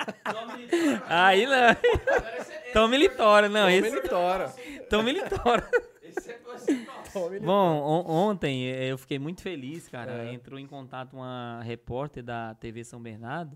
Aí não. Tome litora, não, Tome esse. Litora. Tome litora. Tome Litora. Bom, on- ontem eh, eu fiquei muito feliz, cara. É. Entrou em contato uma repórter da T V São Bernardo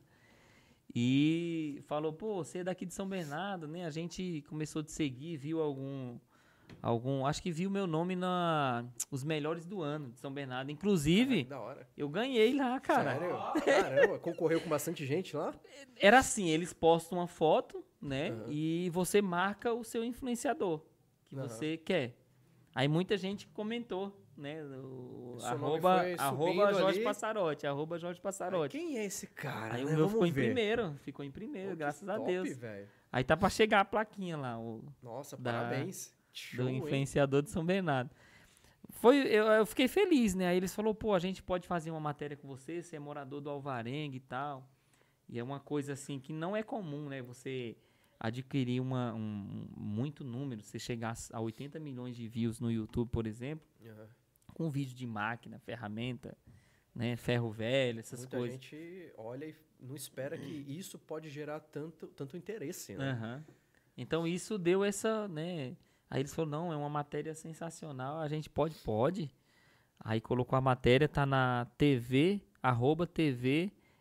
e falou, pô, você é daqui de São Bernardo, né? A gente começou a te seguir, viu algum... algum acho que viu meu nome na os melhores do ano de São Bernardo. Inclusive, Da hora. eu ganhei lá, cara. Sério? Caramba, concorreu com bastante gente lá? Era assim, eles postam uma foto, né? Aham. E você marca o seu influenciador que Aham. você quer. Aí muita gente comentou, né? O, O seu nome arroba, foi arroba subindo Jorge ali. Passarotti, arroba Jorge Ai, Passarotti. quem é esse cara? Aí né? o meu Vamos ficou em ver. primeiro, ficou em primeiro, Pô, que graças a top, Deus. velho. Aí tá pra chegar a plaquinha lá, o Nossa, Da- parabéns. Show, do hein? influenciador de São Bernardo. Foi, eu, eu fiquei feliz, né? Aí eles falaram, pô, a gente pode fazer uma matéria com você, você é morador do Alvarenga e tal. E é uma coisa assim que não é comum, né? Você adquirir uma, um, muito número, você chegar a oitenta milhões de views no YouTube, por exemplo, Aham. com vídeo de máquina, ferramenta, né? Ferro velho, essas Muita coisas. gente olha e não espera que isso pode gerar tanto, tanto interesse, né? Aham. Então isso deu essa, né? Aí eles falaram, não, é uma matéria sensacional, a gente pode? Pode. Aí colocou a matéria, tá na T V, arroba T V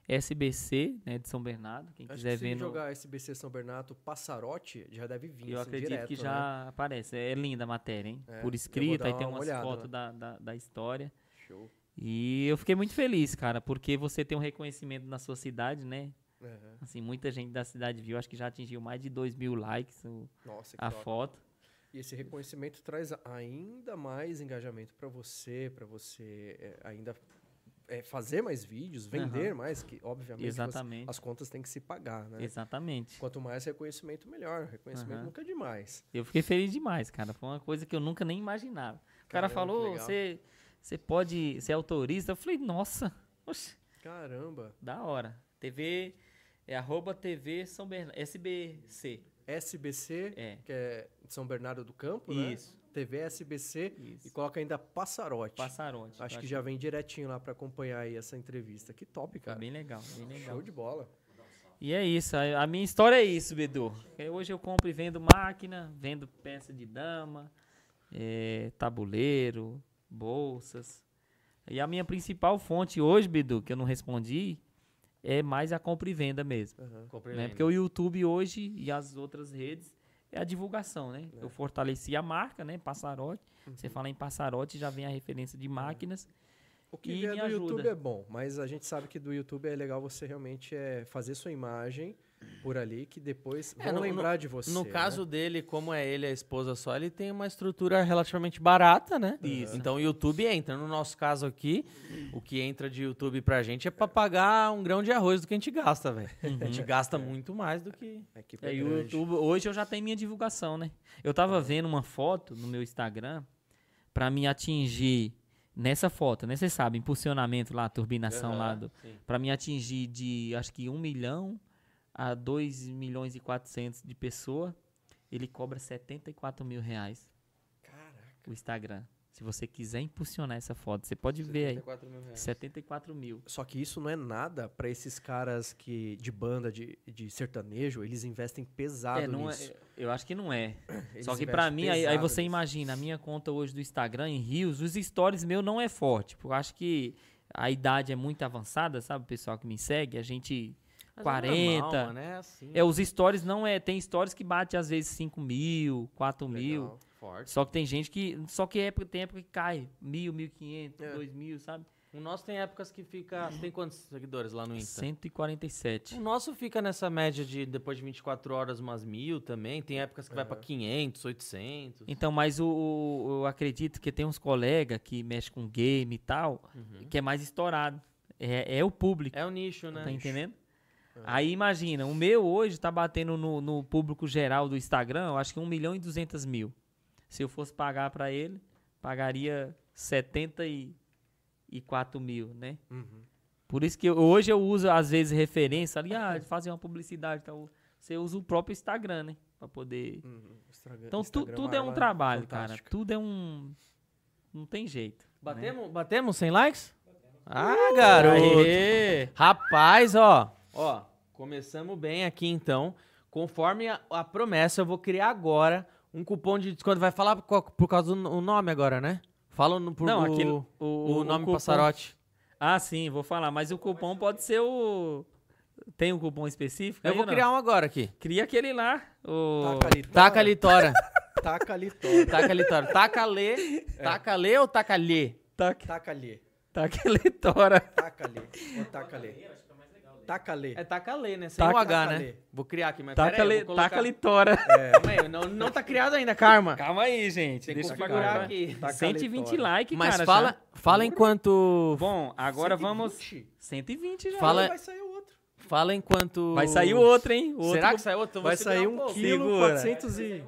S B C, né, de São Bernardo. Quem Acho quiser que se ver no... jogar S B C São Bernardo Passarote, já deve vir. Eu assim, acredito direto, que né? já aparece. É linda a matéria, hein? É, eu Por vou escrito, dar aí tem uma umas olhada, fotos né? da, da, da história. Show. E eu fiquei muito feliz, cara, porque você tem um reconhecimento na sua cidade, né? Uhum. Assim, muita gente da cidade viu, acho que já atingiu mais de dois mil likes o- Nossa, que a top. foto. E esse reconhecimento traz ainda mais engajamento para você, para você é, ainda é, fazer mais vídeos, vender Aham. mais, que obviamente você- Exatamente. as contas têm que se pagar, né? Exatamente. Quanto mais reconhecimento, melhor. Reconhecimento Aham. nunca é demais. Eu fiquei feliz demais, cara. Foi uma coisa que eu nunca nem imaginava. O cara Caramba, que falou, legal. você você pode ser autorista? Eu falei, nossa, oxe, Caramba. da hora. T V, é arroba T V São Bernardo, S B C. S B C, É. que é de São Bernardo do Campo, né? Isso. T V S B C Isso. e coloca ainda Passarote. Passarote. Acho Eu que já vem direitinho lá para acompanhar aí essa entrevista. Que top, foi cara. bem legal, bem legal. Show de bola. E é isso, a, a minha história é isso, Bedu. É, hoje eu compro e vendo máquina, vendo peça de dama, é, tabuleiro, bolsas. E a minha principal fonte hoje, Bedu, que eu não respondi, é mais a compra e venda mesmo. Uhum. Né? Porque o YouTube hoje e as outras redes é a divulgação, né? Eu fortaleci a marca, né? Passarote. Você fala em Passarote, já vem a referência de máquinas. O que E vier me do ajuda. YouTube é bom, mas a gente sabe que do YouTube é legal você realmente é, fazer sua imagem por ali, que depois É, vão no- lembrar de você. No né? caso dele, como é ele e a esposa só, ele tem uma estrutura relativamente barata, né? Isso. Então o YouTube entra. No nosso caso aqui, o que entra de YouTube pra gente é pra pagar um grão de arroz do que a gente gasta, velho. A gente gasta muito mais do que... A equipe É, é e o grande. YouTube, hoje eu já tenho minha divulgação, né? Eu tava vendo uma foto no meu Instagram pra me atingir nessa foto, né? Você sabe, impulsionamento lá, turbinação lá, do, sim. pra me atingir de acho que um milhão a dois milhões e quatrocentos de pessoa, ele cobra setenta e quatro mil reais Caraca. o Instagram. Se você quiser impulsionar essa foto, você pode ver aí. setenta e quatro mil. Só que isso não é nada pra esses caras que de banda de, de sertanejo, eles investem pesado É, não nisso. é, eu acho que não é. Eles Só que pra investem mim, aí, aí pesado você nisso. imagina, a minha conta hoje do Instagram em Rios, os stories meu não é forte. Porque eu acho que a idade é muito avançada, sabe? O pessoal que me segue, a gente Mas quarenta. É, normal, mano, é assim. É, os stories não é. Tem stories que bate às vezes cinco mil, quatro mil. Legal. forte. Só que tem gente que. Só que época, tem época que cai. Mil, mil e quinhentos, É. dois mil, sabe? O nosso tem épocas que fica... Tem quantos seguidores lá no Insta? cento e quarenta e sete. O nosso fica nessa média de, depois de vinte e quatro horas, umas mil também. Tem épocas que vai pra quinhentos, oitocentos. Então, mas o, o- eu acredito que tem uns colegas que mexem com game e tal, que é mais estourado. É, é o público. É o nicho, né? Tá entendendo? Aí imagina, o meu hoje tá batendo no, no público geral do Instagram, eu acho que um milhão e duzentos mil. Se eu fosse pagar pra ele, pagaria setenta e quatro mil, né? Uhum. Por isso que eu- hoje eu uso, às vezes, referência ali, ah, fazer uma publicidade e tal. Você usa o próprio Instagram, né? Pra poder... Uhum. Instagram- Então, tu- Instagram tudo é um arma trabalho, cara. fantástica. Tudo é um... Não tem jeito. né? Batemos, batemos cem likes? Ah, garoto! Aê! Rapaz, ó. Ó, começamos bem aqui então. Conforme a, a promessa, eu vou criar agora um cupom de desconto. Vai falar por, por causa do o nome agora, né? Fala no, por, Não, o, aquilo- o, o- o nome cupom- Passarote. Ah, sim, vou falar. Mas o cupom pode ser o... Tem um cupom específico? Eu aí vou ou não? criar um agora aqui. Cria aquele lá. O... Taca ali, Taca ali, Tora. Taca ali, tora. Taca ali, Tora. Taca lê. Taca lê ou taca lê? Taca, Taca ali. taca ele tora. Taca ali. Ou taca ali. Taca ali. É taca lê, né? Sem Taca- o H, taca né? lê. Vou criar aqui, mas Taca pera aí, ele eu vou colocar... taca ele tora. Calma aí, não, não tá criado ainda, Karma. Calma aí, gente. Tem que Deixa eu configurar configurar aqui. Taca cento e vinte aleatório. likes, Mas cara. fala, já. fala enquanto... Bom, agora cento e vamos... vinte? cento e vinte já. Fala- Vai sair outro. Fala enquanto... Vai sair o outro, hein? O Será outro que sai outro? Eu vou Vai segurar sair um pouco. quilo, Segura. quatrocentos e...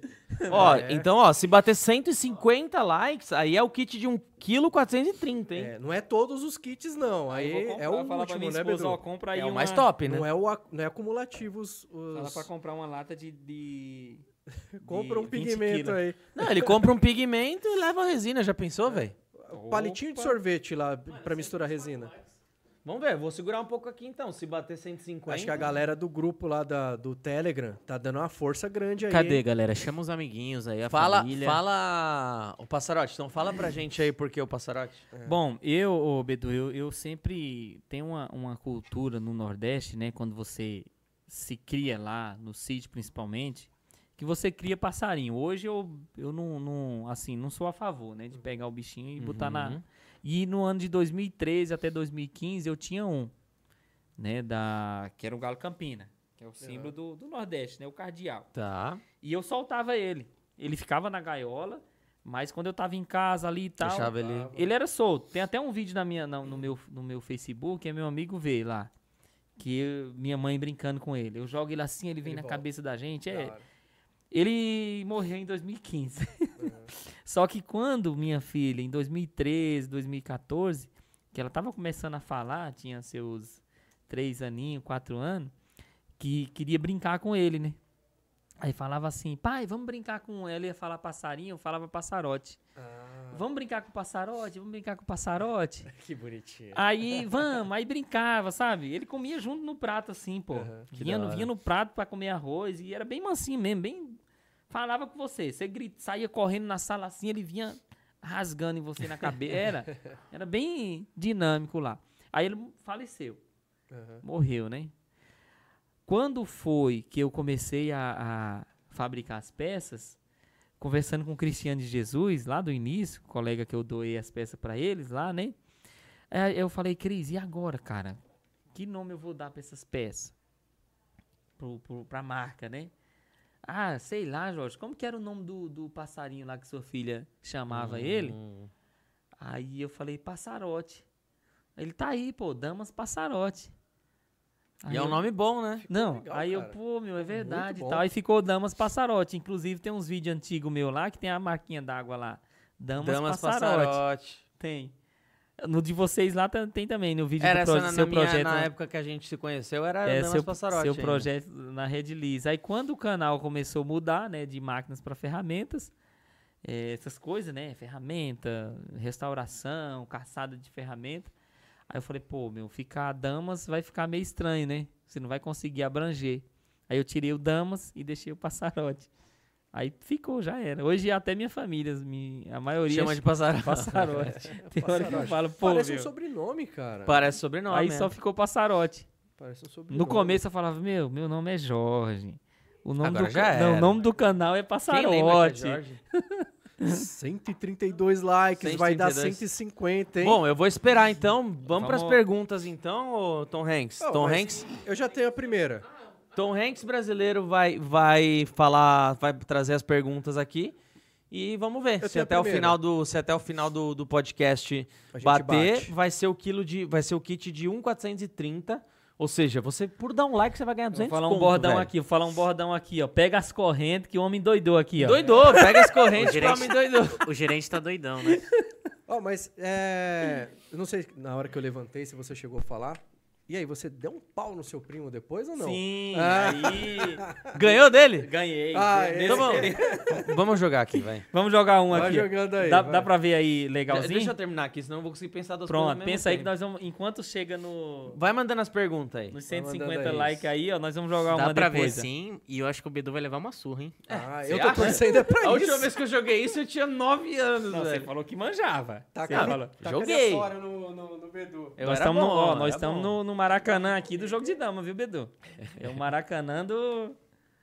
Ó, É. então, ó, se bater cento e cinquenta likes, aí é o kit de um quilo quatrocentos e trinta, hein? É, não é todos os kits, não. Aí Eu vou comprar, é o falar pra último, minha né, esposa, ó, Pedro? compra aí É o uma... mais top, né? Não é, o, a- não é acumulativos. Fala Os... pra comprar uma lata de... de... Compra um de vinte pigmento quilos. aí. Não, ele compra um pigmento e leva a resina, já pensou, velho? Palitinho de sorvete lá pra misturar resina. Vamos ver, vou segurar um pouco aqui então. Se bater cento e cinquenta... Acho que a galera do grupo lá da, do Telegram tá dando uma força grande aí. Cadê, hein? galera? Chama os amiguinhos aí, a Fala, família. fala... O Passarote, então fala pra gente aí por que o Passarote. É. Bom, eu, ô, Bedu, eu, eu sempre tenho uma, uma cultura no Nordeste, né? Quando você se cria lá, no sítio principalmente, que você cria passarinho. Hoje eu, eu não, não, assim, não sou a favor, né? De pegar o bichinho e botar na... Uhum. E no ano de dois mil e treze até dois mil e quinze eu tinha um, né? Da, que era o Galo Campina, que é o símbolo do, do Nordeste, né? O cardeal. Tá. E eu soltava ele. Ele ficava na gaiola, mas quando eu tava em casa ali e tal... Deixava ele... Ele era solto. Tem até um vídeo na minha, na- no, meu, no meu Facebook, é meu amigo vê lá. Que eu- minha mãe brincando com ele. Eu jogo ele assim, ele vem Ele na volta. cabeça da gente. Da É, hora. ele morreu em dois mil e quinze. Só que quando minha filha, em dois mil e treze, dois mil e quatorze, que ela tava começando a falar, tinha seus três aninhos, quatro anos, que queria brincar com ele, né? Aí falava assim, pai, vamos brincar com ela. Ia falar passarinho, eu falava passarote. Ah, Vamos brincar com o passarote? Vamos brincar com o passarote? que bonitinho. Aí, vamos, aí brincava, sabe? Ele comia junto no prato, assim, pô. Aham, que vinha, da no, hora. vinha no prato pra comer arroz e era bem mansinho mesmo, bem... Falava com você. Você grita, saía correndo na sala assim, ele vinha rasgando em você na cabeça. Era, era bem dinâmico lá. Aí ele faleceu, Aham. morreu, né? Quando foi que eu comecei a, a fabricar as peças, conversando com o Cristiano de Jesus, lá do início, colega que eu doei as peças pra eles lá, né? Aí eu falei, Cris, e agora, cara? Que nome eu vou dar pra essas peças? Pro, pro, pra marca, né? Ah, sei lá, Jorge, como que era o nome do, do passarinho lá que sua filha chamava ele? Hum. Aí eu falei, passarote. Ele tá aí, pô, Damas Passarote. Aí E é um eu- nome bom, né? Não, legal, aí eu, cara. pô, meu, é verdade e bom. tal. Aí ficou Damas Passarote. Inclusive tem uns vídeos antigos meu lá que tem a marquinha d'água lá. Damas, Damas Passarote. Passarote. Tem. No de vocês lá tá- tem também, no vídeo Era do essa proje- na, seu na minha, projeto. na lá. época que a gente se conheceu, era É, Damas seu, Passarote seu ainda. projeto na Rede Liz. Aí quando o canal começou a mudar, né, de máquinas para ferramentas, é, essas coisas, né, ferramenta, restauração, caçada de ferramenta. Aí eu falei, pô, meu, ficar Damas vai ficar meio estranho, né? Você não vai conseguir abranger. Aí eu tirei o Damas e deixei o Passarote. Aí ficou, já era. Hoje até minha família, me- a maioria Chama de Passarote. Passarote. Tem hora que eu Passarote. falo, pô, Parece um meu. sobrenome, cara. Parece sobrenome. Aí é. só ficou Passarote. Parece um sobrenome. No começo eu falava, meu, meu nome é Jorge. O nome, Agora do, já ca- não, era. o nome do canal é Quem lembra que é Passarote. Jorge? cento e trinta e dois likes, vai dar cento e trinta e dois. cento e cinquenta, hein? Bom, eu vou esperar então. Vamos pras Vamos- perguntas então, ô, Tom Hanks. Oh, Tom mas Hanks. Eu já tenho a primeira. Tom Hanks brasileiro vai, vai falar, vai trazer as perguntas aqui e vamos ver Eu se tenho a até, o primeira. final do, se até o final do, do podcast A gente bater, bate. vai ser o quilo de, vai ser o kit de um mil quatrocentos e trinta, ou seja, você por dar um like você vai ganhar Vou duzentos falar um conto, bordão velho. aqui, vou falar um bordão aqui, ó. Pega as correntes que o homem doidou aqui, ó. Doidou, pega as correntes O pra gerente- me doidou. O gerente tá doidão, né? Ó, mas é... Eu não sei, na hora que eu levantei, se você chegou a falar. E aí, você deu um pau no seu primo depois ou não? Sim, Ah. aí Ganhou dele? ganhei. Ah, Nesse- Então vamos, vamos jogar aqui, vai. Vamos jogar um Vai aqui. jogando aí, Dá, vai. dá pra ver aí Já- legalzinho? Deixa eu terminar aqui, senão eu não vou conseguir pensar das coisas ao Pronto, mesmo pensa aí que tempo. nós vamos, enquanto chega no, Vai mandando as perguntas aí. nos Vai cento e mandando cinquenta aí. likes aí, ó, nós vamos jogar Dá uma pra ver depois. sim, e eu acho que o Bedu vai levar uma surra, hein? Ah, Você eu tô acha? torcendo é pra A isso. última vez que eu joguei isso eu tinha nove anos, Não, você velho. falou que manjava. Tá Você com a- falou. tá Joguei. com a vitória no, no, no Bedu. Eu nós era estamos bom, no, ó, era nós estamos bom. no, no Maracanã aqui do jogo de dama, viu, Bedu? É o Maracanã do...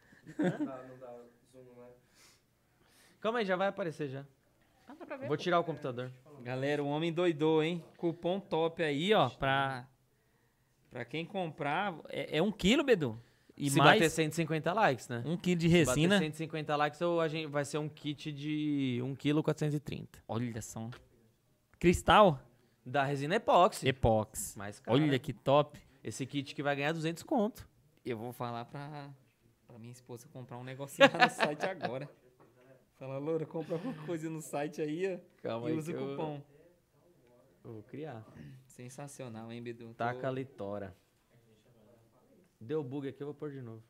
Calma aí, já vai aparecer já. Vou tirar o computador. Galera, o homem doidou, hein? Cupom top aí, ó, pra, pra quem comprar. É, é um quilo, Bedu? E Se mais bater cento e cinquenta likes, né? um quilo de Se bater resina. cento e cinquenta likes, eu- a gente, vai ser um kit de um quilo quatrocentos e trinta. Olha só. Cristal? Da resina epóxi. Epox. Mais cara. Olha que top. Esse kit que vai ganhar duzentos conto. Eu vou falar pra, pra minha esposa comprar um negocinho lá no site agora. Fala, Loura, compra alguma coisa no site aí, ó. Calma E aí usa que o eu- cupom. eu vou criar. Sensacional, hein, Bedu? Tô- Taca a litora. Deu bug aqui, eu vou pôr de novo.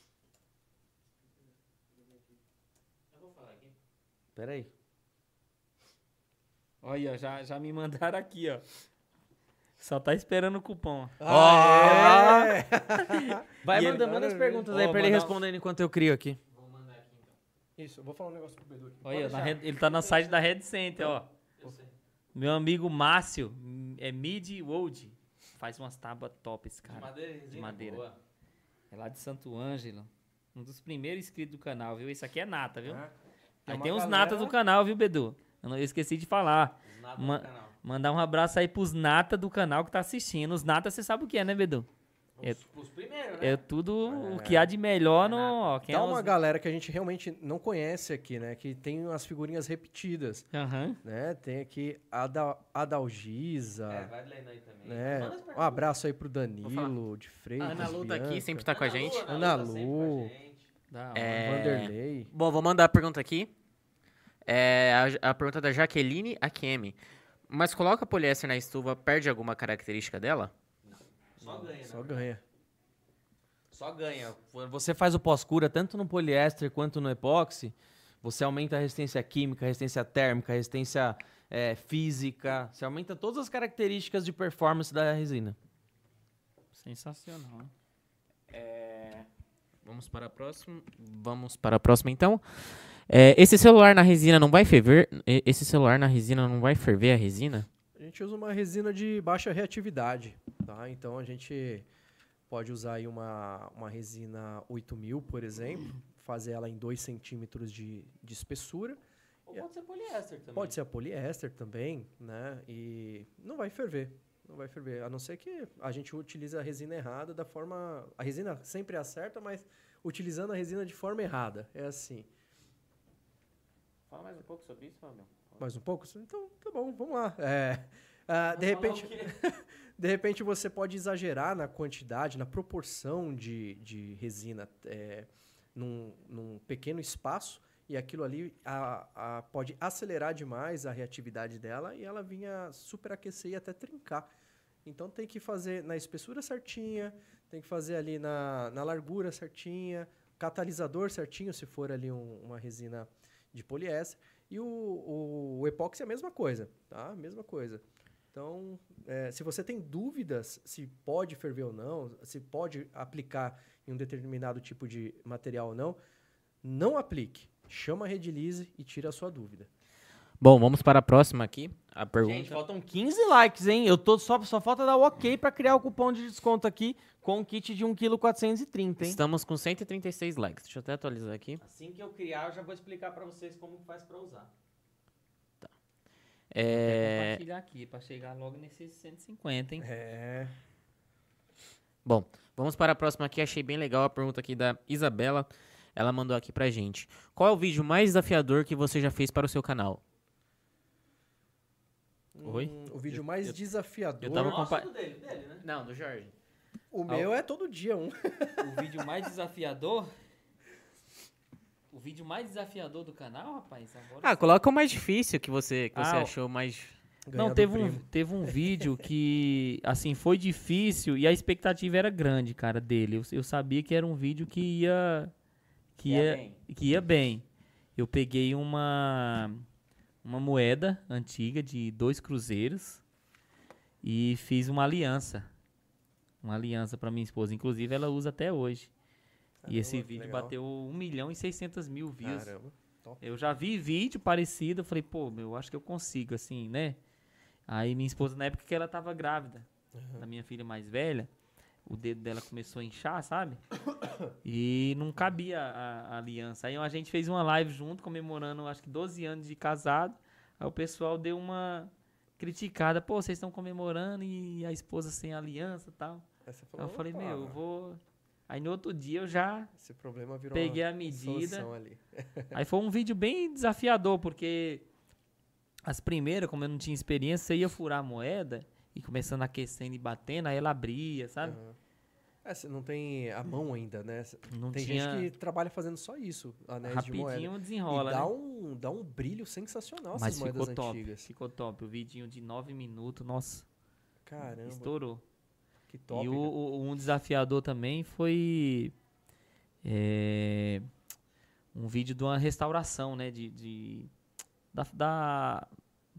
Pera aí. Olha, ó, já, já me mandaram aqui, ó. Só tá esperando o cupom. Ah, é. Vai E manda, ele- manda as perguntas aí Ó, pra ele mandar- respondendo enquanto eu crio aqui. Isso, eu vou falar um negócio pro Bedu aqui. Olha, na Red- ele tá no site da Red Center, ó. Meu amigo Márcio, é Mid World. Faz umas tábuas top esse cara. madeira, De madeira. É lá de Santo Ângelo. Um dos primeiros inscritos do canal, viu? Isso aqui é nata, viu? Ah, Aí uma tem os galera- natas do canal, viu, Bedu? Eu, não, eu esqueci de falar. Ma- mandar um abraço aí pros nata do canal que tá assistindo. Os nata, você sabe o que é, né, Bedu? É, Os primeiros, é tudo o que há de melhor no... Ó, quem Dá é uma os- galera que a gente realmente não conhece aqui, né? Que tem umas figurinhas repetidas, Aham. né? Tem aqui Ada, Adalgisa, vai lendo aí também. né? Um abraço aí pro Danilo, de Freitas, Ana Lu tá aqui, Bianca, sempre tá com a gente. Ana Lu, Da hora. É, Vanderlei. Bom, vou mandar a pergunta aqui. É a, a pergunta da Jaqueline Akemi. Mas coloca poliéster na estufa, perde alguma característica dela? Só ganha, Só ganha. Só ganha. Você faz o pós-cura tanto no poliéster quanto no epóxi, você aumenta a resistência química, a resistência térmica, a resistência é, física, você aumenta todas as características de performance da resina. Sensacional. Vamos para a próxima. Vamos para a próxima, então. É, esse celular na resina não vai ferver? e- Esse celular na resina não vai ferver a resina? A gente usa uma resina de baixa reatividade, tá? Então a gente pode usar aí uma, uma resina oito mil, por exemplo, fazer ela em dois centímetros de, de espessura. Ou pode ser poliéster também. Pode ser a poliéster também, né? E não vai ferver. Não vai ferver. A não ser que a gente utilize a resina errada da forma. A resina sempre acerta, mas utilizando a resina de forma errada. É assim. Fala mais um pouco sobre isso, Fábio. Mais um pouco? Então, tá bom, vamos lá. É, ah, de repente. De repente você pode exagerar na quantidade, na proporção de, de resina é, num, num pequeno espaço e aquilo ali a, a, pode acelerar demais a reatividade dela e ela vinha superaquecer e até trincar. Então tem que fazer na espessura certinha, tem que fazer ali na, na largura certinha, catalisador certinho se for ali um- uma resina de poliéster. E o, o, o epóxi é a mesma coisa, tá? Mesma coisa. Então, é, se você tem dúvidas se pode ferver ou não, se pode aplicar em um determinado tipo de material ou não, não aplique. Chama a Redilize e tira a sua dúvida. Bom, vamos para a próxima aqui. A pergunta. Gente, faltam quinze likes, hein? Eu tô só, só falta dar o ok pra criar o cupom de desconto aqui com um kit de um vírgula quatrocentos e trinta, hein? Estamos com cento e trinta e seis likes. Deixa eu até atualizar aqui. Assim que eu criar, eu já vou explicar pra vocês como faz pra usar. Vou É... compartilhar aqui pra chegar logo nesses cento e cinquenta, hein? É. Bom, vamos para a próxima aqui. Achei bem legal a pergunta aqui da Isabela. Ela mandou aqui pra gente. Qual é o vídeo mais desafiador que você já fez para o seu canal? Oi? Hum, o vídeo mais desafiador. eu tava compa- do dele, dele, né? Não, do Jorge. O meu é todo dia um. O vídeo mais desafiador... O vídeo mais desafiador do canal, rapaz? Agora Ah, coloca o mais difícil que você, que você Ah, o- achou mais... Ganhar Não, do teve um, primo. teve um vídeo que, assim, foi difícil e a expectativa era grande, cara, dele. Eu, eu sabia que era um vídeo que ia... Que Ia ia, bem. que ia bem. Eu peguei uma, uma moeda antiga de dois cruzeiros e fiz uma aliança. Uma aliança pra minha esposa. Inclusive, ela usa até hoje. E esse Caramba, que vídeo legal. bateu um milhão e seiscentos mil views. Caramba. Top. Eu já vi vídeo parecido, eu falei, pô, meu, acho que eu consigo, assim, né? Aí minha esposa, na época que ela tava grávida, da minha filha mais velha, o dedo dela começou a inchar, sabe? E não cabia a, a aliança. Aí a gente fez uma live junto, comemorando, acho que doze anos de casado. Aí o pessoal deu uma criticada, pô, vocês estão comemorando e a esposa sem aliança e tal. Essa Aí eu falei, "Opa, meu, eu vou... Aí no outro dia eu já Esse problema virou peguei uma a medida. solução ali. Aí foi um vídeo bem desafiador, porque as primeiras, como eu não tinha experiência, você ia furar a moeda e começando a aquecendo e batendo, aí ela abria, sabe? Aham. É, você não tem a mão ainda, né? Não tem tinha... gente que trabalha fazendo só isso, anéis de moeda. rapidinho desenrola, e dá, né? um, dá um brilho sensacional Mas essas ficou moedas top, antigas. ficou top. O vidinho de nove minutos, nossa, Caramba, estourou. que top. e o, cara. o- um desafiador também foi é, um vídeo de uma restauração, né? De, de- da, da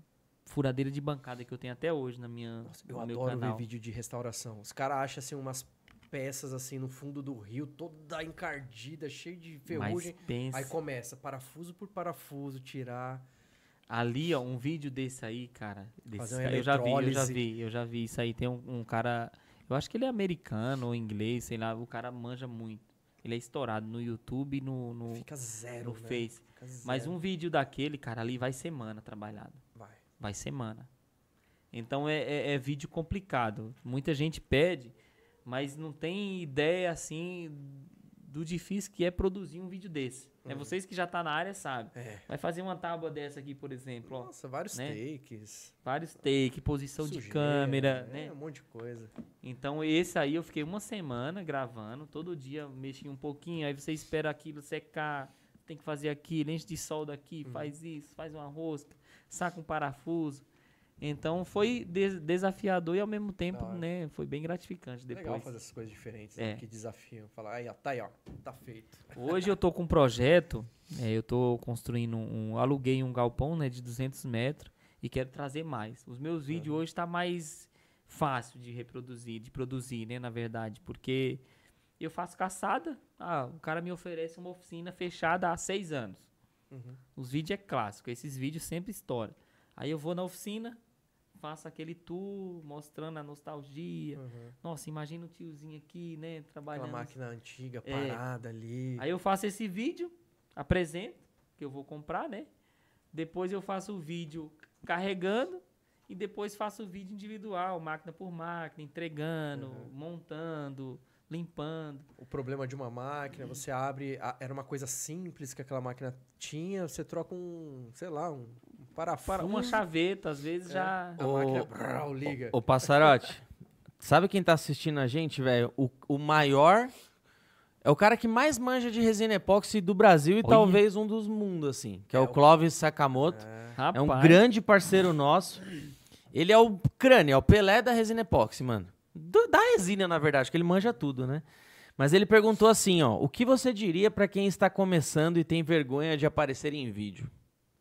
furadeira de bancada que eu tenho até hoje na minha, Nossa, eu no meu adoro ver canal. vídeo de restauração. Os caras acham assim umas peças assim no fundo do rio, toda encardida, cheio de ferrugem. Mas pensa, Aí começa parafuso por parafuso, tirar. ali, ó, um vídeo desse aí, cara, desse Fazer uma cara, eu já vi, eu já eletrólise. vi, eu já vi isso aí. Tem um, um cara, eu acho que ele é americano ou inglês, sei lá, o cara manja muito. Ele é estourado no YouTube e no, no, Fica zero, no né? Face. Fica zero. Mas um vídeo daquele, cara, ali vai semana trabalhado. Vai. Vai semana. Então é, é, é vídeo complicado. Muita gente pede, mas não tem ideia, assim, do difícil que é produzir um vídeo desse. É, vocês que já tá na área sabem. É. Vai fazer uma tábua dessa aqui, por exemplo, ó. Nossa, vários né? takes. Vários take, posição de sujeira, câmera, é, né? um monte de coisa. Então esse aí eu fiquei uma semana gravando, todo dia mexia um pouquinho, aí você espera aquilo secar, tem que fazer aquilo, enche de solda aqui, Uhum. faz isso, faz uma rosca, saca um parafuso. Então foi des- desafiador e ao mesmo tempo, Da hora. né, foi bem gratificante depois. Legal fazer essas coisas diferentes, É. né? Que desafiam. Falar, aí, ó, tá aí, ó, tá feito. Hoje eu tô com um projeto, é, eu tô construindo um, aluguei um galpão, né, de duzentos metros e quero trazer mais. Os meus vídeos hoje tá mais fácil de reproduzir, de produzir, né, na verdade, porque eu faço caçada, ah, o cara me oferece uma oficina fechada há seis anos. Uhum. Os vídeos é clássico, esses vídeos sempre estouram. Aí eu vou na oficina, faço aquele tour, mostrando a nostalgia. Uhum. Nossa, imagina o tiozinho aqui, né, Aquela trabalhando. máquina antiga, É. parada ali. Aí eu faço esse vídeo, apresento, que eu vou comprar, né? Depois eu faço o vídeo carregando e depois faço o vídeo individual, máquina por máquina, entregando, Uhum. montando, limpando. O problema de uma máquina, você abre, a- era uma coisa simples que aquela máquina tinha, você troca um, sei lá, um parafuso. Para uma chaveta, às É. vezes já. A Ô, máquina brau, liga. Ô, Passarotti, sabe quem tá assistindo a gente, velho? O, o maior... É o cara que mais manja de resina epóxi do Brasil e Olha. talvez um dos mundos, assim. Que é, É o o- Clóvis Sakamoto. É. Rapaz, É um grande parceiro nosso. Ele é o crânio, é o Pelé da resina epóxi, mano. Do- da resina, na verdade, que ele manja tudo, né? Mas ele perguntou assim, ó. O que você diria pra quem está começando e tem vergonha de aparecer em vídeo?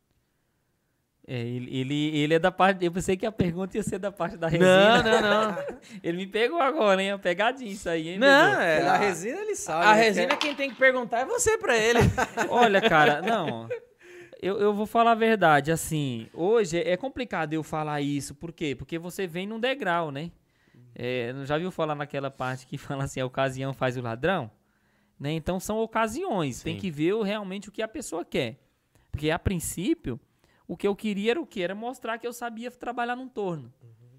É, ele, ele, ele é da parte. Eu pensei que a pergunta ia ser da parte da resina. Não, não, não. Ele me pegou agora, hein? Pegadinho isso aí, hein? Não, Bedu? é, a a, resina ele sabe. a né? resina quem tem que perguntar é você pra ele. Olha, cara, não. Eu, eu vou falar a verdade, assim, hoje é complicado eu falar isso, por quê? Porque você vem num degrau, né? É, já viu falar naquela parte que fala assim, a ocasião faz o ladrão? Né? Então são ocasiões, tem Sim. que ver o- realmente o que a pessoa quer. Porque a princípio, o que eu queria era o quê? Era mostrar que eu sabia trabalhar num torno.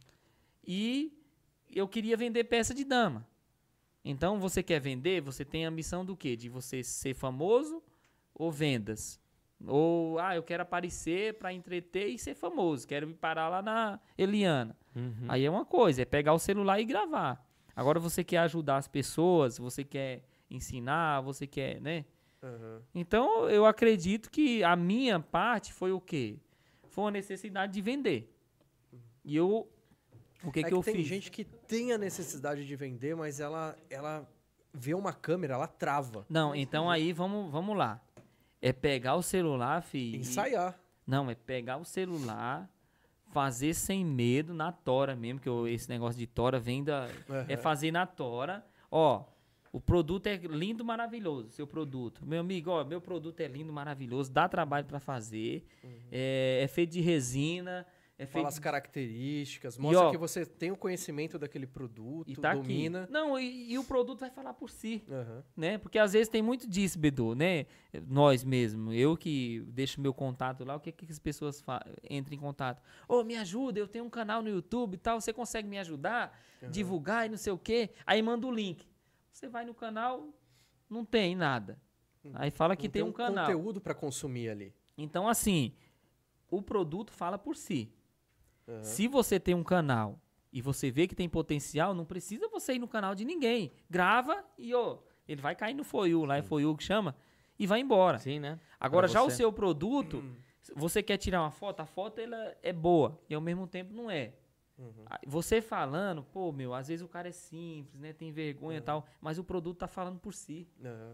E eu queria vender peça de dama. Então, você quer vender, você tem a missão do quê? De você ser famoso ou vendas? Ou, ah, eu quero aparecer para entreter e ser famoso. Quero me parar lá na Eliana. Aí é uma coisa, é pegar o celular e gravar. Agora você quer ajudar as pessoas, você quer ensinar, você quer, né? Uhum. Então, eu acredito que a minha parte foi o quê? Foi uma necessidade de vender. E eu... O que É que, que eu tem fiz? gente que tem a necessidade de vender, mas ela, ela vê uma câmera, ela trava. Não, então aí vamos, vamos lá. É pegar o celular, filho. e- Ensaiar. Não, é pegar o celular, fazer sem medo, na tora mesmo, que eu- esse negócio de tora vem da... É Uhum. fazer na tora. Ó, o produto é lindo, maravilhoso, seu produto. Meu amigo, ó, meu produto é lindo, maravilhoso, dá trabalho pra fazer. É, é feito de resina, é feito... Fala as características, mostra ó, que você tem o conhecimento daquele produto, E tá domina. aqui. Não, e, e o produto vai falar por si. Uhum. Né? Porque às vezes tem muito disso, Bedu, né? Nós mesmo, eu que deixo meu contato lá, o que, que as pessoas fa- entram em contato? Ô, me ajuda, eu tenho um canal no YouTube e tal, você consegue me ajudar? Divulgar e não sei o quê? Aí manda o link. Você vai no canal, não tem nada. Aí fala que Não tem um canal. conteúdo para consumir ali. Então, assim, o produto fala por si. Uhum. Se você tem um canal e você vê que tem potencial, não precisa você ir no canal de ninguém. Grava e, ó, ele vai cair no For You, lá é For You que chama, e vai embora. Sim, né? Agora, Pra já o você. seu produto, você quer tirar uma foto, a foto ela é boa e ao mesmo tempo não é. Uhum. Ah, Você falando, pô, meu, às vezes o cara é simples, né? Tem vergonha e tal, mas o produto tá falando por si. Uhum.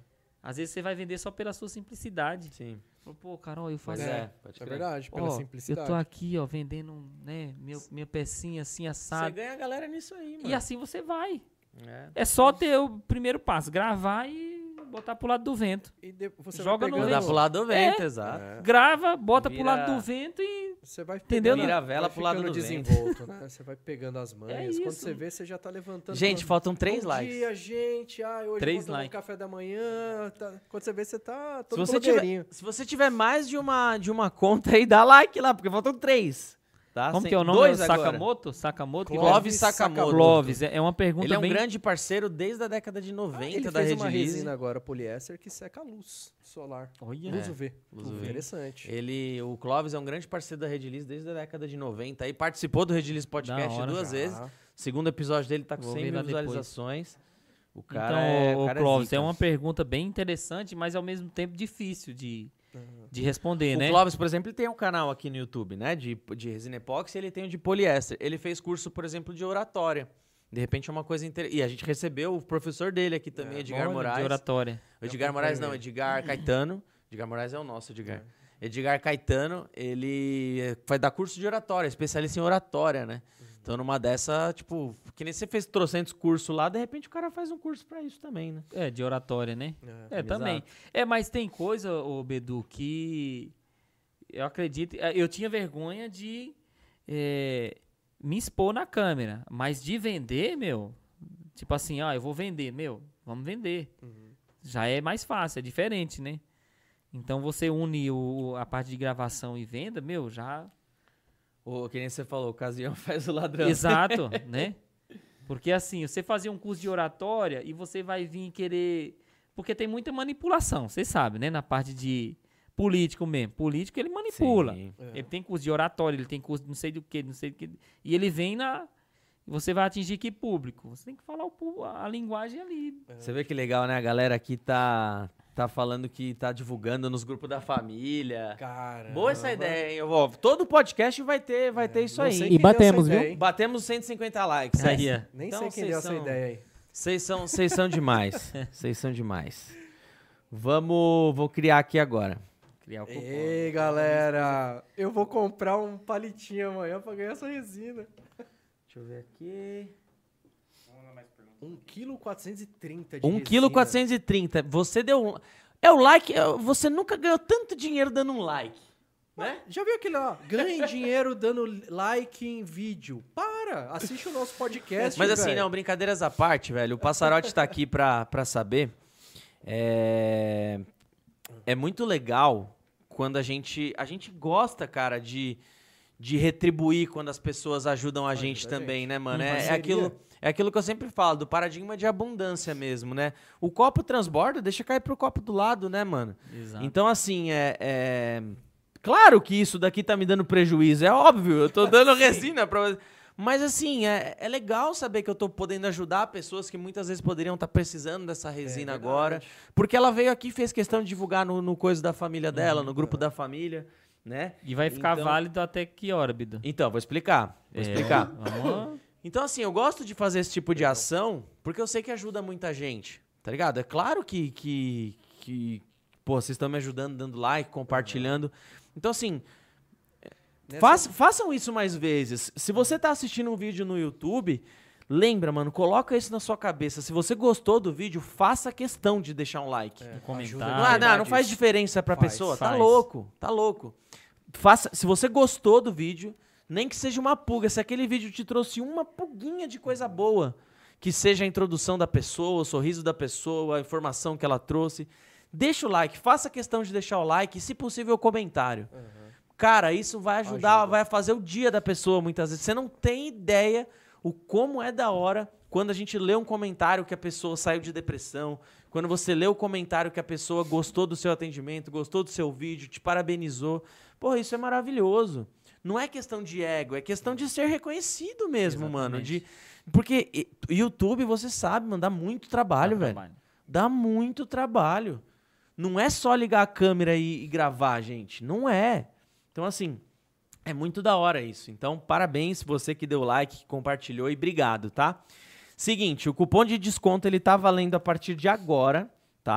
Às vezes você vai vender só pela sua simplicidade. Sim. Pô, Carol, eu faço... Mas É, é, pode é crer. verdade, pela Ó, simplicidade. eu tô aqui, ó, vendendo, né, meu, minha pecinha assim, Você assado. ganha a galera nisso aí, mano. E assim você vai. É. É só ter o primeiro passo, gravar e botar pro lado do vento. E de- você Joga vai no pegando, Mandar pro lado do vento, É. exato. É, Grava, bota Vira- pro lado do vento e... você vai Entendeu? pegando- Vira a vela vai pro lado ficando do vento. desenvolto, né? Você vai pegando as manhas. É Quando isso. você vê, você já tá levantando. Gente, falando, faltam três Bom likes. dia, gente. Ah, hoje Três vou tomar um likes. café da manhã. tá- Quando você vê, você tá Se todo você, tiver, blogueirinho. se você tiver mais de uma, de uma conta aí, dá like lá, porque faltam três. Tá? Como Sem- que é o nome? Dois É agora. Sakamoto? Sakamoto? que Clóvis vai- Sakamoto. Clóvis, é é uma pergunta Ele é um bem... grande parceiro desde a década de Ah, noventa ele da fez uma Redilize. resina agora, poliéster, que seca a luz solar. Olha. Luz É, U V. luz U V. Interessante. Ele, o Clóvis é um grande parceiro da Redilize desde a década de noventa. Aí participou do Redilize Podcast Da hora. duas Já. vezes. O segundo episódio dele tá com Vou cem ver mil lá depois. visualizações. O cara Então, é, o ô, cara Clóvis, zica. é uma pergunta bem interessante, mas ao mesmo tempo difícil de, de responder, O né? Clóvis, por exemplo, ele tem um canal aqui no YouTube, né? De, de resina epóxi, e ele tem o de poliéster. Ele fez curso, por exemplo, de oratória. De repente é uma coisa interessante. E a gente recebeu o professor dele aqui também, É, Edgar Olha, Moraes. de oratória. O Edgar Eu Moraes não, acompanho Edgar Caetano. Edgar Moraes é o nosso, Edgar. Edgar Caetano, ele vai dar curso de oratória, especialista em oratória, né? Então, numa dessa, tipo, que nem você fez trocentos cursos lá, de repente o cara faz um curso pra isso também, né? É, de oratória, né? É. É, também. É, mas tem coisa, ô Bedu, que eu acredito... é, Eu tinha vergonha de é, me expor na câmera, mas de vender, meu... Tipo assim, ó, eu vou vender, meu, vamos vender. Já é mais fácil, é diferente, né? Então você une o, a parte de gravação e venda, meu, já... Ou, que nem você falou, ocasião faz o ladrão. Exato, né? Porque assim, você fazer um curso de oratória e você vai vir querer... Porque tem muita manipulação, você sabe, né? Na parte de político mesmo. Político, ele manipula. Sim. É. Ele tem curso de oratória, ele tem curso de não sei do que, não sei do que. E ele vem na... Você vai atingir que público? Você tem que falar o, pu- a linguagem ali. Você vê que legal, né? A galera aqui tá, tá falando que tá divulgando nos grupos da família. Cara. Boa essa ideia, hein? Ó, todo podcast vai ter, vai ter isso Não aí. sei hein? quem E batemos, deu essa viu? ideia, hein? Batemos cento e cinquenta likes. Aí, hein? ó. Nem Então, sei quem vocês deu essa são- ideia aí. Vocês são, vocês são demais. Vocês são demais. Vamos, vou criar aqui agora. Criar o cupom. Ei, galera. Eu vou comprar um palitinho amanhã pra ganhar essa resina. Deixa eu ver aqui. um vírgula quatrocentos e trinta de um resina. quilo quatrocentos e trinta. Você deu um... É o like... é, Você nunca ganhou tanto dinheiro dando um like. Né? Já viu aquele, ó? Ganhe dinheiro dando like em vídeo. Para! Assiste o nosso podcast, Mas assim, velho. não, brincadeiras à parte, velho. O Passarote tá aqui pra, pra saber. É... é muito legal quando a gente... A gente gosta, cara, de, de retribuir quando as pessoas ajudam a Ajuda gente a também, gente. né, mano? Em É, é parceria. aquilo... É aquilo que eu sempre falo, do paradigma de abundância mesmo, né? O copo transborda, deixa cair pro copo do lado, né, mano? Exato. Então, assim, é, é- Claro que isso daqui tá me dando prejuízo, é óbvio. Eu tô dando resina pra... Mas, assim, é, é legal saber que eu tô podendo ajudar pessoas que muitas vezes poderiam estar precisando dessa resina É agora. verdade. Porque ela veio aqui e fez questão de divulgar no, no coisa da família dela, no grupo da família, né? E vai ficar Então- válido até que hora, Bidu? Então, vou explicar. Vou É, explicar. Vamos... Então, assim, eu gosto de fazer esse tipo de ação porque eu sei que ajuda muita gente, tá ligado? É claro que, que, que pô, vocês estão me ajudando, dando like, compartilhando. Então, assim, Nessa- faça- façam isso mais vezes. Se você tá assistindo um vídeo no YouTube, lembra, mano, coloca isso na sua cabeça. Se você gostou do vídeo, faça questão de deixar um like. É, Um comentário. ajuda Não, é- não, verdade não faz isso. diferença pra Faz, pessoa. Tá faz. louco, tá louco. Faça, se você gostou do vídeo, nem que seja uma pulga, se aquele vídeo te trouxe uma pulguinha de coisa boa, que seja a introdução da pessoa, o sorriso da pessoa, a informação que ela trouxe, deixa o like, faça questão de deixar o like e, se possível, o comentário. Cara, isso vai ajudar, Ajuda. vai fazer o dia da pessoa muitas vezes. Você não tem ideia o como é da hora quando a gente lê um comentário que a pessoa saiu de depressão, quando você lê o comentário que a pessoa gostou do seu atendimento, gostou do seu vídeo, te parabenizou. Porra, isso é maravilhoso. Não é questão de ego, é questão de ser reconhecido mesmo, mano. De, porque e- YouTube, você sabe, mano, dá muito trabalho, Dá velho. trabalho. Dá muito trabalho. Não é só ligar a câmera e, e gravar, gente. Não é. Então, assim, é muito da hora isso. Então, parabéns você que deu like, que compartilhou e obrigado, tá? Seguinte, o cupom de desconto ele tá valendo a partir de agora, tá?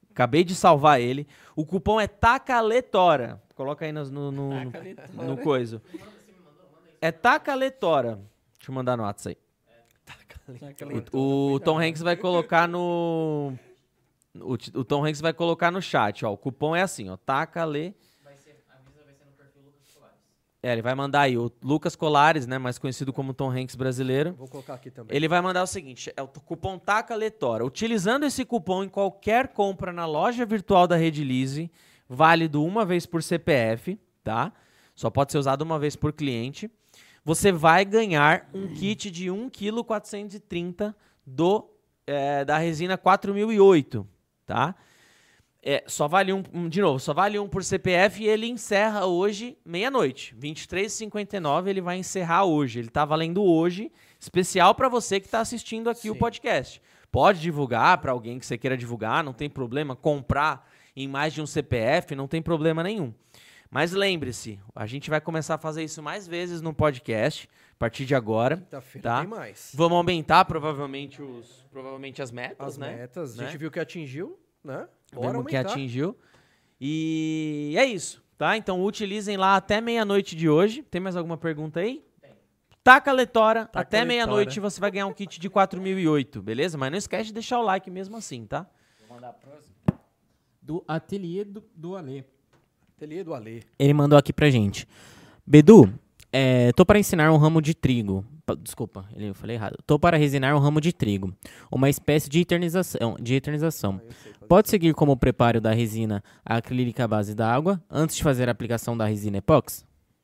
Acabei de salvar ele. O cupom é TACALETORA. Coloca aí no, no, no, no, no coisa. É TACALETORA. Deixa eu mandar no WhatsApp aí. O, o Tom Hanks vai colocar no... O, o Tom Hanks vai colocar no chat, ó. O cupom é assim, ó. TACALE... Vai ser, avisa, vai ser no perfil Lucas Colares. É, ele vai mandar aí. O Lucas Colares, né? Mais conhecido como Tom Hanks brasileiro. Vou colocar aqui também. Ele vai mandar o seguinte, é o cupom TACALETORA. Utilizando esse cupom em qualquer compra na loja virtual da Redilize, válido uma vez por C P F, tá? Só pode ser usado uma vez por cliente. Você vai ganhar um kit de um vírgula quatrocentos e trinta quilos é, da resina quatro mil e oito, tá? É, só vale um, um, de novo, só vale um por C P F e ele encerra hoje, meia-noite. vinte e três e cinquenta e nove ele vai encerrar hoje. Ele tá valendo hoje, especial para você que tá assistindo aqui Sim. o podcast. Pode divulgar para alguém que você queira divulgar, não tem problema. Comprar em mais de um C P F, não tem problema nenhum. Mas lembre-se, a gente vai começar a fazer isso mais vezes no podcast, a partir de agora. Quinta-feira tá? tem mais. Vamos aumentar provavelmente, os, provavelmente as metas, As né? metas, a né? gente viu que atingiu, né? Bora Vemos que atingiu. E é isso, tá? Então utilizem lá até meia-noite de hoje. Tem mais alguma pergunta aí? Tem. TACALETORA, Taca até Letora. meia-noite você vai ganhar um kit de quatro mil e oito, beleza? Mas não esquece de deixar o like mesmo assim, tá? Vou mandar a próxima. Do ateliê do, do Alê. Ateliê do Alê. Ele mandou aqui pra gente. Bedu, é, tô para ensinar um ramo de trigo. Pa- Desculpa, ele- eu falei errado. Tô para resinar um ramo de trigo. Uma espécie de eternização. De eternização. Ah, eu sei fazer. Pode seguir como preparo da resina acrílica à base da água antes de fazer a aplicação da resina epóxi?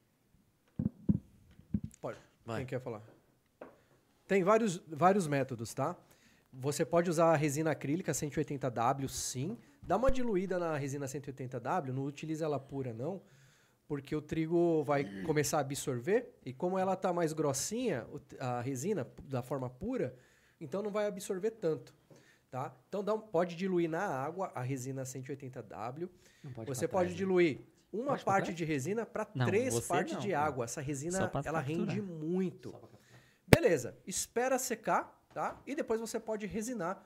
Pode. Vai. Quem quer falar? Tem vários, vários métodos, tá? Você pode usar a resina acrílica cento e oitenta W, sim. Dá uma diluída na resina cento e oitenta W, não utiliza ela pura, não, porque o trigo vai começar a absorver e como ela tá mais grossinha, o- a resina, da forma pura, então não vai absorver tanto, tá? Então dá um- pode diluir na água a resina cento e oitenta W. Você pode diluir uma Pode pra parte trás? de resina para Não, três você partes não, de não. água. Essa Só resina, pra ela capturar. rende muito. Beleza, espera secar, tá? E depois você pode resinar,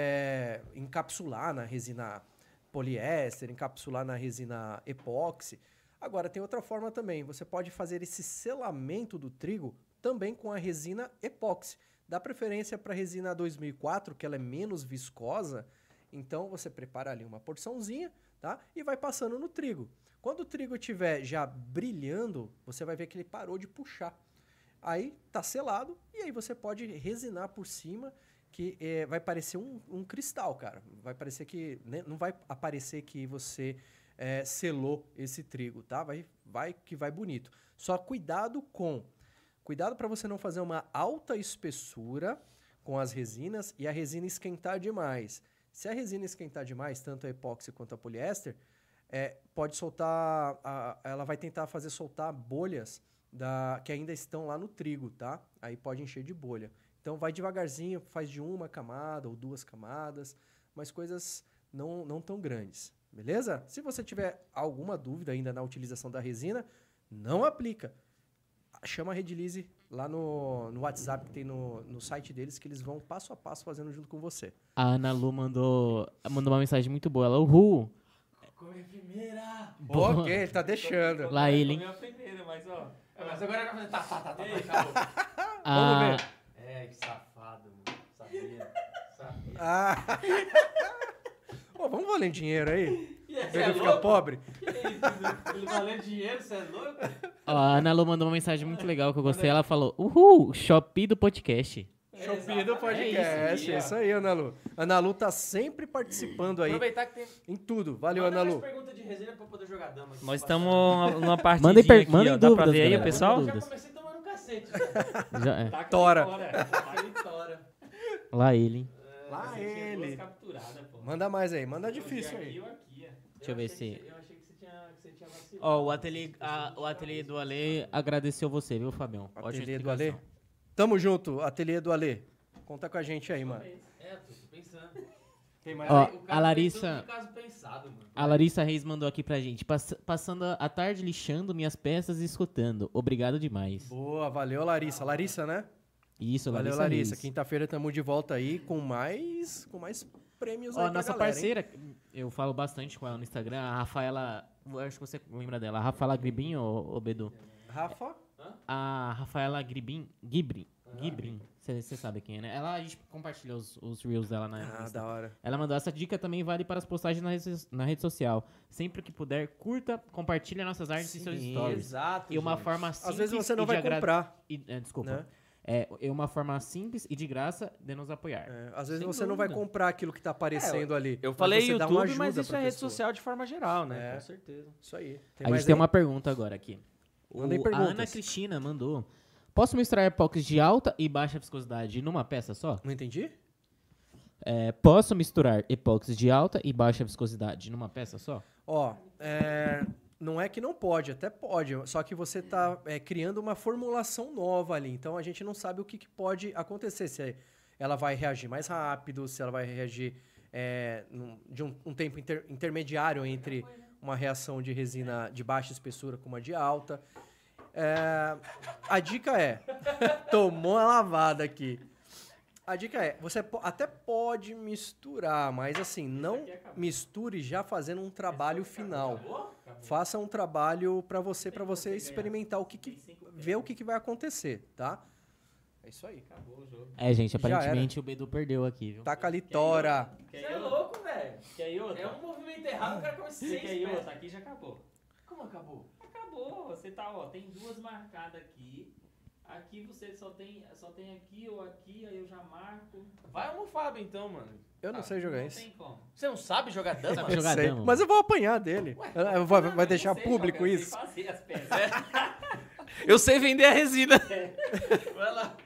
é, encapsular na resina poliéster, encapsular na resina epóxi. Agora, tem outra forma também. Você pode fazer esse selamento do trigo também com a resina epóxi. Dá preferência para a resina dois mil e quatro, que ela é menos viscosa. Então, você prepara ali uma porçãozinha, tá? E vai passando no trigo. Quando o trigo estiver já brilhando, você vai ver que ele parou de puxar. Aí tá selado e aí você pode resinar por cima, que eh, vai parecer um, um cristal, cara. Vai parecer que né, não vai aparecer que você eh, selou esse trigo, tá? Vai, vai que vai bonito. Só cuidado com, cuidado para você não fazer uma alta espessura com as resinas e a resina esquentar demais. Se a resina esquentar demais, tanto a epóxi quanto a poliéster, eh, pode soltar, a, ela vai tentar fazer soltar bolhas Da, que ainda estão lá no trigo, tá? Aí pode encher de bolha. Então vai devagarzinho, faz de uma camada ou duas camadas, mas coisas não, não tão grandes, beleza? Se você tiver alguma dúvida ainda na utilização da resina, não aplica. Chama a Redilize lá no, no WhatsApp que tem no, no site deles, que eles vão passo a passo fazendo junto com você. A Ana Lu mandou, mandou uma mensagem muito boa. Ela, uhul. Comi a primeira! Ok, ele tá deixando. Lá ele, hein? Comi a primeira, mas ó... Mas agora era fazer tá, tá, tá, tá, acabou. Vamos A, ver. É, que safado, mano. Sabia. Sabia. Ah. Ô, vamos valer dinheiro aí? Yeah, Pra ele ficar pobre? Ele valendo dinheiro, você é louco? ó, a Ana Lu mandou uma mensagem muito legal que eu gostei. Ela falou, uhul, Shopee do podcast. Shopee do podcast. É É isso, isso aí, Ana Lu. Ana Lu tá sempre participando aí Aproveitar que tem... em tudo. Valeu, Ana Lu. pergunta de resina pra poder jogar dama. aqui. Nós estamos numa partidinha Mandem per- aqui, mandem ó. Dá pra dúvidas, ver aí, galera. o pessoal? Mandem Já comecei tomando um cacete. Já é. Taca Tora. ele fora. Taca ele tora. Lá ele, hein? Lá Você tinha duas ele. capturadas, pô. Manda mais aí, manda difícil Aqui aí. ou aqui, é. Deixa eu ver achei se- que você- Eu achei que você tinha, que você tinha vacilado. Ó, o ateliê, a- o ateliê do Ale agradeceu você, viu, Fabião? Ótima Ateliê do explicação. Alê. Tamo junto, Ateliê do Alê. Conta com a gente aí, mano. É, tô pensando. Tem mais Ó, aí? O cara a fez Larissa- tudo de caso pensado, mano. A Larissa Reis mandou aqui pra gente. Pass- passando a tarde lixando minhas peças e escutando. Obrigado demais. Boa, valeu, Larissa. Larissa, né? Isso, Valeu, Larissa Larissa. Reis. Quinta-feira tamo de volta aí com mais, com mais prêmios Ó, aí pra nossa galera, hein? parceira, eu falo bastante com ela no Instagram, a Rafaela, eu acho que você lembra dela, a Rafaela Gribin ou Bedu? Rafa, A Rafaela Gribin, Gibrin, Gibrin, você sabe quem é, né? Ela, a gente compartilha os, os reels dela na ah, Insta. da hora. Ela mandou, essa dica também vale para as postagens na rede, na rede social. Sempre que puder, curta, compartilhe nossas artes e seus stories. Exato, E uma gente. forma simples Às vezes você não e de vai agra- comprar. e, é, desculpa. Né? É, é uma forma simples e de graça de nos apoiar. É, às vezes Sem você não vai dúvida. comprar aquilo que tá aparecendo ali. Eu mas falei você dá uma YouTube, ajuda mas isso pra é rede pessoa. social de forma geral, né? É. Com certeza. Isso aí. a mais gente tem aí? uma pergunta agora aqui. O, Mandem a perguntas. Ana Cristina mandou. Posso misturar epóxi de alta e baixa viscosidade numa peça só? Não entendi? É, posso misturar epóxi de alta e baixa viscosidade numa peça só? Ó, é, não é que não pode, até pode, só que você tá é, criando uma formulação nova ali, então a gente não sabe o que, que pode acontecer, se ela vai reagir mais rápido, se ela vai reagir é, num- de um, um tempo inter- intermediário entre uma reação de resina de baixa espessura com uma de alta. É, a dica é, tomou a lavada aqui. A dica é, você po- até pode misturar, mas assim, não misture já fazendo um trabalho final. Faça um trabalho para você, para você experimentar o que, que ver o que, que vai acontecer, tá? É isso aí. É, gente, Já aparentemente o Bedu perdeu aqui, viu? Taca ali, tora. Você é louco, velho. Quer ir outra? É um movimento errado, o cara come seis Quer ir peças. outra? Aqui já acabou. Como acabou? Acabou. Você tá, ó, tem duas marcadas aqui. Aqui você só tem, só tem aqui ou aqui, aí eu já marco. Vai o Fábio então, mano. Eu não Ah, sei jogar não isso. tem como. Você não sabe jogar dama? Sabe Eu jogar sei, dama. mas eu vou apanhar dele. Eu vou- vai Eu deixar não sei público jogar, eu isso? sei fazer as peças. Eu sei vender a resina. Vai lá.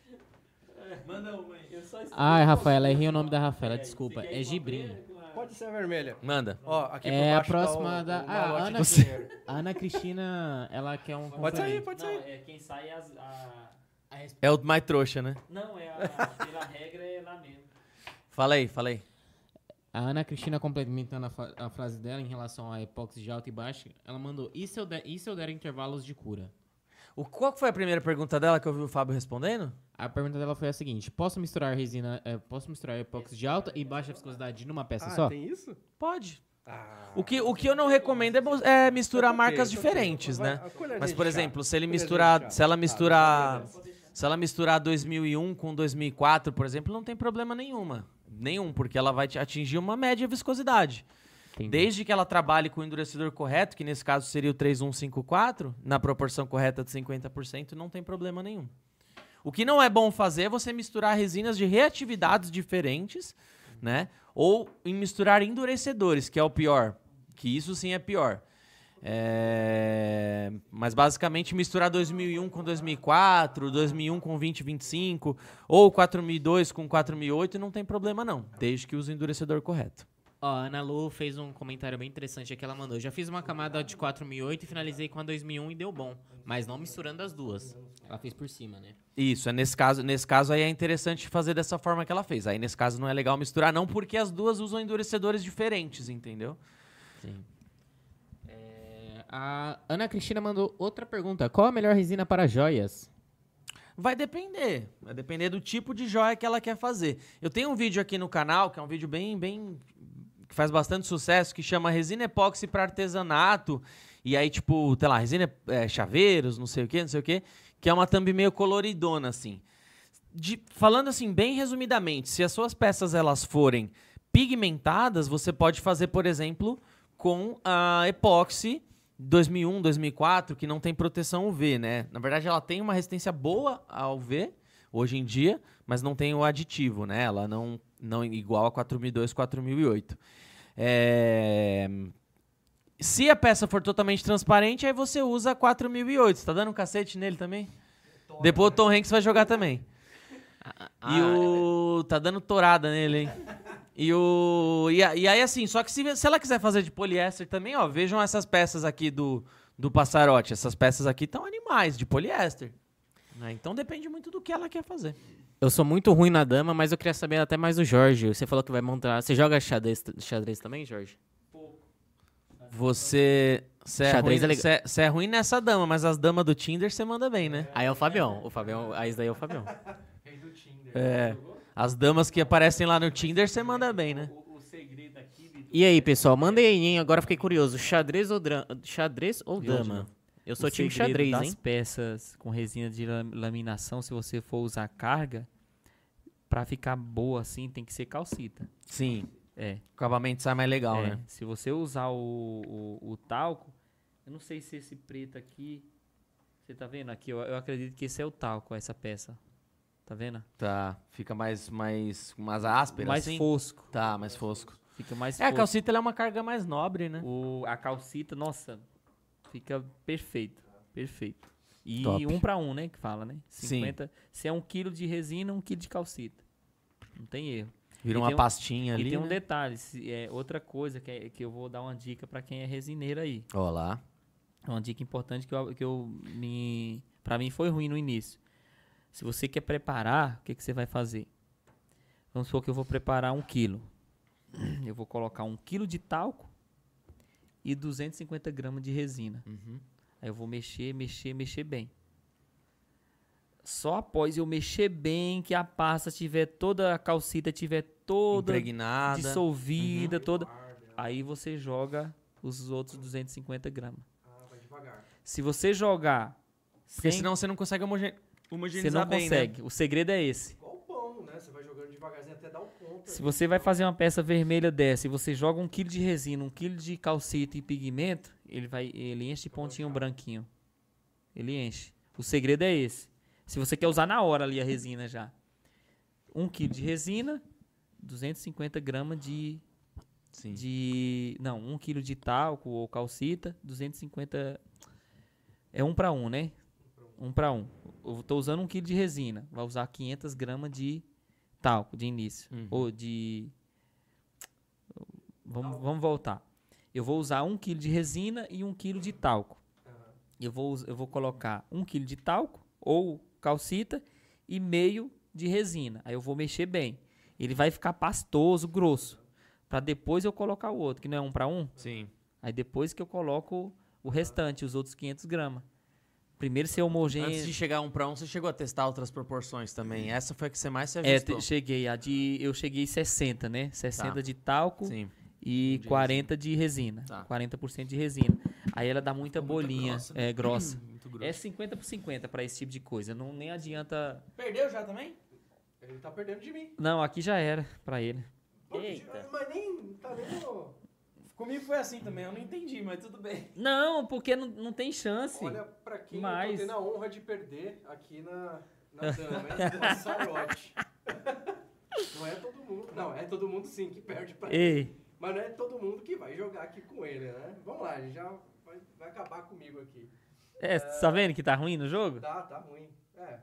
Manda uma aí. Eu só escrevo Ai, com Rafaela, você, errei o nome ó. da Rafaela, É, desculpa. você quer É ir com a Gibrim. primeira, com a- Pode ser a vermelha. Manda. Ó, aqui É por a baixo tá próxima o- da- o ah, malote Ana- do dinheiro. A Ana Cristina, ela quer um Pode sair, complemento. pode Não, sair. é quem sai é as, a... a resp- É o mais trouxa, né? Não, é a, pela regra é lá mesmo. Fala aí, fala aí. A Ana Cristina, complementando a, fa- a frase dela em relação a epóxi de alta e baixa, ela mandou, e se eu der, e se eu der intervalos de cura? O, qual que foi a primeira pergunta dela que eu vi o Fábio respondendo? A pergunta dela foi a seguinte, posso misturar resina, eh, posso misturar epóxi de alta e baixa viscosidade numa peça Ah, só? tem isso? Pode. Ah. O que, o que eu não recomendo é, mo- é misturar Tá ok, marcas tá ok. diferentes, Vai, né? a colher Mas, de por chá. exemplo, se ele Colher de misturar, chá. se ela Tá, misturar, deixa eu ver. se ela misturar dois mil e um com dois mil e quatro, por exemplo, não tem problema nenhuma. Nenhum, porque ela vai te atingir uma média viscosidade. Entendi. Desde que ela trabalhe com o endurecedor correto, que nesse caso seria o três um cinco quatro, na proporção correta de cinquenta por cento, não tem problema nenhum. O que não é bom fazer é você misturar resinas de reatividades diferentes, né? Ou em misturar endurecedores, que é o pior. Que isso sim é pior. É, Mas basicamente misturar dois mil e um com dois mil e quatro, dois mil e um com vinte vinte e cinco, ou quatro mil e dois com quatro mil e oito, não tem problema não, desde que use o endurecedor correto. Ó, a Ana Lu fez um comentário bem interessante aqui, ela mandou, já fiz uma camada de quatro mil e oito e finalizei com a dois mil e um e deu bom, mas não misturando as duas. Ela fez por cima, né? Isso, é nesse caso, nesse caso aí é interessante fazer dessa forma que ela fez. Aí nesse caso não é legal misturar não, porque as duas usam endurecedores diferentes, entendeu? Sim. É, a Ana Cristina mandou outra pergunta, qual a melhor resina para joias? Vai depender. Vai depender do tipo de joia que ela quer fazer. Eu tenho um vídeo aqui no canal, que é um vídeo bem, bem que faz bastante sucesso, que chama Resina Epóxi para Artesanato. E aí, tipo, sei lá, resina é, chaveiros, não sei o quê, não sei o quê, que é uma thumb meio coloridona, assim. De, falando assim, bem resumidamente, se as suas peças elas forem pigmentadas, você pode fazer, por exemplo, com a epóxi dois mil e um, dois mil e quatro, que não tem proteção U V, né? Na verdade, ela tem uma resistência boa ao U V, hoje em dia, mas não tem o aditivo, né? Ela não, não igual a quatro mil e dois, quatro mil e oito. É... Se a peça for totalmente transparente, aí você usa quatro mil e oito. Você tá dando um cacete nele também? Depois o Tom Hanks vai jogar também. E o... Tá dando torada nele, hein? E, o... e, a- e aí, assim, só que se, se ela quiser fazer de poliéster também, ó, vejam essas peças aqui do, do passarote. Essas peças aqui estão animais, de poliéster. Né? Então depende muito do que ela quer fazer. Eu sou muito ruim na dama, mas eu queria saber até mais do Jorge. Você falou que vai montar... Você joga xadrez, xadrez também, Jorge? Você... Você é, Xadrez ruim, é legal. você é- você é ruim nessa dama, mas as damas do Tinder você manda bem, né? Aí é o Fabião. O Fabião... Aí isso daí é o Fabião. É. As damas que aparecem lá no Tinder, você manda bem, né? O, o segredo aqui, Bidu, E aí, pessoal, mandem aí, hein? Agora fiquei curioso. Xadrez ou, dra... xadrez ou E hoje, dama? não? Eu sou o time segredo xadrez, das hein? peças com resina de lam- laminação, se você for usar carga, pra ficar boa assim, tem que ser calcita. Sim. É. O acabamento sai mais legal, é. né? Se você usar o, o, o talco, eu não sei se esse preto aqui, você tá vendo aqui? Eu, eu acredito que esse é o talco, essa peça. Tá vendo? Tá. Fica mais, mais, mais áspero, Mais assim? fosco. Tá, mais fosco. Fica mais É, a fosco. calcita ela é uma carga mais nobre, né? O, a calcita, nossa, fica perfeito. Perfeito. E Top. um pra um, né? Que fala, né? Sim. cinquenta. Se é um quilo de resina, um quilo de calcita. Não tem erro. Vira E uma tem um- pastinha ali, e tem um né? detalhe, se- é outra coisa que, é- que eu vou dar uma dica pra quem é resineiro aí. Ó lá. É uma dica importante que eu, que eu me, para mim foi ruim no início. Se você quer preparar, o que, que você vai fazer? Vamos supor que eu vou preparar um quilo. Eu vou colocar um quilo de talco e duzentos e cinquenta gramas de resina. Uhum. Aí eu vou mexer, mexer, mexer bem. Só após eu mexer bem, que a pasta tiver toda, a calcita tiver toda Impregnada. dissolvida, toda. Aí você joga os outros duzentos e cinquenta gramas. Ah, vai devagar. Se você jogar Porque sem, senão você não consegue homoge... você homogeneizar não bem, consegue. né? O segredo é esse. Igual o pão, né? Você vai jogando devagarzinho até dar o ponto. Se você vai fazer uma peça vermelha dessa e você joga um quilo de resina, um quilo de calcita e pigmento, ele vai, ele enche de pontinho branquinho. Ele enche. O segredo é esse. Se você quer usar na hora ali a resina já. Um quilo de resina, duzentos e cinquenta gramas de, Sim. de... Não, um quilo de talco ou calcita, duzentos e cinquenta... É um para um, né? Um para um. Eu tô usando um quilo de resina. Vai usar quinhentas gramas de talco de início. Uhum. Ou de... Vamos, vamos voltar. Eu vou usar um quilo de resina e um quilo de talco. Eu vou, us- eu vou colocar um quilo de talco ou calcita e meio de resina. Aí eu vou mexer bem. Ele vai ficar pastoso, grosso. Para depois eu colocar o outro, que não é um para um. Sim. Aí depois que eu coloco o restante, os outros quinhentas gramas. Primeiro ser homogêneo. Antes de chegar um pra um, você chegou a testar outras proporções também. Essa foi a que você mais se É, ajustou. te- cheguei. A de, eu cheguei sessenta, né? sessenta Tá. de talco Sim. e De quarenta de resina. Tá. quarenta por cento de resina. Aí ela dá muita Ficou muito bolinha. grossa, É grossa. Muito grosso. É cinquenta por cinquenta para esse tipo de coisa. Não, nem adianta. Perdeu já também? Ele tá perdendo de mim. Não, aqui já era pra ele. Eita. Mas nem. Tá nem no... Comigo foi assim também, eu não entendi, mas tudo bem. Não, porque não, não tem chance. Olha, pra quem Mas- eu tô tendo a honra de perder aqui na, na dama, hein? Passarote. Não é todo mundo. Não, é todo mundo sim que perde pra ele. Ei, Mas não é todo mundo que vai jogar aqui com ele, né? Vamos lá, ele já vai, vai acabar comigo aqui. é, tá vendo que tá ruim no jogo? Tá, tá ruim. É.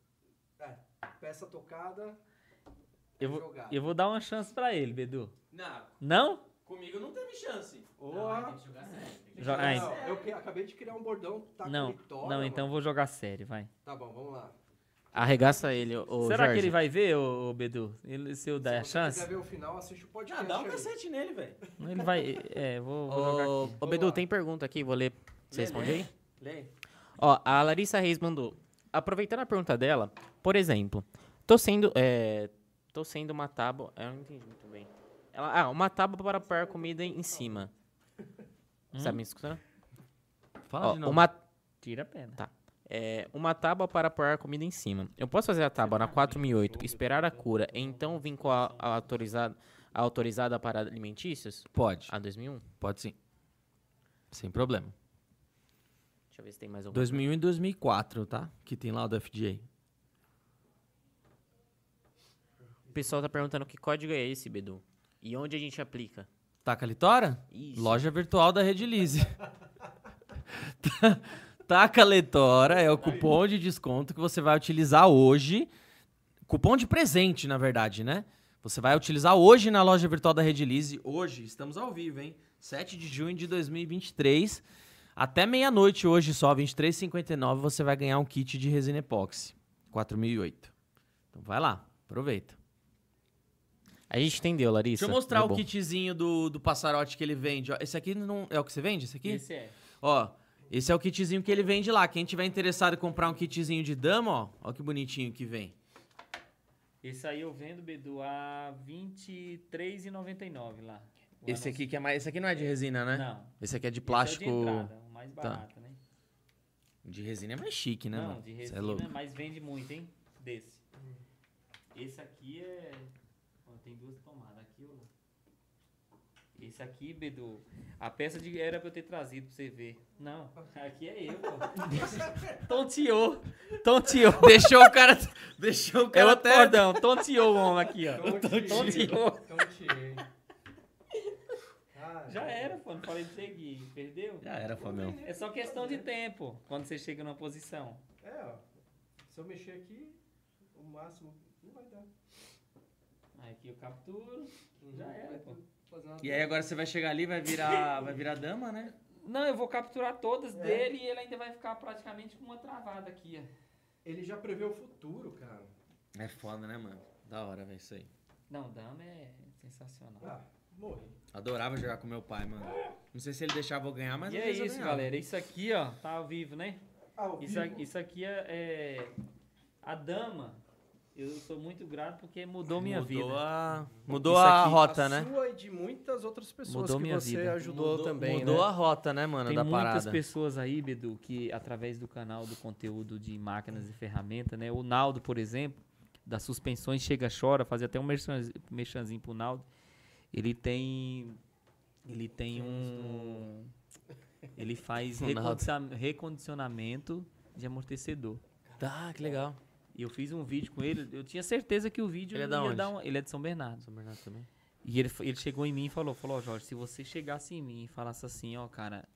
É. Peça tocada. Eu vou, jogada. eu vou dar uma chance pra ele, Bedu. Não, Não? comigo não teve chance. Porra. Jo- ah, Não, eu que- acabei de criar um bordão. Tá Não, vitória, não, então eu vou jogar sério, vai. Tá bom, vamos lá. Arregaça ele, ô Será Jorge. que ele vai ver, ô, ô Bedu? Ele, se eu der a Se você chance? quiser ver o final, assiste o podcast. Ah, dá um aí. cacete nele, velho. Ele vai. É, vou, vou jogar Ô, aqui. ô, Bedu, tem pergunta aqui, vou ler. Você Lê, responde lê. aí? Lê. Ó, a Larissa Reis mandou. Aproveitando a pergunta dela, por exemplo, tô sendo, é, tô sendo uma tábua... Eu não entendi muito bem. Ela, ah, uma tábua para pôr comida em cima. Sabe me escutando? Fala Ó, de novo. uma, Tira a pena. Tá. é, uma tábua para pôr comida em cima. Eu posso fazer a tábua na quatro mil e oito, esperar a cura, e então vir com a, a autorizada, a autorizada para alimentícios? Pode. A dois mil e um? Pode sim. Sem problema. Deixa eu ver se tem mais alguma dois mil e um e dois mil e quatro, tá? Que tem lá o do F D O pessoal tá perguntando que código é esse, Bedu. E onde a gente aplica? Taca Litora? Isso. Loja virtual da Rede Lise. Taca Litora é o cupom de desconto que você vai utilizar hoje. Cupom de presente, na verdade, né? Você vai utilizar hoje na loja virtual da Rede Lise. Hoje, estamos ao vivo, hein? sete de junho de dois mil e vinte e três. Até meia-noite hoje só, vinte e três e cinquenta e nove, você vai ganhar um kit de resina epóxi. quatro mil e oito. Então vai lá, aproveita. A gente entendeu, Larissa. Deixa eu mostrar Deu o bom. kitzinho do, do passarote que ele vende. Ó, esse aqui não é o que você vende? Esse aqui? Esse é. Ó, esse é o kitzinho que ele vende lá. Quem tiver interessado em comprar um kitzinho de dama, ó, ó que bonitinho que vem. Esse aí eu vendo, Bedu, a vinte e três reais e noventa e nove centavos lá. O Esse anúncio- aqui que é mais. Esse aqui não é de resina, né? Não. Esse aqui é de Esse plástico. É o de entrada, o mais Tá. barato, né? De resina é mais chique, né, Não, mano? de Cê resina, é louco. mas vende muito, hein? Desse. Esse aqui é... Ó, tem duas tomadas aqui, ó. Esse aqui, Bedu, a peça de era pra eu ter trazido pra você ver. Não, aqui é eu, pô. Tonteou. Tonteou. Deixou o cara. Deixou o É cara o até. cordão. Tonteou o homem aqui, ó. Tonteei. Tonteou. Tonteei. Ah, Já era, pô. Não falei de seguir. Perdeu? Já era, Famel. É só questão de tempo, quando você chega numa posição. É, ó. Se eu mexer aqui, o máximo não vai dar. Aí aqui eu capturo. Já era, pô. E aí agora você vai chegar ali, vai virar. Vai virar dama, né? Não, eu vou capturar todas É. dele e ele ainda vai ficar praticamente com uma travada aqui, ó. Ele já prevê o futuro, cara. É foda, né, mano? Da hora, velho, isso aí. Não, dama é sensacional. Ah, morri. Adorava jogar com meu pai, mano. Não sei se ele deixava eu ganhar, mas E às é vezes eu isso, ganhava. galera. Isso aqui, ó, tá ao vivo, né? Ao Isso, vivo. aqui, isso aqui é, é- a dama. Eu sou muito grato porque mudou minha Mudou vida. A... Mudou Isso a aqui, rota, a né? sua e de muitas outras pessoas Mudou que minha você vida. ajudou Mudou, também, mudou né? a rota, né, mano, Tem da muitas parada. pessoas aí, Bedu, que através do canal do conteúdo de máquinas e ferramentas, né? O Naldo, por exemplo, das suspensões Chega Chora, fazer até um merchan- merchanzinho pro Naldo. Ele tem. Ele tem um. Ele faz O Naldo. recondiciona- recondicionamento de amortecedor. Tá, que legal. E eu fiz um vídeo com ele, eu tinha certeza que o vídeo Ele é ia da onde? dar um. Ele é de São Bernardo. São Bernardo também. E ele, ele chegou em mim e falou, falou, ó, Jorge, se você chegasse em mim e falasse assim, ó, cara,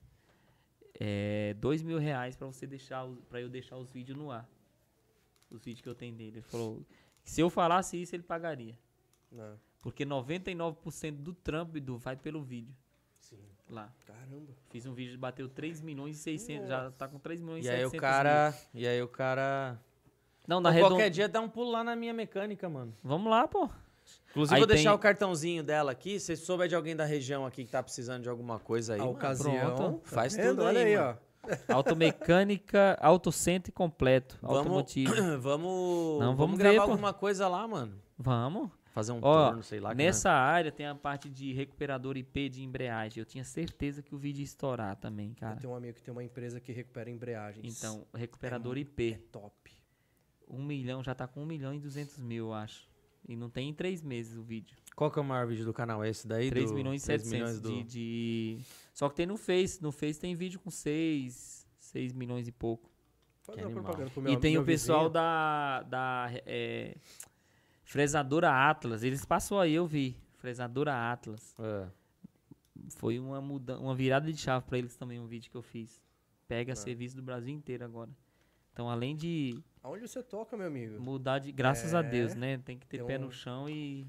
é dois mil reais pra você deixar, os- pra eu deixar os vídeos no ar. Os vídeos que eu tenho dele. Ele falou, que se eu falasse isso, ele pagaria. Não. Porque noventa e nove por cento do trampo, Edu, vai pelo vídeo. Sim. Lá. Caramba. Fiz um vídeo, bateu três milhões e seiscentos, já tá com três milhões e E aí o setecentos cara. E aí o cara. mil. Não, na Pô, redonda... qualquer dia dá um pulo lá na minha mecânica, mano. Vamos lá, pô. Inclusive, Aí vou deixar tem- o cartãozinho dela aqui. Se souber de alguém da região aqui que tá precisando de alguma coisa aí, A mano, ocasião. pronto. tá Faz vendo? tudo Olha aí, aí, mano. ó. Automecânica, autocentro completo. Vamos, Automotivo. vamos, Não, vamos vamos gravar ver, pô. alguma coisa lá, mano. Vamos. Fazer um Ó, turno, sei lá. que Nessa área tem a parte de recuperador I P de embreagem. Eu tinha certeza que o vídeo ia estourar também, Eu cara. tenho um amigo que tem uma empresa que recupera embreagens. Então, recuperador É I P. top. Um milhão, já tá com um milhão e duzentos mil, eu acho. E não tem em três meses o vídeo. nós- Qual que é o maior vídeo do canal? Esse daí? três do... milhões e três setecentos milhões do... de, de... Só que tem no Face. No Face tem vídeo com seis, seis milhões e pouco. Faz Que uma animal. propaganda pro meu, E tem meu o pessoal vizinho. da, da é, fresadora Atlas. Eles passou aí, eu vi. Fresadora Atlas. É. Foi uma, muda uma virada de chave pra eles também, um vídeo que eu fiz. Pega É. serviço do Brasil inteiro agora. Então, além de Aonde você toca, meu amigo? mudar de... Graças a É. Deus, né? Tem que ter Tem pé um- no chão e...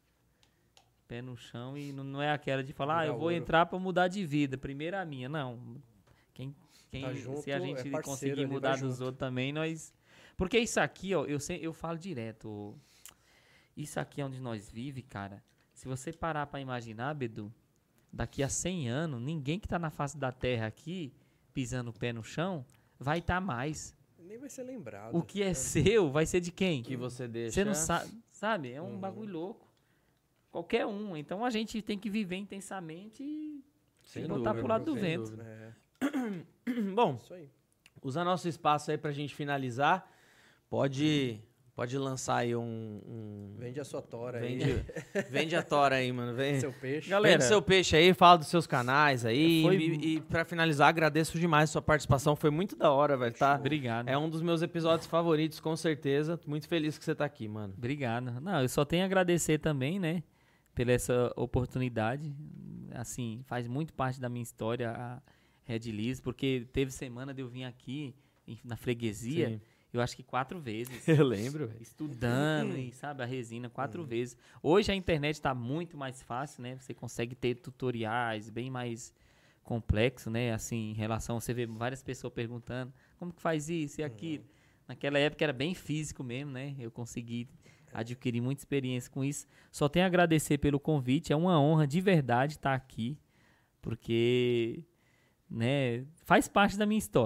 Pé no chão e não, não é aquela de falar, ah, Virar eu vou ouro. entrar pra mudar de vida. Primeiro a minha. Não. Quem, quem, Tá junto, se a é gente parceiro conseguir ali, mudar vai dos junto. outros também, nós... Porque isso aqui, ó, eu, se- eu falo direto. Isso aqui é onde nós vive, cara. Se você parar pra imaginar, Bedu, daqui a cem anos, ninguém que tá na face da terra aqui, pisando o pé no chão, vai estar mais. Nem vai ser lembrado. O que é seu vai ser de quem? Que você deixa... Você não sabe, sabe? É um Uhum. bagulho louco. Qualquer um. Então a gente tem que viver intensamente e Sem botar dúvida, pro lado do sem vento. dúvida. É, Bom, isso aí. usar nosso espaço aí pra gente finalizar. Pode, pode lançar aí um... um- Vende a sua tora Vende, aí. vende a tora aí, mano. Vende, Seu peixe. Galera, vende seu peixe aí, fala dos seus canais aí. Foi- E, e pra finalizar, agradeço demais a sua participação. Foi muito da hora, velho, tá? Obrigado. É um dos meus episódios favoritos, com certeza. Tô muito feliz que você tá aqui, mano. Obrigado. Não, eu só tenho a agradecer também, né? Pela essa oportunidade. Assim, faz muito parte da minha história a Red Liz, porque teve semana de eu vir aqui em- na freguesia, Sim. eu acho que quatro vezes. Eu lembro, velho. Estudando e, sabe, a resina quatro vezes. Hoje a internet está muito mais fácil, né? Você consegue ter tutoriais bem mais complexos, né? Assim, em relação, você vê várias pessoas perguntando como que faz isso e aquilo. Naquela época era bem físico mesmo, né? Eu consegui adquirir muita experiência com isso. Só tenho a agradecer pelo convite. É uma honra de verdade estar aqui, porque, né, faz parte da minha história.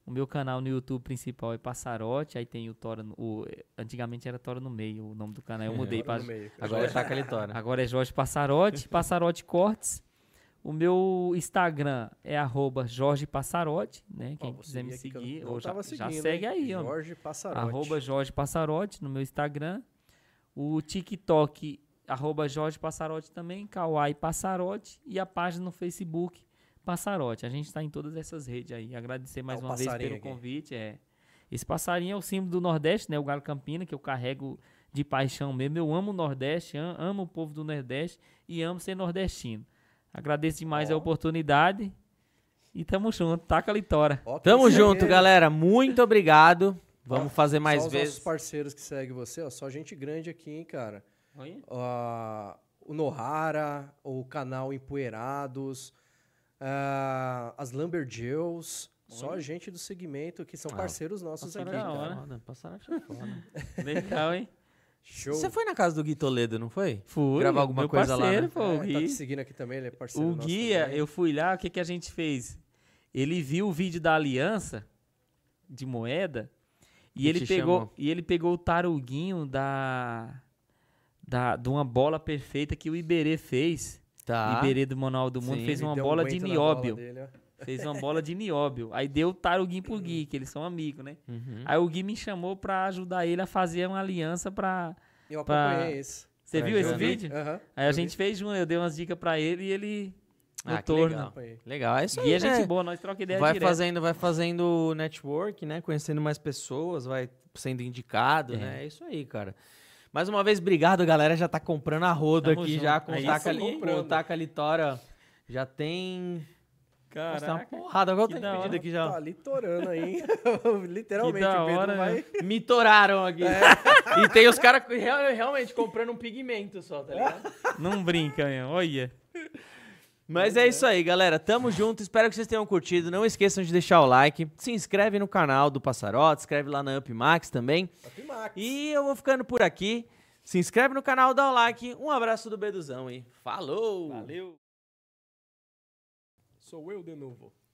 O meu canal no YouTube principal é Passarote, aí tem o Tora, no, o, antigamente era Tora no Meio, o nome do canal, eu mudei Agora para... no meio. Agora é Taca Litora. Agora é Jorge Passarote, Passarote Cortes. O meu Instagram é arroba Jorge Passarote, né? Quem Ó, vou quiser me seguir aqui, que eu seguir, não ou já, tava já seguindo, segue hein? aí, ó. Jorge Passarote. Arroba Jorge Passarote no meu Instagram. O TikTok, arroba Jorge Passarote também, Kawaii Passarote. E a página no Facebook, Passarote. A gente tá em todas essas redes aí. Agradecer mais Ah, o uma vez passarinho pelo aqui. convite. É. Esse passarinho é o símbolo do Nordeste, né? O Galo Campina, que eu carrego de paixão mesmo. Eu amo o Nordeste, am- amo o povo do Nordeste e amo ser nordestino. Agradeço demais Ó. a oportunidade. E tamo junto. Taca a Litora. Ó, quem Tamo segue junto, ele. galera. Muito obrigado. Vamos Ó, fazer mais só os vezes. nossos parceiros que seguem você, ó. Só gente grande aqui, hein, cara. Oi? Ah, o Nohara, o canal Empoeirados, ah, as Lumberjills. Só gente do segmento que são Ah, parceiros nossos passaram aqui, da cara. hora. Foda, Passarote é foda. Legal, hein? Show. Você foi na casa do Gui Toledo, não foi? Fui. Gravar alguma meu coisa lá, parceiro, né? pô, o É, tá Gui. te seguindo aqui também, ele é parceiro O nosso guia, também. eu fui lá, o que, que a gente fez? Ele viu o vídeo da aliança de moeda e E ele te pegou chamou. e ele pegou o taruguinho da, da de uma bola perfeita que o Iberê fez. Tá. Iberê do Manual do Mundo Sim, fez Ele uma deu um bola de aguento na bola nióbio. dele, ó. Fez uma bola de nióbio. Aí deu o taruguinho pro Gui, que eles são amigos, né? Uhum. Aí o Gui me chamou pra ajudar ele a fazer uma aliança pra... Eu Pra- acompanhei esse. Você Pra viu esse ajudar. Eu vi, vídeo? aham, Aí a eu gente vi. fez junto, eu dei umas dicas pra ele e ele... Ah, no que torno. legal. Acompanhei. Legal, é isso aí, Gui é gente né? boa, nós troca ideia Vai direto. fazendo, vai fazendo network, né? Conhecendo mais pessoas, vai sendo indicado, É. né? É isso aí, cara. Mais uma vez, obrigado, galera. Já tá comprando a roda Tamo aqui junto. já com Aí o Taca, sim. com o Comprando. Taca Litora. Já tem... Nossa, tem uma Caraca. porrada. Agora que tem da pedido hora. aqui já. Tá litorando aí, hein? Literalmente, Que da o Pedro hora, vai... né? Me toraram aqui. E tem os caras real- realmente comprando um pigmento só, tá ligado? Não brinca, meu. Olha. Mas é isso aí, galera. Tamo junto. Espero que vocês tenham curtido. Não esqueçam de deixar o like. Se inscreve no canal do Passarote. Inscreve lá na Upmax também. Apimax. E eu vou ficando por aqui. Se inscreve no canal, dá o like. Um abraço do Beduzão e falou! Valeu. Sou eu de novo.